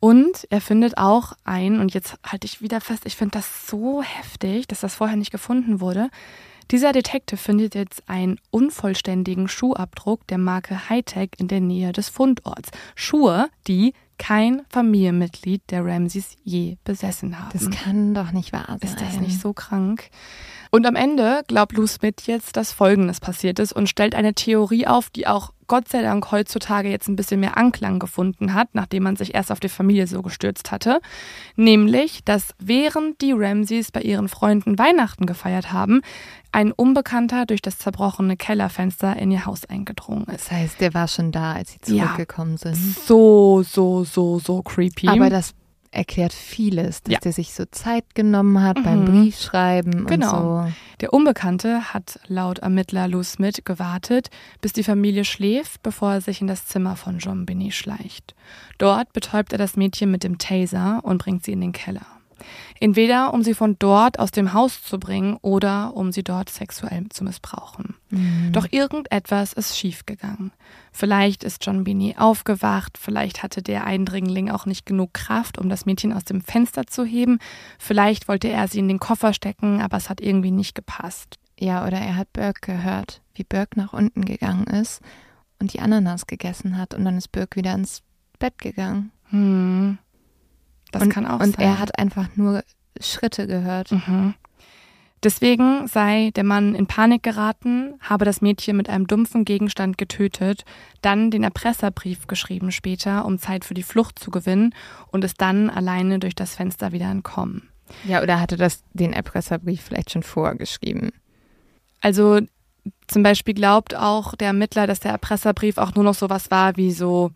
Und er findet auch und jetzt halte ich wieder fest, ich finde das so heftig, dass das vorher nicht gefunden wurde. Dieser Detective findet jetzt einen unvollständigen Schuhabdruck der Marke Hightech in der Nähe des Fundorts. Schuhe, die kein Familienmitglied der Ramseys je besessen haben. Das kann doch nicht wahr sein. Ist das nicht so krank? Und am Ende glaubt Lou Smith jetzt, dass Folgendes passiert ist und stellt eine Theorie auf, die auch Gott sei Dank heutzutage jetzt ein bisschen mehr Anklang gefunden hat, nachdem man sich erst auf die Familie so gestürzt hatte. Nämlich, dass während die Ramseys bei ihren Freunden Weihnachten gefeiert haben, ein Unbekannter durch das zerbrochene Kellerfenster in ihr Haus eingedrungen ist. Das heißt, der war schon da, als sie zurückgekommen sind. So creepy. Aber das erklärt vieles, dass der sich so Zeit genommen hat beim Briefschreiben und so. Der Unbekannte hat laut Ermittler Lou Smith gewartet, bis die Familie schläft, bevor er sich in das Zimmer von JonBenét schleicht. Dort betäubt er das Mädchen mit dem Taser und bringt sie in den Keller. Entweder um sie von dort aus dem Haus zu bringen oder um sie dort sexuell zu missbrauchen. Doch irgendetwas ist schiefgegangen. Vielleicht ist JonBenét aufgewacht, vielleicht hatte der Eindringling auch nicht genug Kraft, um das Mädchen aus dem Fenster zu heben, vielleicht wollte er sie in den Koffer stecken, aber es hat irgendwie nicht gepasst. Ja, oder er hat Burke gehört, wie Burke nach unten gegangen ist und die Ananas gegessen hat und dann ist Burke wieder ins Bett gegangen. Das kann auch sein. Und er hat einfach nur Schritte gehört. Deswegen sei der Mann in Panik geraten, habe das Mädchen mit einem dumpfen Gegenstand getötet, dann den Erpresserbrief geschrieben später, um Zeit für die Flucht zu gewinnen und ist dann alleine durch das Fenster wieder entkommen. Ja, oder hatte den Erpresserbrief vielleicht schon vorgeschrieben? Also zum Beispiel glaubt auch der Ermittler, dass der Erpresserbrief auch nur noch sowas war wie so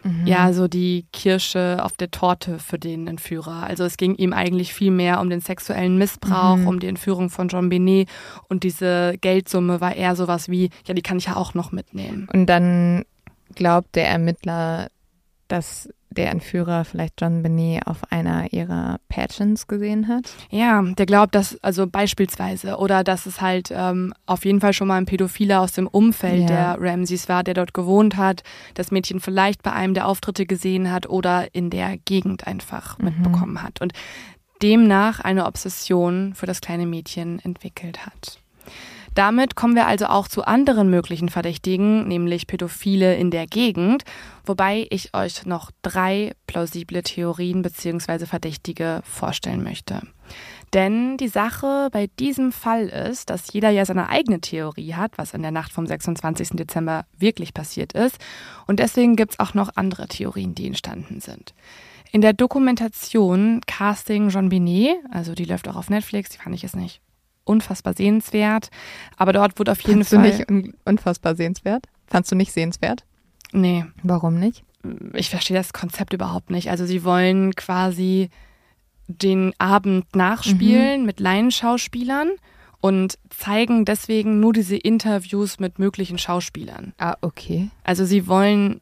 die Kirsche auf der Torte für den Entführer. Also es ging ihm eigentlich viel mehr um den sexuellen Missbrauch, um die Entführung von JonBenét und diese Geldsumme war eher sowas wie, ja, die kann ich ja auch noch mitnehmen. Und dann glaubt der Ermittler, dass der Entführer vielleicht JonBenét auf einer ihrer Pageants gesehen hat? Ja, der glaubt, dass, also beispielsweise, oder dass es halt auf jeden Fall schon mal ein Pädophiler aus dem Umfeld der Ramseys war, der dort gewohnt hat, das Mädchen vielleicht bei einem der Auftritte gesehen hat oder in der Gegend einfach mitbekommen hat und demnach eine Obsession für das kleine Mädchen entwickelt hat. Damit kommen wir also auch zu anderen möglichen Verdächtigen, nämlich Pädophile in der Gegend, wobei ich euch noch 3 plausible Theorien bzw. Verdächtige vorstellen möchte. Denn die Sache bei diesem Fall ist, dass jeder ja seine eigene Theorie hat, was in der Nacht vom 26. Dezember wirklich passiert ist. Und deswegen gibt es auch noch andere Theorien, die entstanden sind. In der Dokumentation Casting JonBenét, also die läuft auch auf Netflix, die fand ich jetzt nicht unfassbar sehenswert, aber dort wurde auf jeden Fall... Fandst du nicht unfassbar sehenswert? Fandst du nicht sehenswert? Nee. Warum nicht? Ich verstehe das Konzept überhaupt nicht. Also sie wollen quasi den Abend nachspielen mit Laienschauspielern und zeigen deswegen nur diese Interviews mit möglichen Schauspielern. Ah, okay. Also sie wollen...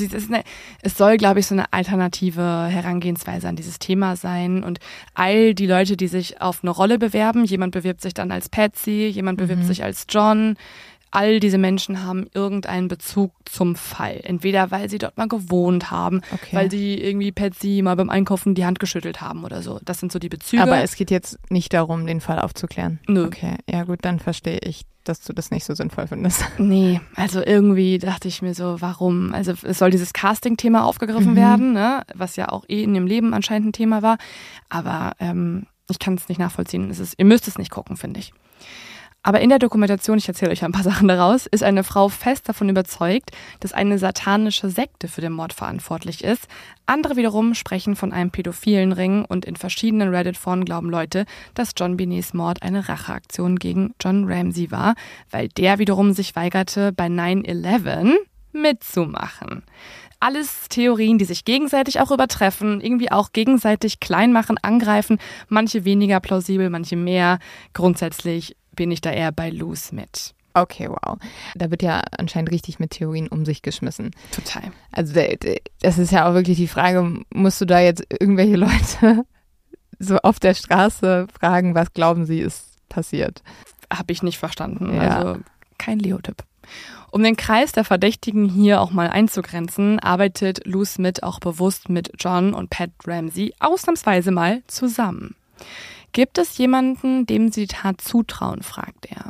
Es soll, glaube ich, so eine alternative Herangehensweise an dieses Thema sein und all die Leute, die sich auf eine Rolle bewerben, jemand bewirbt sich dann als Patsy, jemand bewirbt sich als John, all diese Menschen haben irgendeinen Bezug zum Fall. Entweder weil sie dort mal gewohnt haben, weil sie irgendwie Patsy mal beim Einkaufen die Hand geschüttelt haben oder so. Das sind so die Bezüge. Aber es geht jetzt nicht darum, den Fall aufzuklären. Nö. Okay, ja gut, dann verstehe ich, dass du das nicht so sinnvoll findest. Nee, also irgendwie dachte ich mir so, warum? Also es soll dieses Casting-Thema aufgegriffen werden, ne? Was ja auch in dem Leben anscheinend ein Thema war. Aber ich kann es nicht nachvollziehen. Ihr müsst es nicht gucken, finde ich. Aber in der Dokumentation, ich erzähle euch ein paar Sachen daraus, ist eine Frau fest davon überzeugt, dass eine satanische Sekte für den Mord verantwortlich ist. Andere wiederum sprechen von einem pädophilen Ring und in verschiedenen Reddit-Foren glauben Leute, dass JonBenéts Mord eine Racheaktion gegen John Ramsey war, weil der wiederum sich weigerte, bei 9/11 mitzumachen. Alles Theorien, die sich gegenseitig auch übertreffen, irgendwie auch gegenseitig klein machen, angreifen, manche weniger plausibel, manche mehr. Grundsätzlich bin ich da eher bei Lou Smith. Okay, wow. Da wird ja anscheinend richtig mit Theorien um sich geschmissen. Total. Also das ist ja auch wirklich die Frage, musst du da jetzt irgendwelche Leute so auf der Straße fragen, was glauben sie ist passiert? Habe ich nicht verstanden. Ja. Also kein Leo-Tipp. Um den Kreis der Verdächtigen hier auch mal einzugrenzen, arbeitet Lou Smith auch bewusst mit John und Pat Ramsey ausnahmsweise mal zusammen. Gibt es jemanden, dem sie die Tat zutrauen, fragt er.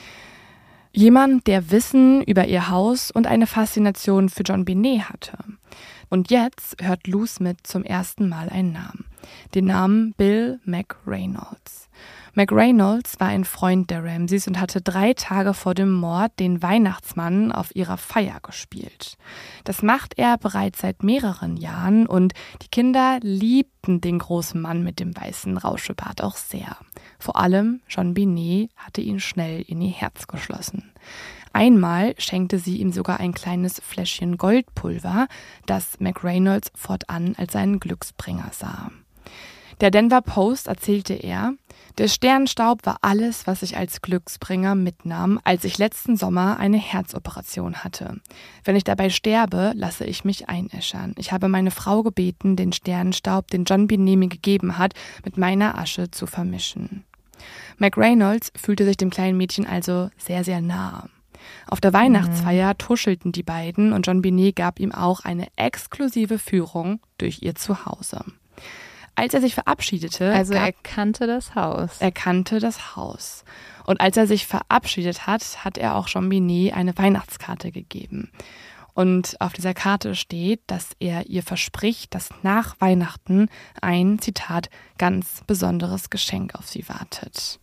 Jemand, der Wissen über ihr Haus und eine Faszination für John Binet hatte. Und jetzt hört Lou Smith zum ersten Mal einen Namen. Den Namen Bill McReynolds. McReynolds war ein Freund der Ramseys und hatte 3 Tage vor dem Mord den Weihnachtsmann auf ihrer Feier gespielt. Das macht er bereits seit mehreren Jahren und die Kinder liebten den großen Mann mit dem weißen Rauschebart auch sehr. Vor allem John Binet hatte ihn schnell in ihr Herz geschlossen. Einmal schenkte sie ihm sogar ein kleines Fläschchen Goldpulver, das McReynolds fortan als seinen Glücksbringer sah. Der Denver Post erzählte er, der Sternstaub war alles, was ich als Glücksbringer mitnahm, als ich letzten Sommer eine Herzoperation hatte. Wenn ich dabei sterbe, lasse ich mich einäschern. Ich habe meine Frau gebeten, den Sternstaub, den John Binet mir gegeben hat, mit meiner Asche zu vermischen. McReynolds fühlte sich dem kleinen Mädchen also sehr, sehr nah. Auf der Weihnachtsfeier tuschelten die beiden und John Binet gab ihm auch eine exklusive Führung durch ihr Zuhause. Als er sich verabschiedete... Also er kannte das Haus. Er kannte das Haus. Und als er sich verabschiedet hat, hat er auch John Binet eine Weihnachtskarte gegeben. Und auf dieser Karte steht, dass er ihr verspricht, dass nach Weihnachten ein, Zitat, ganz besonderes Geschenk auf sie wartet.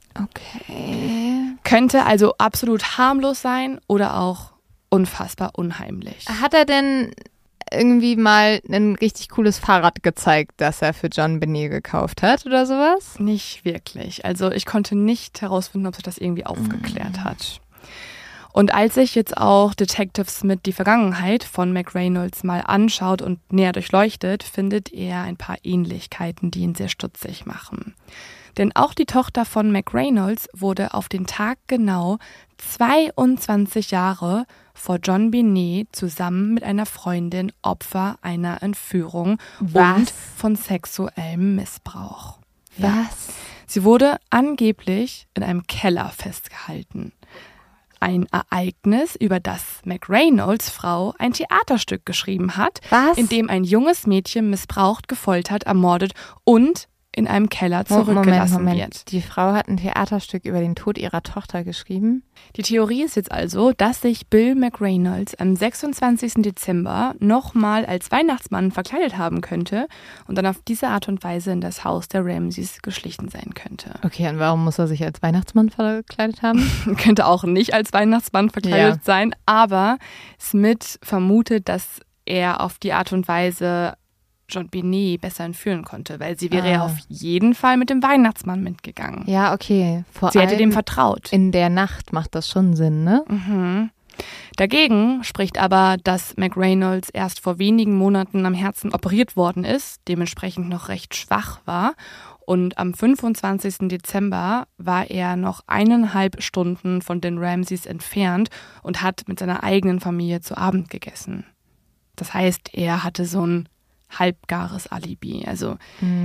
Okay. Könnte also absolut harmlos sein oder auch unfassbar unheimlich. Hat er denn irgendwie mal ein richtig cooles Fahrrad gezeigt, das er für John Binet gekauft hat oder sowas? Nicht wirklich. Also ich konnte nicht herausfinden, ob sich das irgendwie aufgeklärt hat. Und als sich jetzt auch Detective Smith die Vergangenheit von McReynolds mal anschaut und näher durchleuchtet, findet er ein paar Ähnlichkeiten, die ihn sehr stutzig machen. Denn auch die Tochter von McReynolds wurde auf den Tag genau 22 Jahre vor John Binet zusammen mit einer Freundin Opfer einer Entführung und von sexuellem Missbrauch. Was? Ja. Sie wurde angeblich in einem Keller festgehalten. Ein Ereignis, über das McReynolds Frau ein Theaterstück geschrieben hat, in dem ein junges Mädchen missbraucht, gefoltert, ermordet und in einem Keller zurückgelassen wird. Die Frau hat ein Theaterstück über den Tod ihrer Tochter geschrieben. Die Theorie ist jetzt also, dass sich Bill McReynolds am 26. Dezember nochmal als Weihnachtsmann verkleidet haben könnte und dann auf diese Art und Weise in das Haus der Ramseys geschlichen sein könnte. Okay, und warum muss er sich als Weihnachtsmann verkleidet haben? Könnte auch nicht als Weihnachtsmann verkleidet sein, aber Smith vermutet, dass er auf die Art und Weise John Binet besser entführen konnte, weil sie wäre ja auf jeden Fall mit dem Weihnachtsmann mitgegangen. Ja, okay. Sie hätte dem vertraut. In der Nacht macht das schon Sinn, ne? Mhm. Dagegen spricht aber, dass McReynolds erst vor wenigen Monaten am Herzen operiert worden ist, dementsprechend noch recht schwach war. Und am 25. Dezember war er noch 1,5 Stunden von den Ramseys entfernt und hat mit seiner eigenen Familie zu Abend gegessen. Das heißt, er hatte so ein halbgares Alibi. Also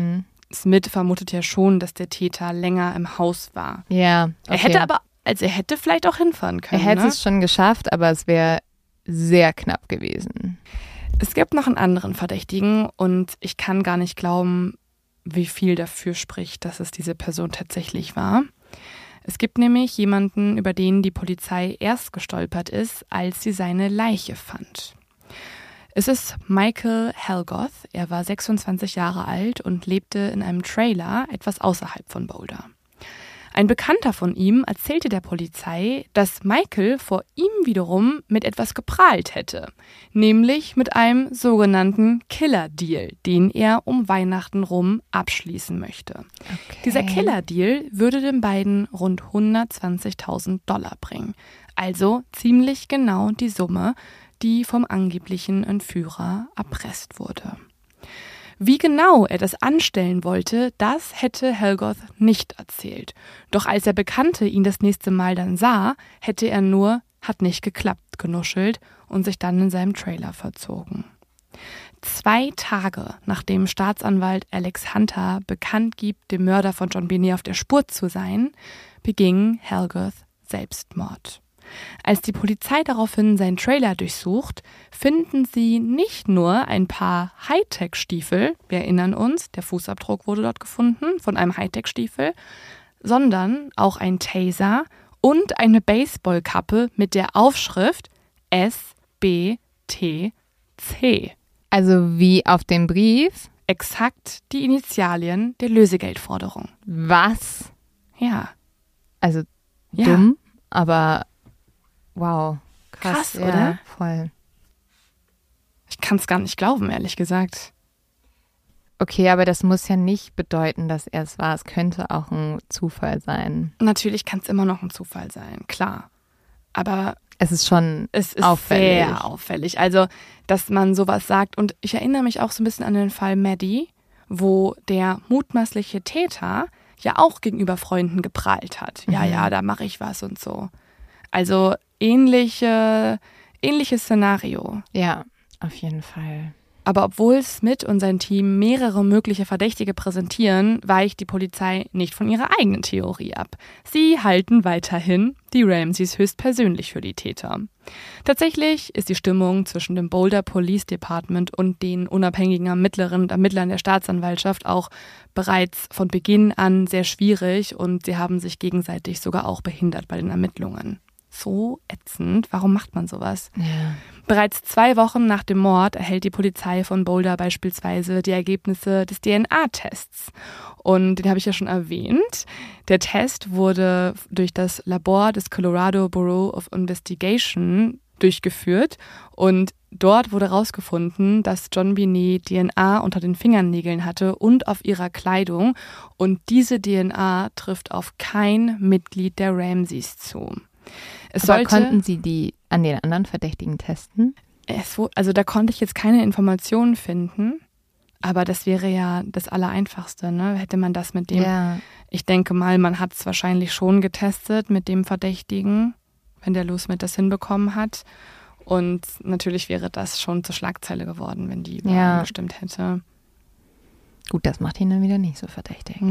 Smith vermutet ja schon, dass der Täter länger im Haus war. Ja. Okay. Er hätte vielleicht auch hinfahren können. Er hätte es schon geschafft, aber es wäre sehr knapp gewesen. Es gibt noch einen anderen Verdächtigen und ich kann gar nicht glauben, wie viel dafür spricht, dass es diese Person tatsächlich war. Es gibt nämlich jemanden, über den die Polizei erst gestolpert ist, als sie seine Leiche fand. Es ist Michael Helgoth. Er war 26 Jahre alt und lebte in einem Trailer etwas außerhalb von Boulder. Ein Bekannter von ihm erzählte der Polizei, dass Michael vor ihm wiederum mit etwas geprahlt hätte, nämlich mit einem sogenannten Killer-Deal, den er um Weihnachten rum abschließen möchte. Okay. Dieser Killer-Deal würde den beiden rund $120.000 bringen, also ziemlich genau die Summe, die vom angeblichen Entführer erpresst wurde. Wie genau er das anstellen wollte, das hätte Helgoth nicht erzählt. Doch als der Bekannte ihn das nächste Mal dann sah, hätte er nur „hat nicht geklappt" genuschelt und sich dann in seinem Trailer verzogen. 2 Tage nachdem Staatsanwalt Alex Hunter bekannt gibt, dem Mörder von John Binet auf der Spur zu sein, beging Helgoth Selbstmord. Als die Polizei daraufhin seinen Trailer durchsucht, finden sie nicht nur ein paar Hightech-Stiefel, wir erinnern uns, der Fußabdruck wurde dort gefunden von einem Hightech-Stiefel, sondern auch ein Taser und eine Baseballkappe mit der Aufschrift SBTC. Also wie auf dem Brief? Exakt die Initialien der Lösegeldforderung. Was? Ja. Also Ja. dumm, aber wow. Krass, ja, oder? Voll. Ich kann es gar nicht glauben, ehrlich gesagt. Okay, aber das muss ja nicht bedeuten, dass er es war. Es könnte auch ein Zufall sein. Natürlich kann es immer noch ein Zufall sein, klar. Aber Es ist schon es ist auffällig. sehr auffällig. Also, dass man sowas sagt. Und ich erinnere mich auch so ein bisschen an den Fall Maddie, wo der mutmaßliche Täter ja auch gegenüber Freunden geprahlt hat. Ja, da mache ich was und so. Also ähnliches Szenario. Ja, auf jeden Fall. Aber obwohl Smith und sein Team mehrere mögliche Verdächtige präsentieren, weicht die Polizei nicht von ihrer eigenen Theorie ab. Sie halten weiterhin die Ramseys höchstpersönlich für die Täter. Tatsächlich ist die Stimmung zwischen dem Boulder Police Department und den unabhängigen Ermittlerinnen und Ermittlern der Staatsanwaltschaft auch bereits von Beginn an sehr schwierig und sie haben sich gegenseitig sogar auch behindert bei den Ermittlungen. So ätzend. Warum macht man sowas? Ja. Bereits 2 Wochen nach dem Mord erhält die Polizei von Boulder beispielsweise die Ergebnisse des DNA-Tests. Und den habe ich ja schon erwähnt. Der Test wurde durch das Labor des Colorado Bureau of Investigation durchgeführt und dort wurde herausgefunden, dass JonBenét DNA unter den Fingernägeln hatte und auf ihrer Kleidung und diese DNA trifft auf kein Mitglied der Ramseys zu. Aber konnten Sie die an den anderen Verdächtigen testen? Also da konnte ich jetzt keine Informationen finden, aber das wäre ja das Allereinfachste, ne? Hätte man das mit dem, Ja. ich denke mal, man hat es wahrscheinlich schon getestet mit dem Verdächtigen, wenn der Lou Smith das hinbekommen hat. Und natürlich wäre das schon zur Schlagzeile geworden, wenn die bestimmt hätte. Gut, das macht ihn dann wieder nicht so verdächtig.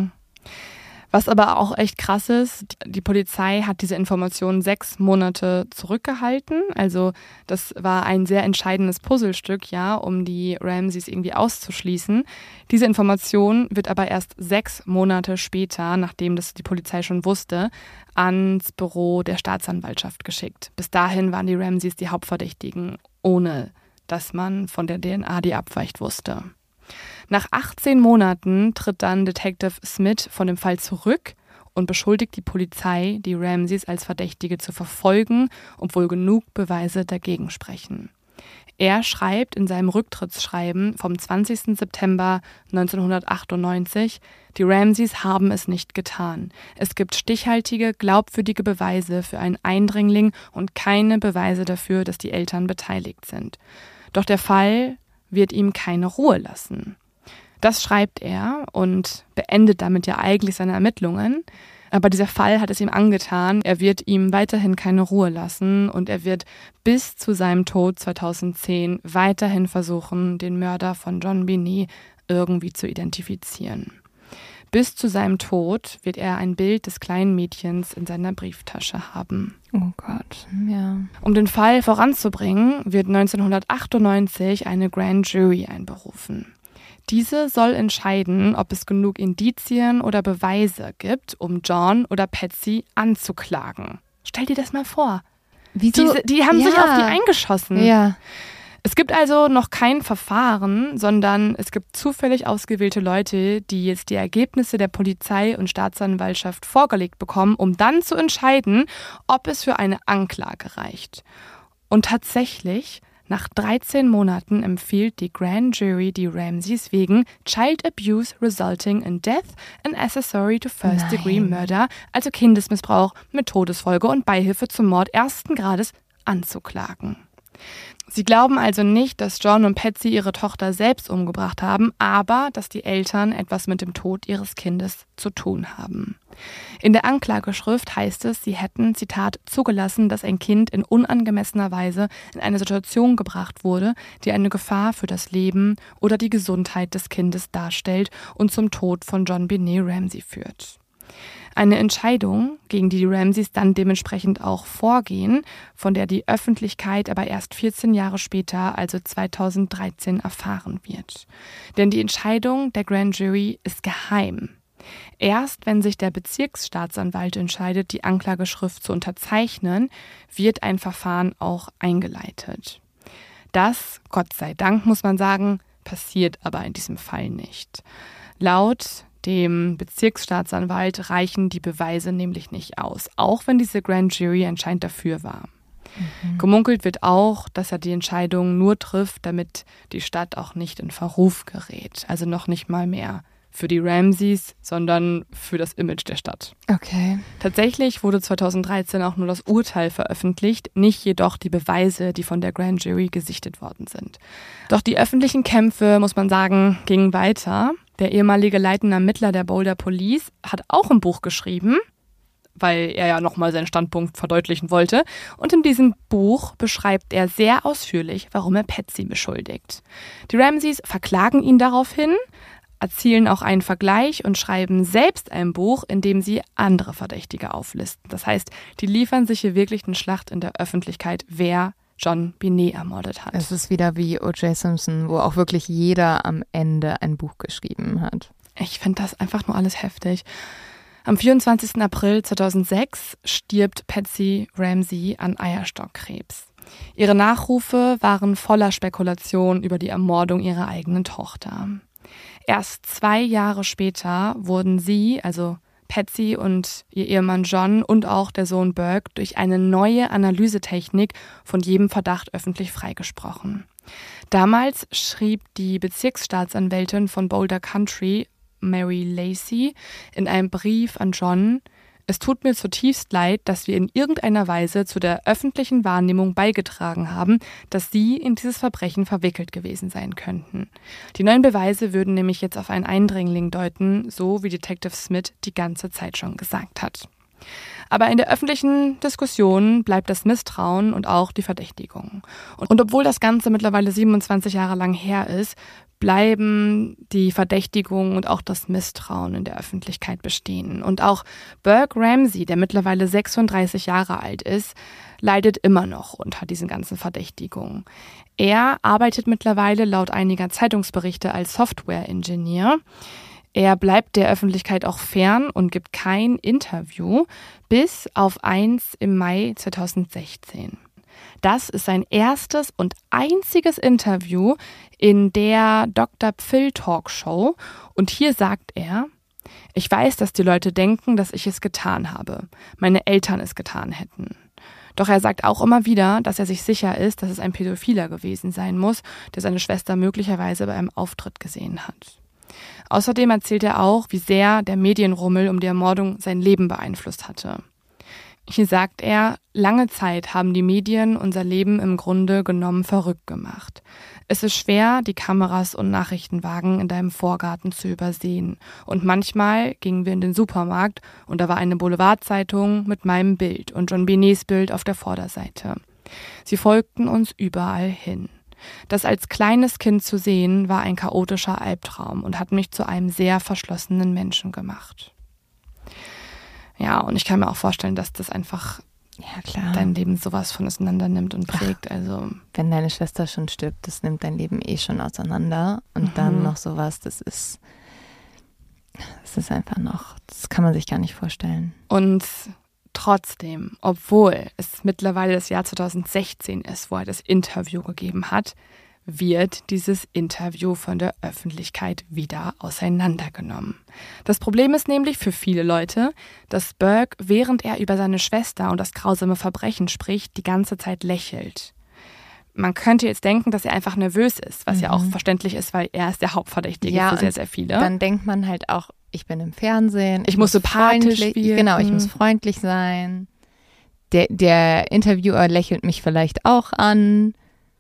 Was aber auch echt krass ist, die Polizei hat diese Informationen 6 Monate zurückgehalten. Also das war ein sehr entscheidendes Puzzlestück, ja, um die Ramseys irgendwie auszuschließen. Diese Information wird aber erst 6 Monate später, nachdem das die Polizei schon wusste, ans Büro der Staatsanwaltschaft geschickt. Bis dahin waren die Ramseys die Hauptverdächtigen, ohne dass man von der DNA, die abweicht, wusste. Nach 18 Monaten tritt dann Detective Smith von dem Fall zurück und beschuldigt die Polizei, die Ramseys als Verdächtige zu verfolgen, obwohl genug Beweise dagegen sprechen. Er schreibt in seinem Rücktrittsschreiben vom 20. September 1998, die Ramseys haben es nicht getan. Es gibt stichhaltige, glaubwürdige Beweise für einen Eindringling und keine Beweise dafür, dass die Eltern beteiligt sind. Doch der Fall wird ihm keine Ruhe lassen. Das schreibt er und beendet damit ja eigentlich seine Ermittlungen. Aber dieser Fall hat es ihm angetan. Er wird ihm weiterhin keine Ruhe lassen und er wird bis zu seinem Tod 2010 weiterhin versuchen, den Mörder von JonBenét irgendwie zu identifizieren. Bis zu seinem Tod wird er ein Bild des kleinen Mädchens in seiner Brieftasche haben. Oh Gott, ja. Um den Fall voranzubringen, wird 1998 eine Grand Jury einberufen. Diese soll entscheiden, ob es genug Indizien oder Beweise gibt, um John oder Patsy anzuklagen. Stell dir das mal vor. Wieso? Die haben sich auf die eingeschossen. Ja. Es gibt also noch kein Verfahren, sondern es gibt zufällig ausgewählte Leute, die jetzt die Ergebnisse der Polizei und Staatsanwaltschaft vorgelegt bekommen, um dann zu entscheiden, ob es für eine Anklage reicht. Und tatsächlich, nach 13 Monaten empfiehlt die Grand Jury die Ramseys wegen Child Abuse resulting in death and accessory to first-degree murder, also Kindesmissbrauch mit Todesfolge und Beihilfe zum Mord ersten Grades, anzuklagen. Sie glauben also nicht, dass John und Patsy ihre Tochter selbst umgebracht haben, aber dass die Eltern etwas mit dem Tod ihres Kindes zu tun haben. In der Anklageschrift heißt es, sie hätten, Zitat, zugelassen, dass ein Kind in unangemessener Weise in eine Situation gebracht wurde, die eine Gefahr für das Leben oder die Gesundheit des Kindes darstellt und zum Tod von JonBenét Ramsey führt. Eine Entscheidung, gegen die Ramseys dann dementsprechend auch vorgehen, von der die Öffentlichkeit aber erst 14 Jahre später, also 2013, erfahren wird. Denn die Entscheidung der Grand Jury ist geheim. Erst wenn sich der Bezirksstaatsanwalt entscheidet, die Anklageschrift zu unterzeichnen, wird ein Verfahren auch eingeleitet. Das, Gott sei Dank, muss man sagen, passiert aber in diesem Fall nicht. Laut dem Bezirksstaatsanwalt reichen die Beweise nämlich nicht aus, auch wenn diese Grand Jury anscheinend dafür war. Gemunkelt wird auch, dass er die Entscheidung nur trifft, damit die Stadt auch nicht in Verruf gerät. Also noch nicht mal mehr für die Ramseys, sondern für das Image der Stadt. Okay. Tatsächlich wurde 2013 auch nur das Urteil veröffentlicht, nicht jedoch die Beweise, die von der Grand Jury gesichtet worden sind. Doch die öffentlichen Kämpfe, muss man sagen, gingen weiter. Der ehemalige leitende Ermittler der Boulder Police hat auch ein Buch geschrieben, weil er ja nochmal seinen Standpunkt verdeutlichen wollte. Und in diesem Buch beschreibt er sehr ausführlich, warum er Patsy beschuldigt. Die Ramseys verklagen ihn daraufhin, erzielen auch einen Vergleich und schreiben selbst ein Buch, in dem sie andere Verdächtige auflisten. Das heißt, die liefern sich hier wirklich eine Schlacht in der Öffentlichkeit, wer John Binet ermordet hat. Es ist wieder wie O.J. Simpson, wo auch wirklich jeder am Ende ein Buch geschrieben hat. Ich finde das einfach nur alles heftig. Am 24. April 2006 stirbt Patsy Ramsey an Eierstockkrebs. Ihre Nachrufe waren voller Spekulation über die Ermordung ihrer eigenen Tochter. Erst 2 Jahre später wurden sie, also Patsy und ihr Ehemann John und auch der Sohn Burke, durch eine neue Analysetechnik von jedem Verdacht öffentlich freigesprochen. Damals schrieb die Bezirksstaatsanwältin von Boulder County, Mary Lacey, in einem Brief an John: Es tut mir zutiefst leid, dass wir in irgendeiner Weise zu der öffentlichen Wahrnehmung beigetragen haben, dass Sie in dieses Verbrechen verwickelt gewesen sein könnten. Die neuen Beweise würden nämlich jetzt auf einen Eindringling deuten, so wie Detective Smith die ganze Zeit schon gesagt hat. Aber in der öffentlichen Diskussion bleibt das Misstrauen und auch die Verdächtigung. Und obwohl das Ganze mittlerweile 27 Jahre lang her ist, bleiben die Verdächtigung und auch das Misstrauen in der Öffentlichkeit bestehen. Und auch Burke Ramsey, der mittlerweile 36 Jahre alt ist, leidet immer noch unter diesen ganzen Verdächtigungen. Er arbeitet mittlerweile laut einiger Zeitungsberichte als Software-Ingenieur. Er bleibt der Öffentlichkeit auch fern und gibt kein Interview, bis auf eins im Mai 2016. Das ist sein erstes und einziges Interview in der Dr. Phil Talkshow. Und hier sagt er: Ich weiß, dass die Leute denken, dass ich es getan habe. Meine Eltern es getan hätten. Doch er sagt auch immer wieder, dass er sich sicher ist, dass es ein Pädophiler gewesen sein muss, der seine Schwester möglicherweise bei einem Auftritt gesehen hat. Außerdem erzählt er auch, wie sehr der Medienrummel um die Ermordung sein Leben beeinflusst hatte. Hier sagt er: Lange Zeit haben die Medien unser Leben im Grunde genommen verrückt gemacht. Es ist schwer, die Kameras und Nachrichtenwagen in deinem Vorgarten zu übersehen. Und manchmal gingen wir in den Supermarkt und da war eine Boulevardzeitung mit meinem Bild und John Binets Bild auf der Vorderseite. Sie folgten uns überall hin. Das als kleines Kind zu sehen, war ein chaotischer Albtraum und hat mich zu einem sehr verschlossenen Menschen gemacht. Ja, und ich kann mir auch vorstellen, dass das einfach dein Leben sowas von auseinander nimmt und prägt. Also wenn deine Schwester schon stirbt, das nimmt dein Leben eh schon auseinander. Und dann noch sowas, das ist einfach noch, das kann man sich gar nicht vorstellen. Und trotzdem, obwohl es mittlerweile das Jahr 2016 ist, wo er das Interview gegeben hat, wird dieses Interview von der Öffentlichkeit wieder auseinandergenommen. Das Problem ist nämlich für viele Leute, dass Burke, während er über seine Schwester und das grausame Verbrechen spricht, die ganze Zeit lächelt. Man könnte jetzt denken, dass er einfach nervös ist, was ja auch verständlich ist, weil er ist der Hauptverdächtige für sehr, sehr viele. Dann denkt man halt auch, ich bin im Fernsehen. Ich muss sympathisch wirken. Genau, ich muss freundlich sein. Der Interviewer lächelt mich vielleicht auch an.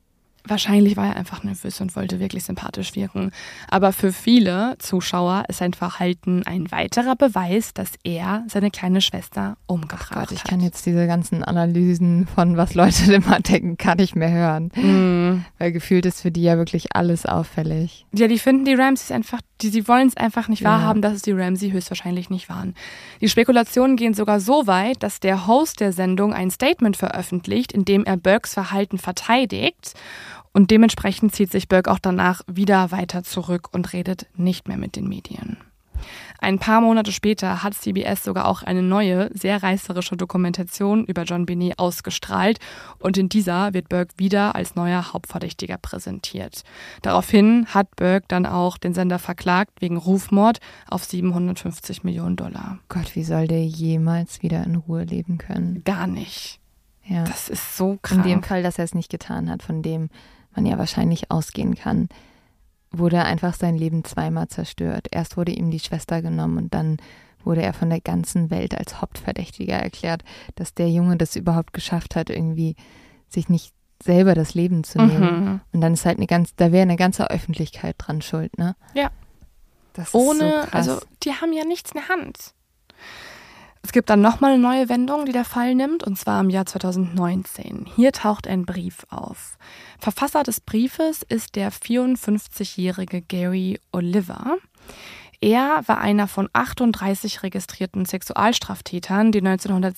Wahrscheinlich war er einfach nervös und wollte wirklich sympathisch wirken. Aber für viele Zuschauer ist sein Verhalten ein weiterer Beweis, dass er seine kleine Schwester umgebracht hat. Ich kann jetzt diese ganzen Analysen von was Leute immer denken, gar nicht mehr hören. Weil gefühlt ist für die ja wirklich alles auffällig. Ja, die finden die Ramseys einfach, sie wollen es einfach nicht wahrhaben, dass es die Ramsey höchstwahrscheinlich nicht waren. Die Spekulationen gehen sogar so weit, dass der Host der Sendung ein Statement veröffentlicht, in dem er Burkes Verhalten verteidigt. Und dementsprechend zieht sich Burke auch danach wieder weiter zurück und redet nicht mehr mit den Medien. Ein paar Monate später hat CBS sogar auch eine neue, sehr reißerische Dokumentation über JonBenét ausgestrahlt und in dieser wird Burke wieder als neuer Hauptverdächtiger präsentiert. Daraufhin hat Burke dann auch den Sender verklagt wegen Rufmord auf $750 Millionen. Gott, wie soll der jemals wieder in Ruhe leben können? Gar nicht. Ja. Das ist so krank. In dem Fall, dass er es nicht getan hat, von dem man ja wahrscheinlich ausgehen kann, wurde einfach sein Leben zweimal zerstört. Erst wurde ihm die Schwester genommen und dann wurde er von der ganzen Welt als Hauptverdächtiger erklärt, dass der Junge das überhaupt geschafft hat, irgendwie sich nicht selber das Leben zu nehmen. Und dann ist halt da wäre eine ganze Öffentlichkeit dran schuld, ne? Ja. Das ist so krass. Also die haben ja nichts in der Hand. Es gibt dann nochmal eine neue Wendung, die der Fall nimmt, und zwar im Jahr 2019. Hier taucht ein Brief auf. Verfasser des Briefes ist der 54-jährige Gary Oliver. Er war einer von 38 registrierten Sexualstraftätern, die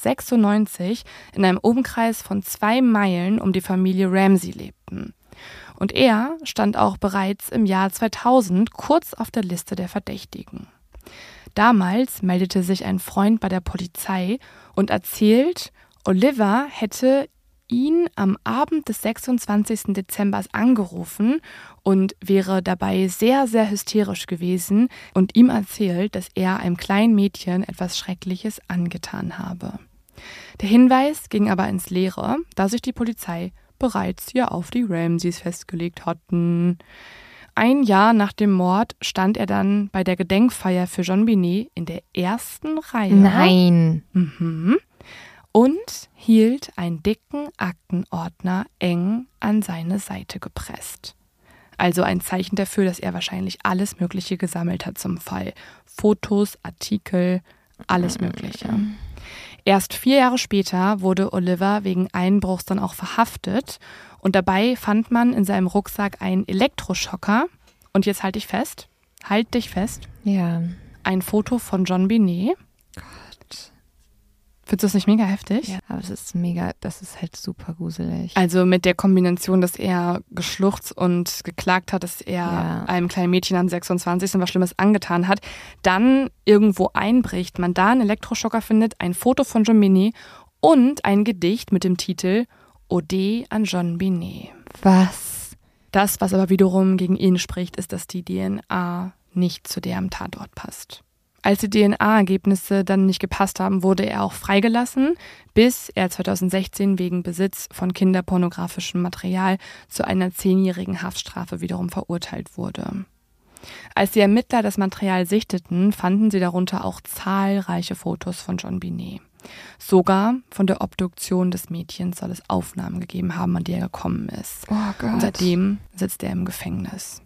1996 in einem Umkreis von 2 Meilen um die Familie Ramsey lebten. Und er stand auch bereits im Jahr 2000 kurz auf der Liste der Verdächtigen. Damals meldete sich ein Freund bei der Polizei und erzählt, Oliver hätte ihn am Abend des 26. Dezember angerufen und wäre dabei sehr, sehr hysterisch gewesen und ihm erzählt, dass er einem kleinen Mädchen etwas Schreckliches angetan habe. Der Hinweis ging aber ins Leere, da sich die Polizei bereits ja auf die Ramseys festgelegt hatten. Ein Jahr nach dem Mord stand er dann bei der Gedenkfeier für JonBenét in der ersten Reihe. Nein. Und hielt einen dicken Aktenordner eng an seine Seite gepresst. Also ein Zeichen dafür, dass er wahrscheinlich alles Mögliche gesammelt hat zum Fall. Fotos, Artikel, alles Mögliche. Erst 4 Jahre später wurde Oliver wegen Einbruchs dann auch verhaftet. Und dabei fand man in seinem Rucksack einen Elektroschocker. Und jetzt halt dich fest. Ja. Ein Foto von JonBenét. Gott. Findest du das nicht mega heftig? Ja, aber es ist das ist halt super gruselig. Also mit der Kombination, dass er geschluchzt und geklagt hat, dass er einem kleinen Mädchen am 26. was Schlimmes angetan hat, dann irgendwo einbricht, man da einen Elektroschocker findet, ein Foto von JonBenét und ein Gedicht mit dem Titel Ode an JonBenét. Was? Das, was aber wiederum gegen ihn spricht, ist, dass die DNA nicht zu der am Tatort passt. Als die DNA-Ergebnisse dann nicht gepasst haben, wurde er auch freigelassen, bis er 2016 wegen Besitz von kinderpornografischem Material zu einer 10-jährigen Haftstrafe wiederum verurteilt wurde. Als die Ermittler das Material sichteten, fanden sie darunter auch zahlreiche Fotos von JonBenét. Sogar von der Obduktion des Mädchens soll es Aufnahmen gegeben haben, an die er gekommen ist. Oh Gott. Und seitdem sitzt er im Gefängnis.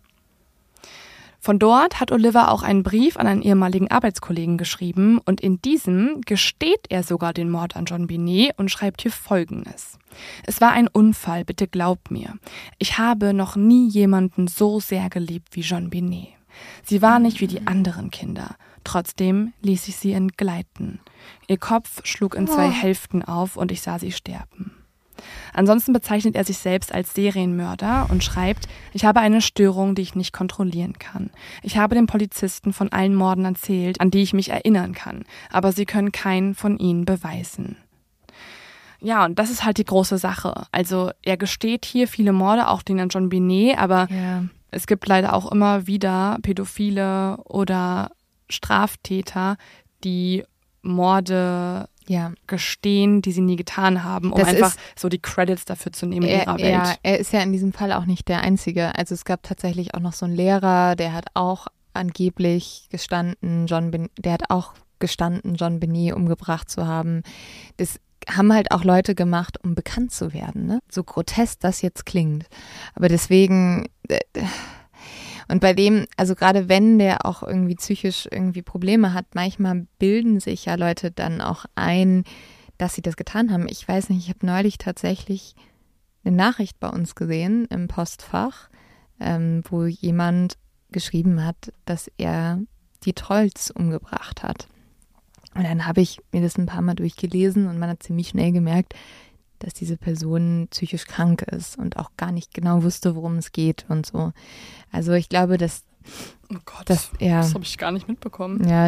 Von dort hat Oliver auch einen Brief an einen ehemaligen Arbeitskollegen geschrieben und in diesem gesteht er sogar den Mord an JonBenét und schreibt hier Folgendes. Es war ein Unfall, bitte glaubt mir. Ich habe noch nie jemanden so sehr geliebt wie JonBenét. Sie war nicht wie die anderen Kinder. Trotzdem ließ ich sie entgleiten. Ihr Kopf schlug in 2 Hälften auf und ich sah sie sterben. Ansonsten bezeichnet er sich selbst als Serienmörder und schreibt, ich habe eine Störung, die ich nicht kontrollieren kann. Ich habe den Polizisten von allen Morden erzählt, an die ich mich erinnern kann, aber sie können keinen von ihnen beweisen. Ja, und das ist halt die große Sache. Also er gesteht hier viele Morde, auch den an JonBenét, aber es gibt leider auch immer wieder Pädophile oder Straftäter, die Morde gestehen, die sie nie getan haben, um das einfach so die Credits dafür zu nehmen in ihrer Welt. Ja, er ist ja in diesem Fall auch nicht der Einzige. Also es gab tatsächlich auch noch so einen Lehrer, der hat auch angeblich gestanden, JonBenét umgebracht zu haben. haben halt auch Leute gemacht, um bekannt zu werden, ne? So grotesk das jetzt klingt. Aber deswegen, und bei dem, also gerade wenn der auch irgendwie psychisch irgendwie Probleme hat, manchmal bilden sich ja Leute dann auch ein, dass sie das getan haben. Ich weiß nicht, ich habe neulich tatsächlich eine Nachricht bei uns gesehen im Postfach, wo jemand geschrieben hat, dass er die Trolls umgebracht hat. Und dann habe ich mir das ein paar Mal durchgelesen und man hat ziemlich schnell gemerkt, dass diese Person psychisch krank ist und auch gar nicht genau wusste, worum es geht und so. Also ich glaube, dass Oh Gott, das habe ich gar nicht mitbekommen. Ja,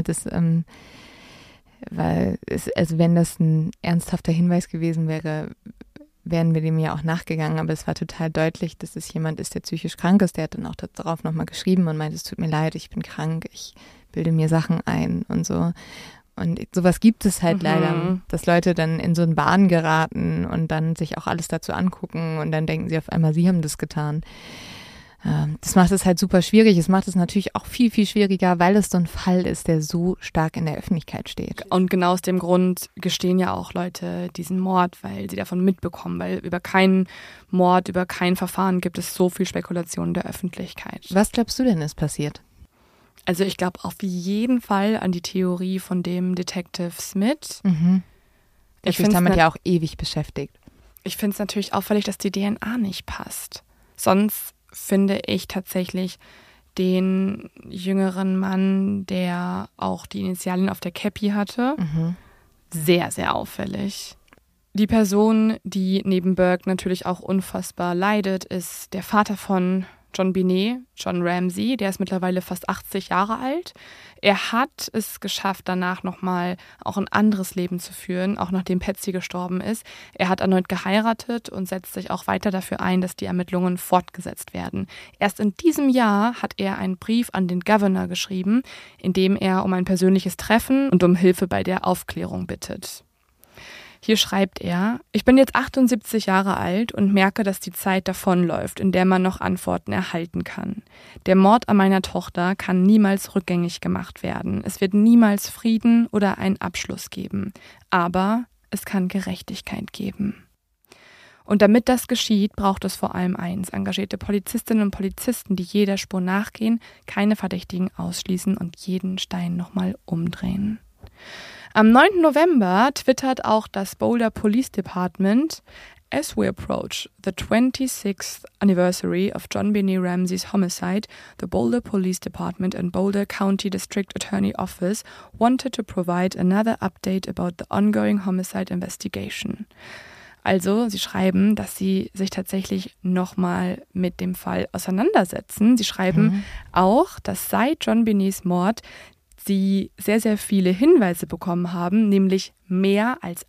weil also wenn das ein ernsthafter Hinweis gewesen wäre, wären wir dem ja auch nachgegangen, aber es war total deutlich, dass es jemand ist, der psychisch krank ist. Der hat dann auch darauf nochmal geschrieben und meinte, es tut mir leid, ich bin krank, ich bilde mir Sachen ein und so. Und sowas gibt es halt leider, dass Leute dann in so einen Wahn geraten und dann sich auch alles dazu angucken und dann denken sie auf einmal, sie haben das getan. Das macht es halt super schwierig. Es macht es natürlich auch viel, viel schwieriger, weil es so ein Fall ist, der so stark in der Öffentlichkeit steht. Und genau aus dem Grund gestehen ja auch Leute diesen Mord, weil sie davon mitbekommen, weil über keinen Mord, über kein Verfahren gibt es so viel Spekulation in der Öffentlichkeit. Was glaubst du denn ist passiert? Also ich glaube auf jeden Fall an die Theorie von dem Detective Smith. Der sich damit ja auch ewig beschäftigt. Ich finde es natürlich auffällig, dass die DNA nicht passt. Sonst finde ich tatsächlich den jüngeren Mann, der auch die Initialien auf der Cappy hatte, sehr, sehr auffällig. Die Person, die neben Burke natürlich auch unfassbar leidet, ist der Vater von John Binet, John Ramsey, der ist mittlerweile fast 80 Jahre alt. Er hat es geschafft, danach nochmal auch ein anderes Leben zu führen, auch nachdem Patsy gestorben ist. Er hat erneut geheiratet und setzt sich auch weiter dafür ein, dass die Ermittlungen fortgesetzt werden. Erst in diesem Jahr hat er einen Brief an den Governor geschrieben, in dem er um ein persönliches Treffen und um Hilfe bei der Aufklärung bittet. Hier schreibt er: Ich bin jetzt 78 Jahre alt und merke, dass die Zeit davonläuft, in der man noch Antworten erhalten kann. Der Mord an meiner Tochter kann niemals rückgängig gemacht werden. Es wird niemals Frieden oder einen Abschluss geben. Aber es kann Gerechtigkeit geben. Und damit das geschieht, braucht es vor allem eins: engagierte Polizistinnen und Polizisten, die jeder Spur nachgehen, keine Verdächtigen ausschließen und jeden Stein nochmal umdrehen. Am 9. November twittert auch das Boulder Police Department: As we approach the 26th anniversary of John Binet Ramsey's homicide, the Boulder Police Department and Boulder County District Attorney Office wanted to provide another update about the ongoing homicide investigation. Also, sie schreiben, dass sie sich tatsächlich nochmal mit dem Fall auseinandersetzen. Sie schreiben auch, dass seit John Binets Mord sie sehr, sehr viele Hinweise bekommen haben, nämlich mehr als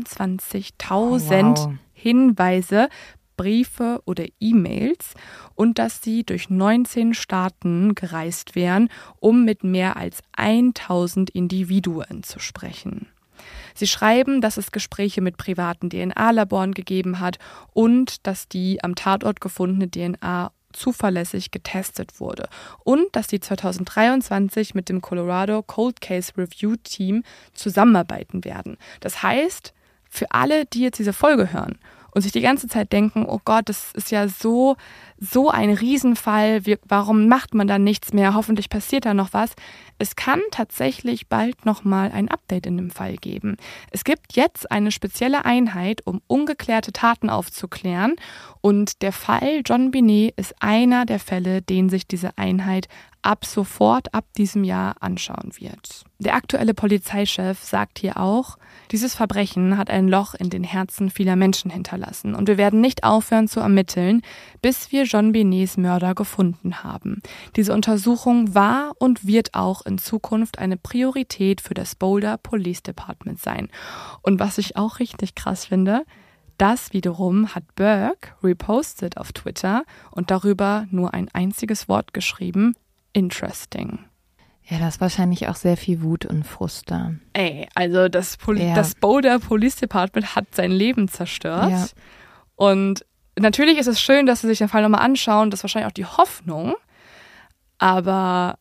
21.000 Hinweise, Briefe oder E-Mails, und dass sie durch 19 Staaten gereist wären, um mit mehr als 1.000 Individuen zu sprechen. Sie schreiben, dass es Gespräche mit privaten DNA-Laboren gegeben hat und dass die am Tatort gefundene DNA zuverlässig getestet wurde und dass sie 2023 mit dem Colorado Cold Case Review Team zusammenarbeiten werden. Das heißt, für alle, die jetzt diese Folge hören und sich die ganze Zeit denken, oh Gott, das ist ja so ein Riesenfall, warum macht man da nichts mehr, hoffentlich passiert da noch was. Es kann tatsächlich bald nochmal ein Update in dem Fall geben. Es gibt jetzt eine spezielle Einheit, um ungeklärte Taten aufzuklären, und der Fall John Binet ist einer der Fälle, den sich diese Einheit ab diesem Jahr anschauen wird. Der aktuelle Polizeichef sagt hier auch: Dieses Verbrechen hat ein Loch in den Herzen vieler Menschen hinterlassen und wir werden nicht aufhören zu ermitteln, bis wir John Binets Mörder gefunden haben. Diese Untersuchung war und wird auch in Zukunft eine Priorität für das Boulder Police Department sein. Und was ich auch richtig krass finde, das wiederum hat Burke repostet auf Twitter und darüber nur ein einziges Wort geschrieben: Interesting. Ja, da ist wahrscheinlich auch sehr viel Wut und Frust da. Also das Boulder Police Department hat sein Leben zerstört. Ja. Und natürlich ist es schön, dass sie sich den Fall nochmal anschauen. Das ist wahrscheinlich auch die Hoffnung. Aber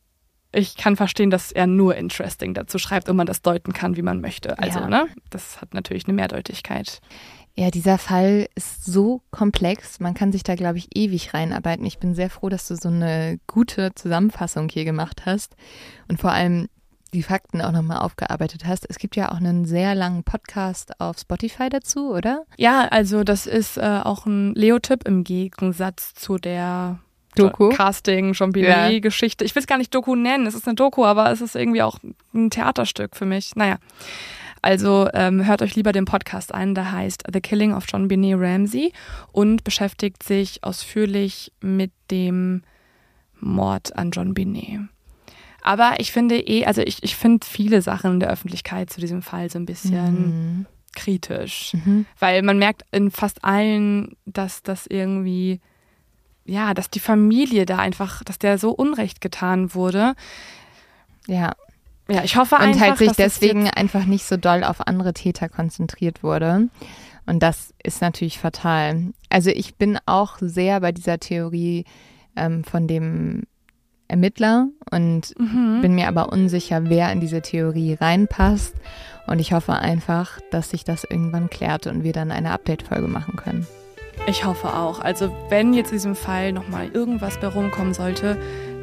ich kann verstehen, dass er nur interesting dazu schreibt und man das deuten kann, wie man möchte. Also, ne, das hat natürlich eine Mehrdeutigkeit. Ja, dieser Fall ist so komplex. Man kann sich da, glaube ich, ewig reinarbeiten. Ich bin sehr froh, dass du so eine gute Zusammenfassung hier gemacht hast und vor allem die Fakten auch nochmal aufgearbeitet hast. Es gibt ja auch einen sehr langen Podcast auf Spotify dazu, oder? Ja, also das ist auch ein Leo-Tipp im Gegensatz zu der Doku? Casting, Jean-Binet-Geschichte. Ich will es gar nicht Doku nennen, es ist eine Doku, aber es ist irgendwie auch ein Theaterstück für mich. Naja, also hört euch lieber den Podcast ein, der heißt The Killing of JonBenét Ramsey und beschäftigt sich ausführlich mit dem Mord an JonBenét. Aber ich finde ich finde viele Sachen in der Öffentlichkeit zu diesem Fall so ein bisschen kritisch. Weil man merkt in fast allen, dass das irgendwie, ja, dass die Familie da einfach, dass der so Unrecht getan wurde. Ja. Ja, ich hoffe und einfach, halt sich dass deswegen einfach nicht so doll auf andere Täter konzentriert wurde. Und das ist natürlich fatal. Also ich bin auch sehr bei dieser Theorie von dem Ermittler und bin mir aber unsicher, wer in diese Theorie reinpasst. Und ich hoffe einfach, dass sich das irgendwann klärt und wir dann eine Update-Folge machen können. Ich hoffe auch. Also wenn jetzt in diesem Fall nochmal irgendwas bei rumkommen sollte,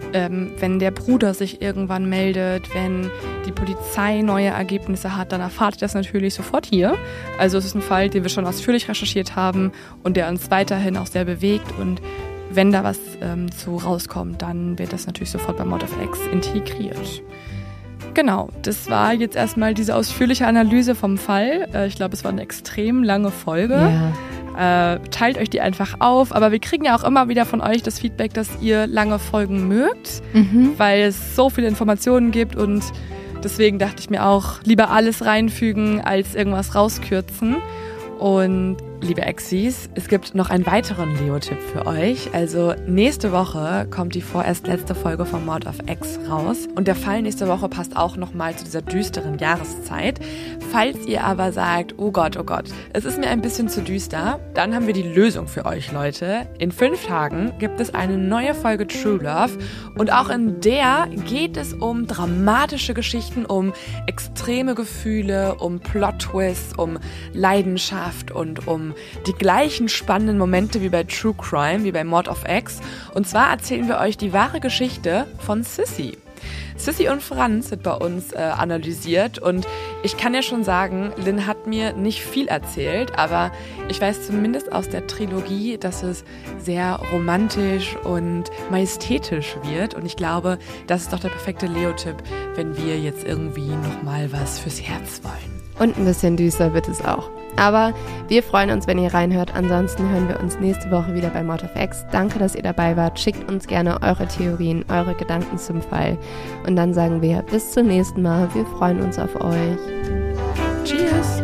wenn der Bruder sich irgendwann meldet, wenn die Polizei neue Ergebnisse hat, dann erfahrt ihr das natürlich sofort hier. Also es ist ein Fall, den wir schon ausführlich recherchiert haben und der uns weiterhin auch sehr bewegt. Und wenn da was zu rauskommt, dann wird das natürlich sofort bei Mod of X integriert. Genau, das war jetzt erstmal diese ausführliche Analyse vom Fall. Ich glaube, es war eine extrem lange Folge. Ja. Teilt euch die einfach auf, aber wir kriegen ja auch immer wieder von euch das Feedback, dass ihr lange Folgen mögt, weil es so viele Informationen gibt und deswegen dachte ich mir auch, lieber alles reinfügen, als irgendwas rauskürzen. Und liebe Exis, es gibt noch einen weiteren Leo-Tipp für euch. Also nächste Woche kommt die vorerst letzte Folge von Mod of X raus. Und der Fall nächste Woche passt auch nochmal zu dieser düsteren Jahreszeit. Falls ihr aber sagt, oh Gott, es ist mir ein bisschen zu düster, dann haben wir die Lösung für euch, Leute. In 5 Tagen gibt es eine neue Folge True Love. Und auch in der geht es um dramatische Geschichten, um extreme Gefühle, um Plot-Twists, um Leidenschaft und um die gleichen spannenden Momente wie bei True Crime, wie bei Mod of X. Und zwar erzählen wir euch die wahre Geschichte von Sissy. Sissy und Franz sind bei uns analysiert und ich kann ja schon sagen, Lynn hat mir nicht viel erzählt, aber ich weiß zumindest aus der Trilogie, dass es sehr romantisch und majestätisch wird und ich glaube, das ist doch der perfekte Leo-Tipp, wenn wir jetzt irgendwie nochmal was fürs Herz wollen. Und ein bisschen düster wird es auch. Aber wir freuen uns, wenn ihr reinhört. Ansonsten hören wir uns nächste Woche wieder bei Mod of X. Danke, dass ihr dabei wart. Schickt uns gerne eure Theorien, eure Gedanken zum Fall. Und dann sagen wir bis zum nächsten Mal. Wir freuen uns auf euch. Cheers!